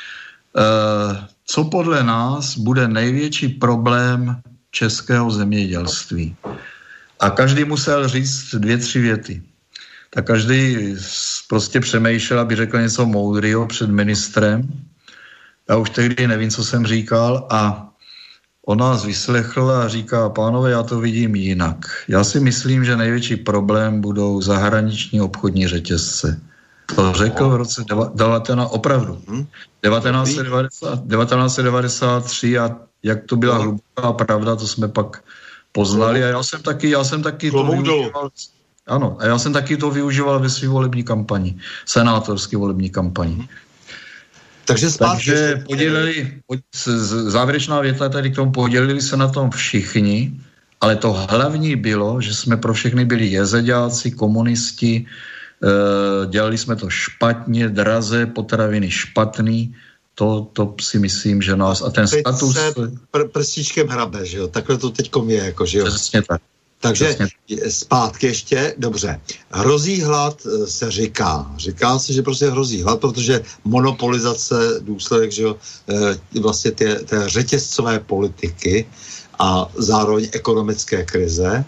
co podle nás bude největší problém českého zemědělství? A každý musel říct dvě, tři věty. Tak každý prostě přemýšlel, aby řekl něco moudrýho před ministrem. Já už tehdy nevím, co jsem říkal a on nás vyslechl a říká, pánové, já to vidím jinak. Já si myslím, že největší problém budou zahraniční obchodní řetězce. To řekl v roce devatenáct, opravdu. devatenáct set devadesát tři a jak to byla hluboká pravda, to jsme pak poznali a já jsem taky, já jsem taky to využíval. Ano, a já jsem taky to využíval ve své volební kampani, senátorské volební kampani. Takže zpátky. Takže podělili, závěrečná věta tady k tomu, podělili se na tom všichni, ale to hlavní bylo, že jsme pro všechny byli jezeďáci, komunisti, dělali jsme to špatně, draze, potraviny špatný, to, to si myslím, že nás, a ten teď status... se pr- prstíčkem hrabe, že jo, takhle to teďkom je, jako, že jo. Přesně tak. Takže Přesně. zpátky ještě, dobře. Hrozí hlad se říká. Říká se, že prostě hrozí hlad, protože monopolizace, důsledek, že jo, vlastně té, té řetězcové politiky a zároveň ekonomické krize.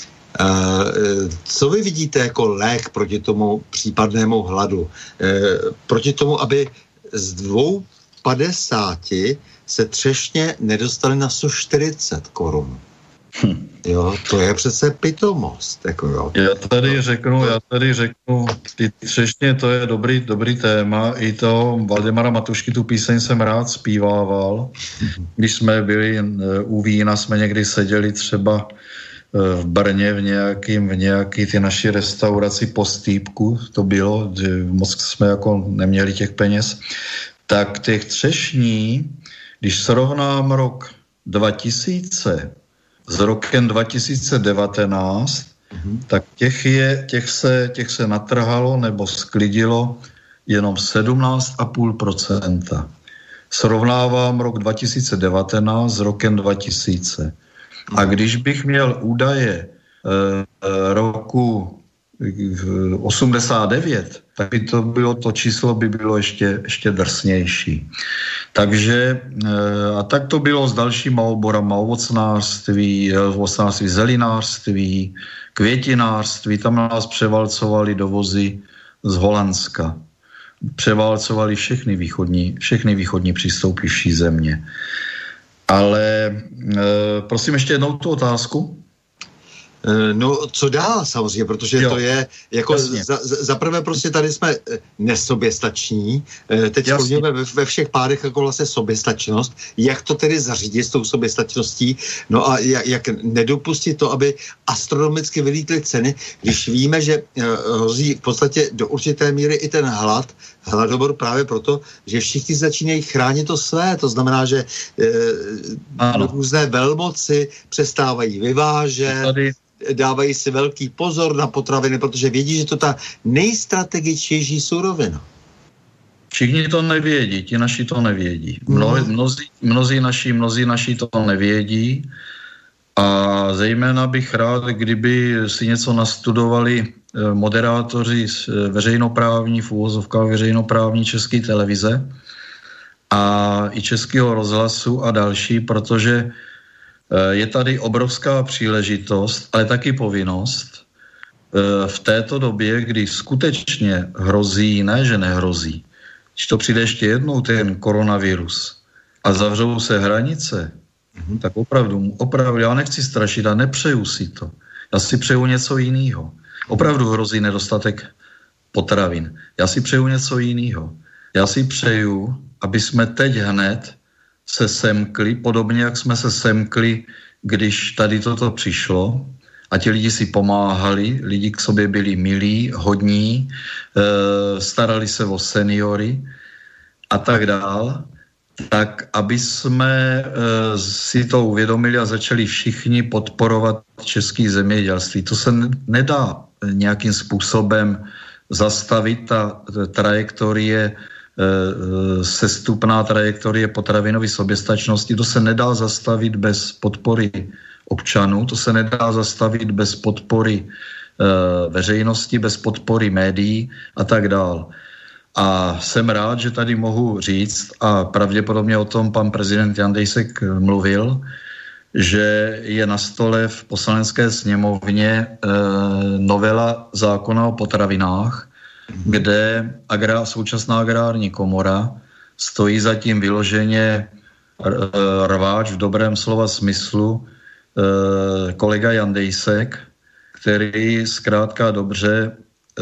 Co vy vidíte jako lék proti tomu případnému hladu? Proti tomu, aby z dvou padesáti se třešně nedostali na sto čtyřicet korun. Hm. Jo, to je přece pitomost. Jako jo. Já tady řeknu, já tady řeknu, ty třešně, to je dobrý, dobrý téma. I to Valdemara Matušky, tu píseň jsem rád zpívával. Když jsme byli u vína, jsme někdy seděli třeba v Brně v nějakým, v nějaký ty naší restauraci po Stýpku, to bylo, moc jsme jako neměli těch peněz, tak těch třešní, když srovnám rok dva tisíce s rokem dva tisíce devatenáct, mm-hmm. tak těch, je, těch, se, těch se natrhalo nebo sklidilo jenom sedmnáct celá pět procenta. Srovnávám rok dva tisíce devatenáct s rokem dva tisíce. A když bych měl údaje e, roku osmdesát devět, tak by to bylo, to číslo by bylo ještě, ještě drsnější. Takže a tak to bylo s dalšíma oborama, ovocnářství, ovocnářství, zelinářství, květinářství, tam nás převalcovali dovozy z Holandska. Převálcovali všechny východní, všechny východní přistoupivší země. Ale e, prosím ještě jednou tu otázku. No, co dál samozřejmě, protože jo, to je, jako za, za prvé prostě tady jsme nesoběstační, teď splňujeme ve, ve všech pádech jako vlastně soběstačnost, jak to tedy zařídit s tou soběstačností, no a jak, jak nedopustit to, aby astronomicky vylítly ceny, když víme, že hrozí v podstatě do určité míry i ten hlad, hladomor právě proto, že všichni začínají chránit to své, to znamená, že e, různé velmoci přestávají vyvážet, tady dávají si velký pozor na potraviny, protože vědí, že to ta nejstrategičtější surovina. Všichni to nevědí, ti naši to nevědí. Mno, mnozí, mnozí, naši, mnozí naši to nevědí a zejména bych rád, kdyby si něco nastudovali moderátoři z veřejnoprávní, v uvozovkách veřejnoprávní České televize a i Českého rozhlasu a další, protože je tady obrovská příležitost, ale taky povinnost v této době, kdy skutečně hrozí, ne že nehrozí, když to přijde ještě jednou ten koronavirus a zavřou se hranice, mm-hmm. tak opravdu, opravdu, já nechci strašit a nepřeju si to. Já si přeju něco jiného. Opravdu hrozí nedostatek potravin. Já si přeju něco jiného. Já si přeju, aby jsme teď hned se semkli, podobně jak jsme se semkli, když tady toto přišlo a ti lidi si pomáhali, lidi k sobě byli milí, hodní, e, starali se o seniory a tak dál, tak aby jsme e, si to uvědomili a začali všichni podporovat české zemědělství. To se nedá nějakým způsobem zastavit, ta trajektorie, sestupná trajektorie potravinové soběstačnosti, to se nedá zastavit bez podpory občanů, to se nedá zastavit bez podpory veřejnosti, bez podpory médií a tak dál. A jsem rád, že tady mohu říct, a pravděpodobně o tom pan prezident Jan Dejsek mluvil, že je na stole v Poslanecké sněmovně novela zákona o potravinách, kde agrá, současná agrární komora stojí za tím vyloženě rváč v dobrém slova smyslu kolega Jan Dejsek, který zkrátka dobře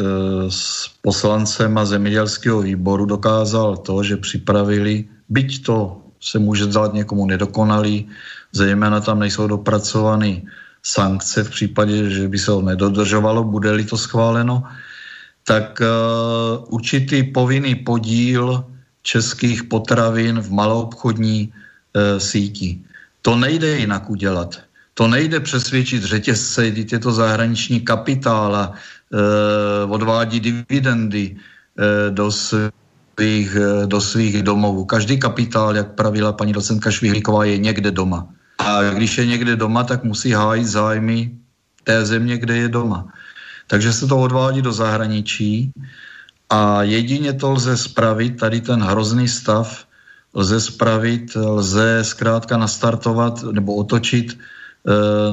s poslancem a zemědělského výboru dokázal to, že připravili, byť to se může zdát někomu nedokonalý, zejména tam nejsou dopracované sankce v případě, že by se ho nedodržovalo, bude-li to schváleno, tak uh, určitý povinný podíl českých potravin v maloobchodní uh, síti. To nejde jinak udělat. To nejde přesvědčit řetězce, je to zahraniční kapitál a uh, odvádí dividendy uh, do svých, uh, do svých domovů. Každý kapitál, jak pravila paní docentka Švihlíková, je někde doma. A když je někde doma, tak musí hájit zájmy té země, kde je doma. Takže se to odvádí do zahraničí a jedině to lze spravit, tady ten hrozný stav lze spravit, lze zkrátka nastartovat nebo otočit eh,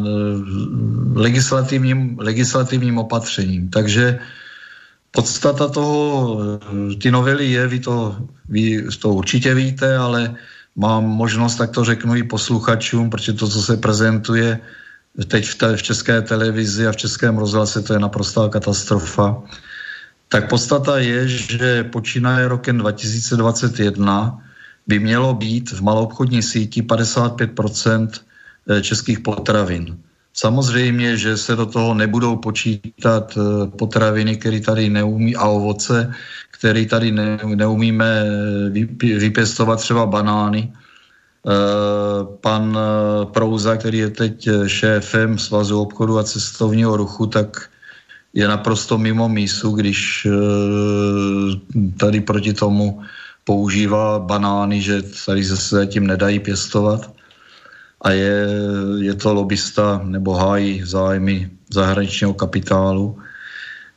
legislativním, legislativním opatřením. Takže podstata toho, ty novely je, vy to, vy to určitě víte, ale mám možnost, tak to řeknu i posluchačům, protože to, co se prezentuje teď v, te, v české televizi a v českém rozhlase, to je naprostá katastrofa. Tak podstata je, že počínaje rokem dva tisíce dvacet jedna by mělo být v maloobchodní síti padesát pět procent českých potravin. Samozřejmě, že se do toho nebudou počítat potraviny, které tady neumí, a ovoce, které tady ne, neumíme vypěstovat, třeba banány. Pan Prouza, který je teď šéfem Svazu obchodu a cestovního ruchu, tak je naprosto mimo mísu, když tady proti tomu používá banány, že tady se zatím nedají pěstovat. A je, je to lobista nebo hájí zájmy zahraničního kapitálu.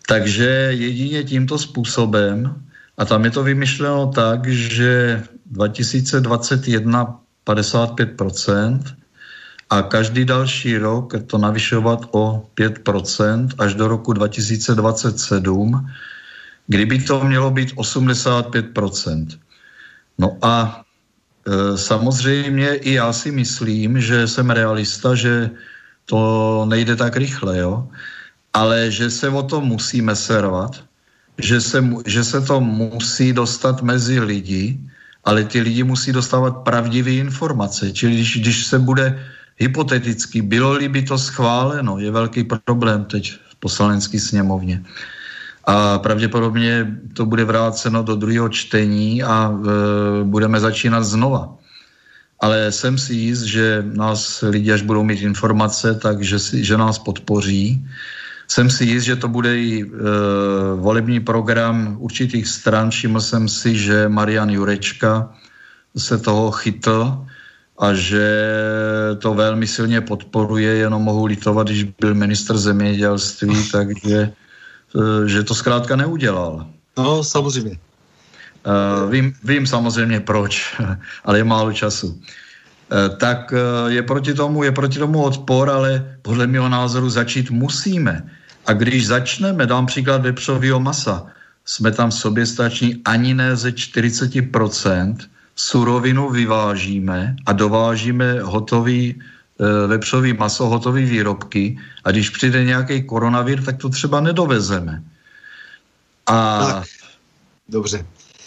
Takže jedině tímto způsobem, a tam je to vymyšleno tak, že dva tisíce dvacet jedna padesát pět procent a každý další rok to navyšovat o pět procent až do roku dva tisíce dvacet sedm, kdyby to mělo být osmdesát pět procent. No a e, samozřejmě i já si myslím, že jsem realista, že to nejde tak rychle, jo? Ale že se o to musíme servat, že se, že se to musí dostat mezi lidi, ale ty lidi musí dostávat pravdivé informace. Čili když, když se bude hypoteticky, bylo-li by to schváleno, je velký problém teď v poslanecké sněmovně. A pravděpodobně to bude vráceno do druhého čtení a e, budeme začínat znova. Ale jsem si jist, že nás lidi, až budou mít informace, takže si, že nás podpoří. Jsem si jist, že to bude i e, volební program určitých stran. Všiml jsem si, že Marian Jurečka se toho chytl a že to velmi silně podporuje, jenom mohu litovat, když byl ministr zemědělství, takže e, že to zkrátka neudělal. No, samozřejmě. Uh, vím, vím samozřejmě proč, ale je málo času. Uh, tak uh, je proti tomu, je proti tomu odpor, ale podle mého názoru začít musíme. A když začneme, dám příklad vepřového masa, jsme tam soběstační ani ne ze čtyřicet procent, surovinu vyvážíme a dovážíme hotový uh, vepřový maso, hotový výrobky a když přijde nějaký koronavir, tak to třeba nedovezeme. A... Tak, dobře.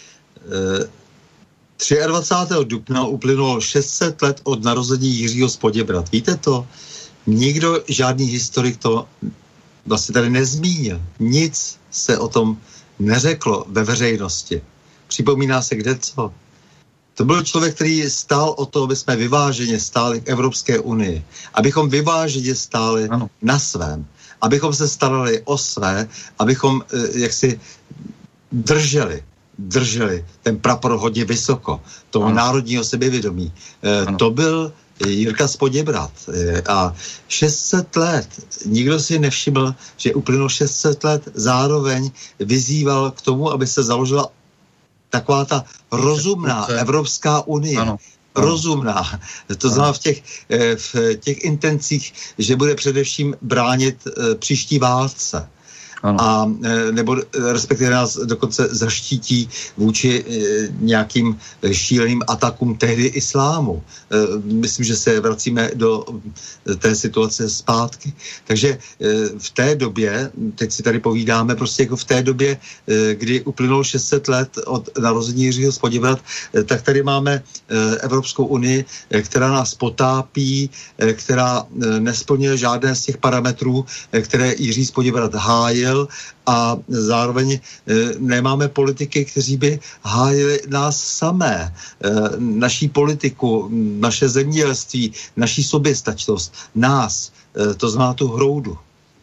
dvacátého třetího dubna uplynulo šest set let od narození Jiřího z Poděbrad. Víte to? Nikdo, žádný historik to vlastně tady nezmínil. Nic se o tom neřeklo ve veřejnosti. Připomíná se kde co? To byl člověk, který stál o to, aby jsme vyváženě stáli k Evropské unii. Abychom vyváženě stáli ano. na svém. Abychom se starali o své, abychom jaksi drželi drželi ten prapor hodně vysoko, toho ano. národního sebevědomí. E, to byl Jirka z Poděbrad. E, a šest set let, nikdo si nevšiml, že uplynulo šest set let, zároveň vyzýval k tomu, aby se založila taková ta rozumná Evropská unie. Ano. Rozumná. To znamená v těch, v těch intencích, že bude především bránit příští válce. Ano. A nebo respektive nás dokonce zaštítí vůči nějakým šíleným atakům tehdy islámu. Myslím, že se vracíme do té situace zpátky. Takže v té době, teď si tady povídáme, prostě jako v té době, kdy uplynulo šest set let od narození Jiřího z Poděbrad, tak tady máme Evropskou unii, která nás potápí, která nesplňuje žádné z těch parametrů, které Jiří z Poděbrad hájil, a zároveň e, nemáme politiky, kteří by hájili nás samé, e, naší politiku, naše zemědělství, naší soběstačnost, nás, e, to znamená tu hroudu.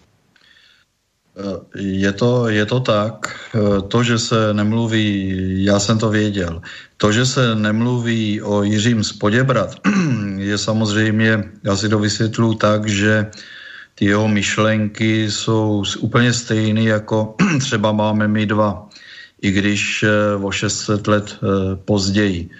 Je to, je to tak. To, že se nemluví, já jsem to věděl, to, že se nemluví o Jiřím z Poděbrad, je samozřejmě, já si to vysvětluji tak, že ty jeho myšlenky jsou úplně stejné, jako třeba máme my dva, i když o šest set let později.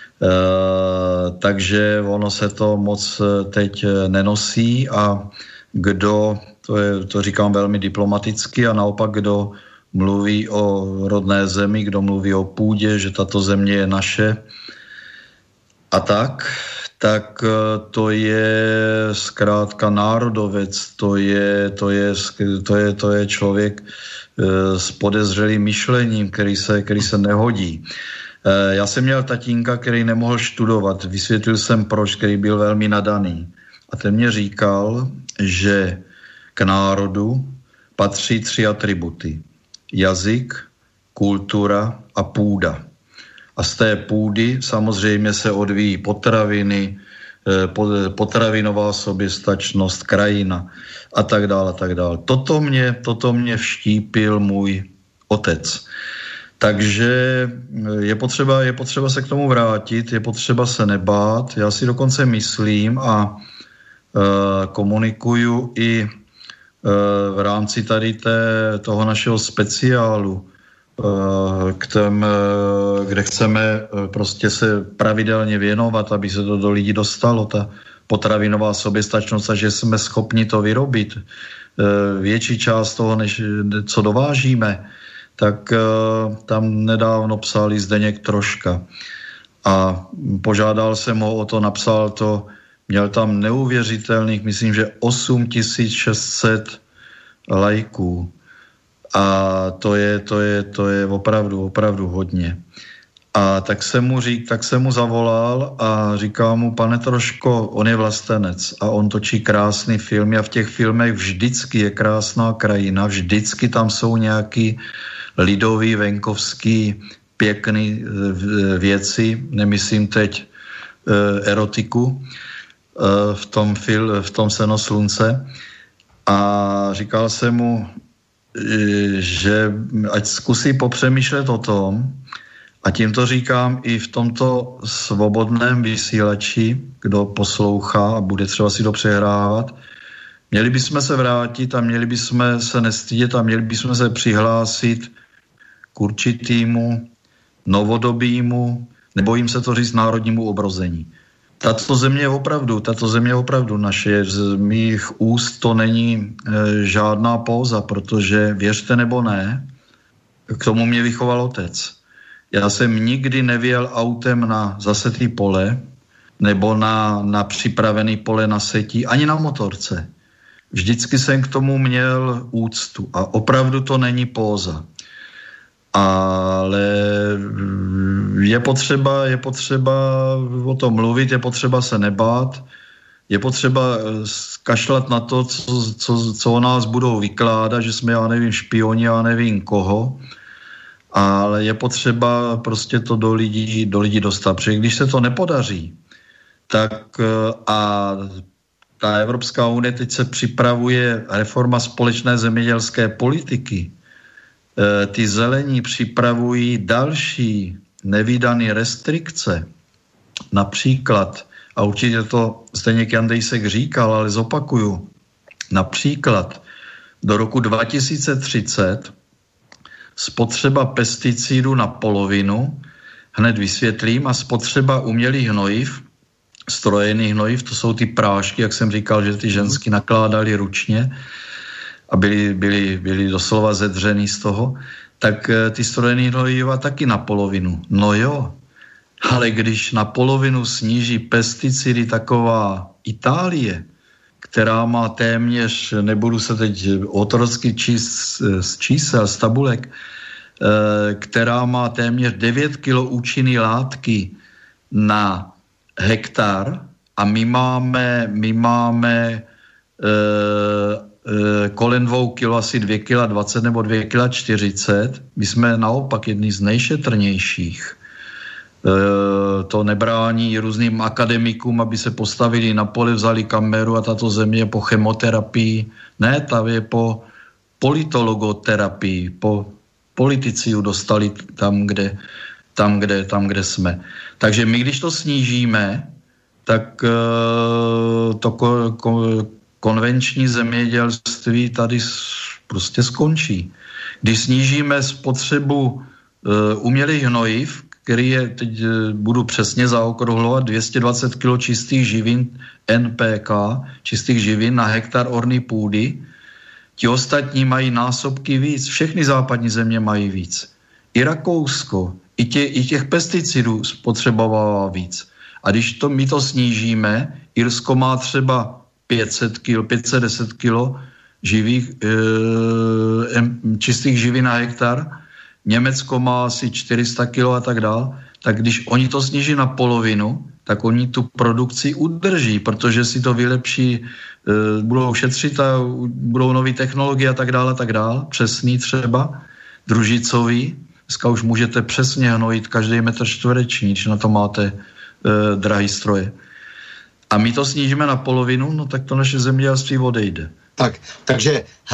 Takže ono se to moc teď nenosí a kdo, to, je, to říkám velmi diplomaticky, a naopak kdo mluví o rodné zemi, kdo mluví o půdě, že tato země je naše a tak, tak to je zkrátka národovec, to je, to je, to je, to je člověk s podezřelým myšlením, který se, který se nehodí. Já jsem měl tatínka, který nemohl študovat, vysvětlil jsem proč, který byl velmi nadaný. A ten mě říkal, že k národu patří tři atributy. Jazyk, kultura a půda. A z té půdy samozřejmě se odvíjí potraviny, potravinová soběstačnost, krajina a tak dále, a tak dále. Toto mě, toto mě vštípil můj otec. Takže je potřeba, je potřeba se k tomu vrátit, je potřeba se nebát. Já si dokonce myslím a uh, komunikuju i v rámci tady té, toho našeho speciálu, k tém, kde chceme prostě se pravidelně věnovat, aby se to do lidí dostalo, ta potravinová soběstačnost, a že jsme schopni to vyrobit. Větší část toho, než co dovážíme, tak tam nedávno psal Zdeněk Troška. A požádal jsem ho o to, napsal to, měl tam neuvěřitelných, myslím, že osm tisíc šest set lajků. A to je, to je, to je opravdu, opravdu hodně. A tak jsem mu řík, tak jsem mu zavolal a říkal mu, pane Troško, on je vlastenec a on točí krásný filmy a v těch filmech vždycky je krásná krajina, vždycky tam jsou nějaký lidový, venkovský, pěkný věci, nemyslím teď erotiku, v tom, fil, v tom Seno slunce. A říkal jsem mu, že ať zkusí popřemýšlet o tom, a tím to říkám i v tomto svobodném vysílači, kdo poslouchá a bude třeba si to přehrávat, měli bychom se vrátit a měli bychom se nestydět a měli bychom se přihlásit k určitýmu novodobýmu, nebojím se to říct, národnímu obrození. Tato země je opravdu, tato země je opravdu naše. Z mých úst to není e, žádná póza, protože věřte nebo ne, k tomu mě vychoval otec. Já jsem nikdy nevěl autem na zasetý pole nebo na, na připravený pole na setí, ani na motorce. Vždycky jsem k tomu měl úctu a opravdu to není póza. Ale je potřeba, je potřeba o tom mluvit, je potřeba se nebát, je potřeba kašlat na to, co, co, co o nás budou vykládat, že jsme, já nevím, špioni, já nevím koho, ale je potřeba prostě to do lidí, do lidí dostat. Protože když se to nepodaří, tak a ta Evropská unie teď se připravuje reforma společné zemědělské politiky, ty zelení připravují další nevídané restrikce. Například, a určitě to Zdeněk Jandejsek říkal, ale zopakuju, například do roku dva tisíce třicet spotřeba pesticidů na polovinu, hned vysvětlím, a spotřeba umělých hnojiv, strojených hnojiv, to jsou ty prášky, jak jsem říkal, že ty žensky nakládali ručně, a byli, byli, byli doslova zedřený z toho, tak ty strojený hnojiva taky na polovinu. No jo, ale když na polovinu sníží pesticidy taková Itálie, která má téměř, nebudu se teď otrocky číst z čísel, z tabulek, která má téměř devět kilo účinné látky na hektar a my máme, my máme kolem dvou kilo, asi dvě kila dvacet nebo dvě kila čtyřicet. My jsme naopak jedni z nejšetrnějších. E, to nebrání různým akademikům, aby se postavili na pole, vzali kameru a tato země je po chemoterapii. Ne, ta je po politologoterapii, po politiciu dostali tam, kde, tam, kde, tam, kde jsme. Takže my, když to snížíme, tak e, to ko, ko, konvenční zemědělství tady prostě skončí. Když snížíme spotřebu e, umělých hnojiv, který je, teď e, budu přesně zaokrouhlovat, dvě stě dvacet kilo čistých živin N P K, čistých živin na hektar orné půdy, ti ostatní mají násobky víc, všechny západní země mají víc. I Rakousko, i, tě, i těch pesticidů spotřebovává víc. A když to, my to snížíme, Irsko má třeba pět set kilo, pět set deset kilo živých, e, čistých živin na hektar, Německo má asi čtyři sta kilo a tak dál, tak když oni to sníží na polovinu, tak oni tu produkci udrží, protože si to vylepší, e, budou šetřit a budou nové technologie a tak dále a tak dále, přesný třeba, družicový, dneska už můžete přesně hnojit každý metr čtvereční, když na to máte e, drahý stroje. A my to snížíme na polovinu, no tak to naše zemědělství odejde. Tak, takže, hele,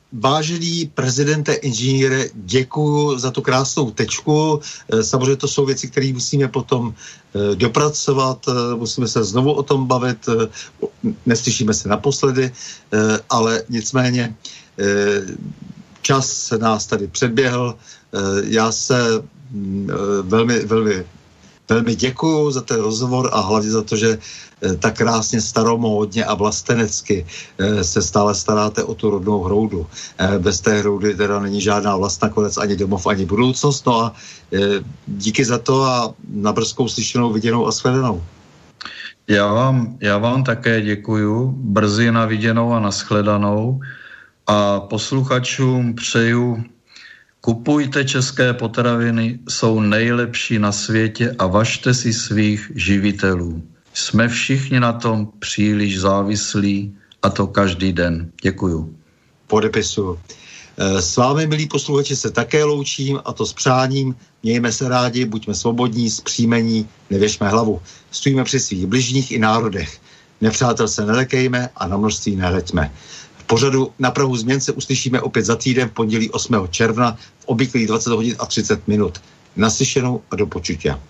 vážený prezidente inženýre, děkuju za tu krásnou tečku. Samozřejmě to jsou věci, které musíme potom dopracovat, musíme se znovu o tom bavit, neslyšíme se naposledy, ale nicméně čas se nás tady předběhl. Já se velmi, velmi, velmi děkuju za ten rozhovor a hlavně za to, že tak krásně staromódně a vlastenecky se stále staráte o tu rodnou hroudu. Bez té hroudy teda není žádná vlast, nakonec ani domov, ani budoucnost. No a díky za to a na brzkou slyšenou, viděnou a shledanou. Já vám, já vám také děkuju. Brzy na viděnou a nashledanou. A posluchačům přeju: kupujte české potraviny, jsou nejlepší na světě a važte si svých živitelů. Jsme všichni na tom příliš závislí a to každý den. Děkuju. Podepisu. S vámi, milí posluchači, se také loučím a to s přáním. Mějme se rádi, buďme svobodní, zpříjmení, nevěšme hlavu. Stojíme při svých bližních i národech. Nepřátel se nelekejme a na množství nehleďme. V pořadu Na prahu změn se uslyšíme opět za týden v pondělí osmého června v obvyklých dvacet hodin a třicet minut. Naslyšenou a do počutia.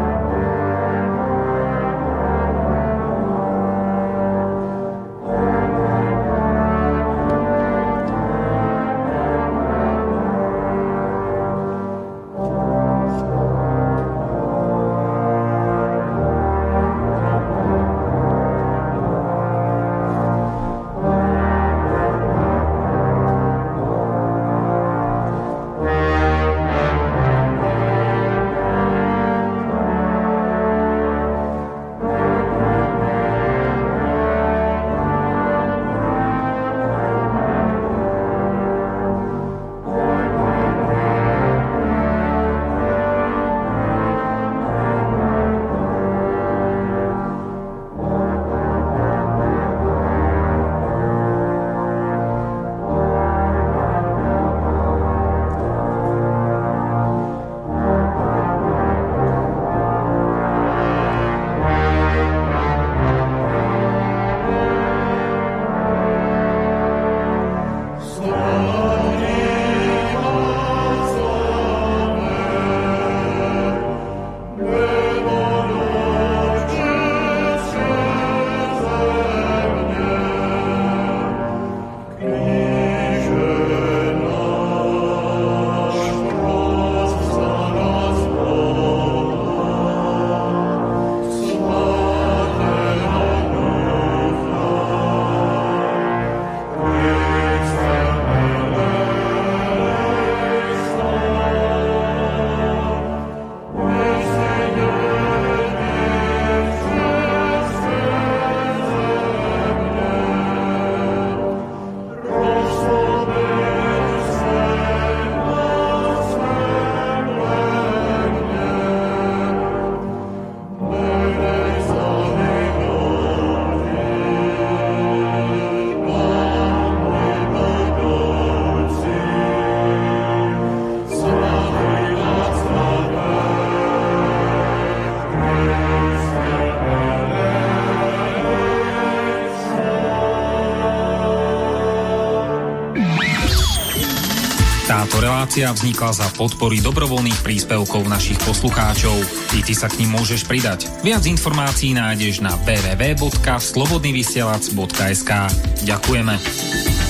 Táto relácia vznikla za podpory dobrovoľných príspevkov našich poslucháčov. I ty sa k nim môžeš pridať. Viac informácií nájdeš na w w w bodka slobodnyvysielac bodka es ka. Ďakujeme.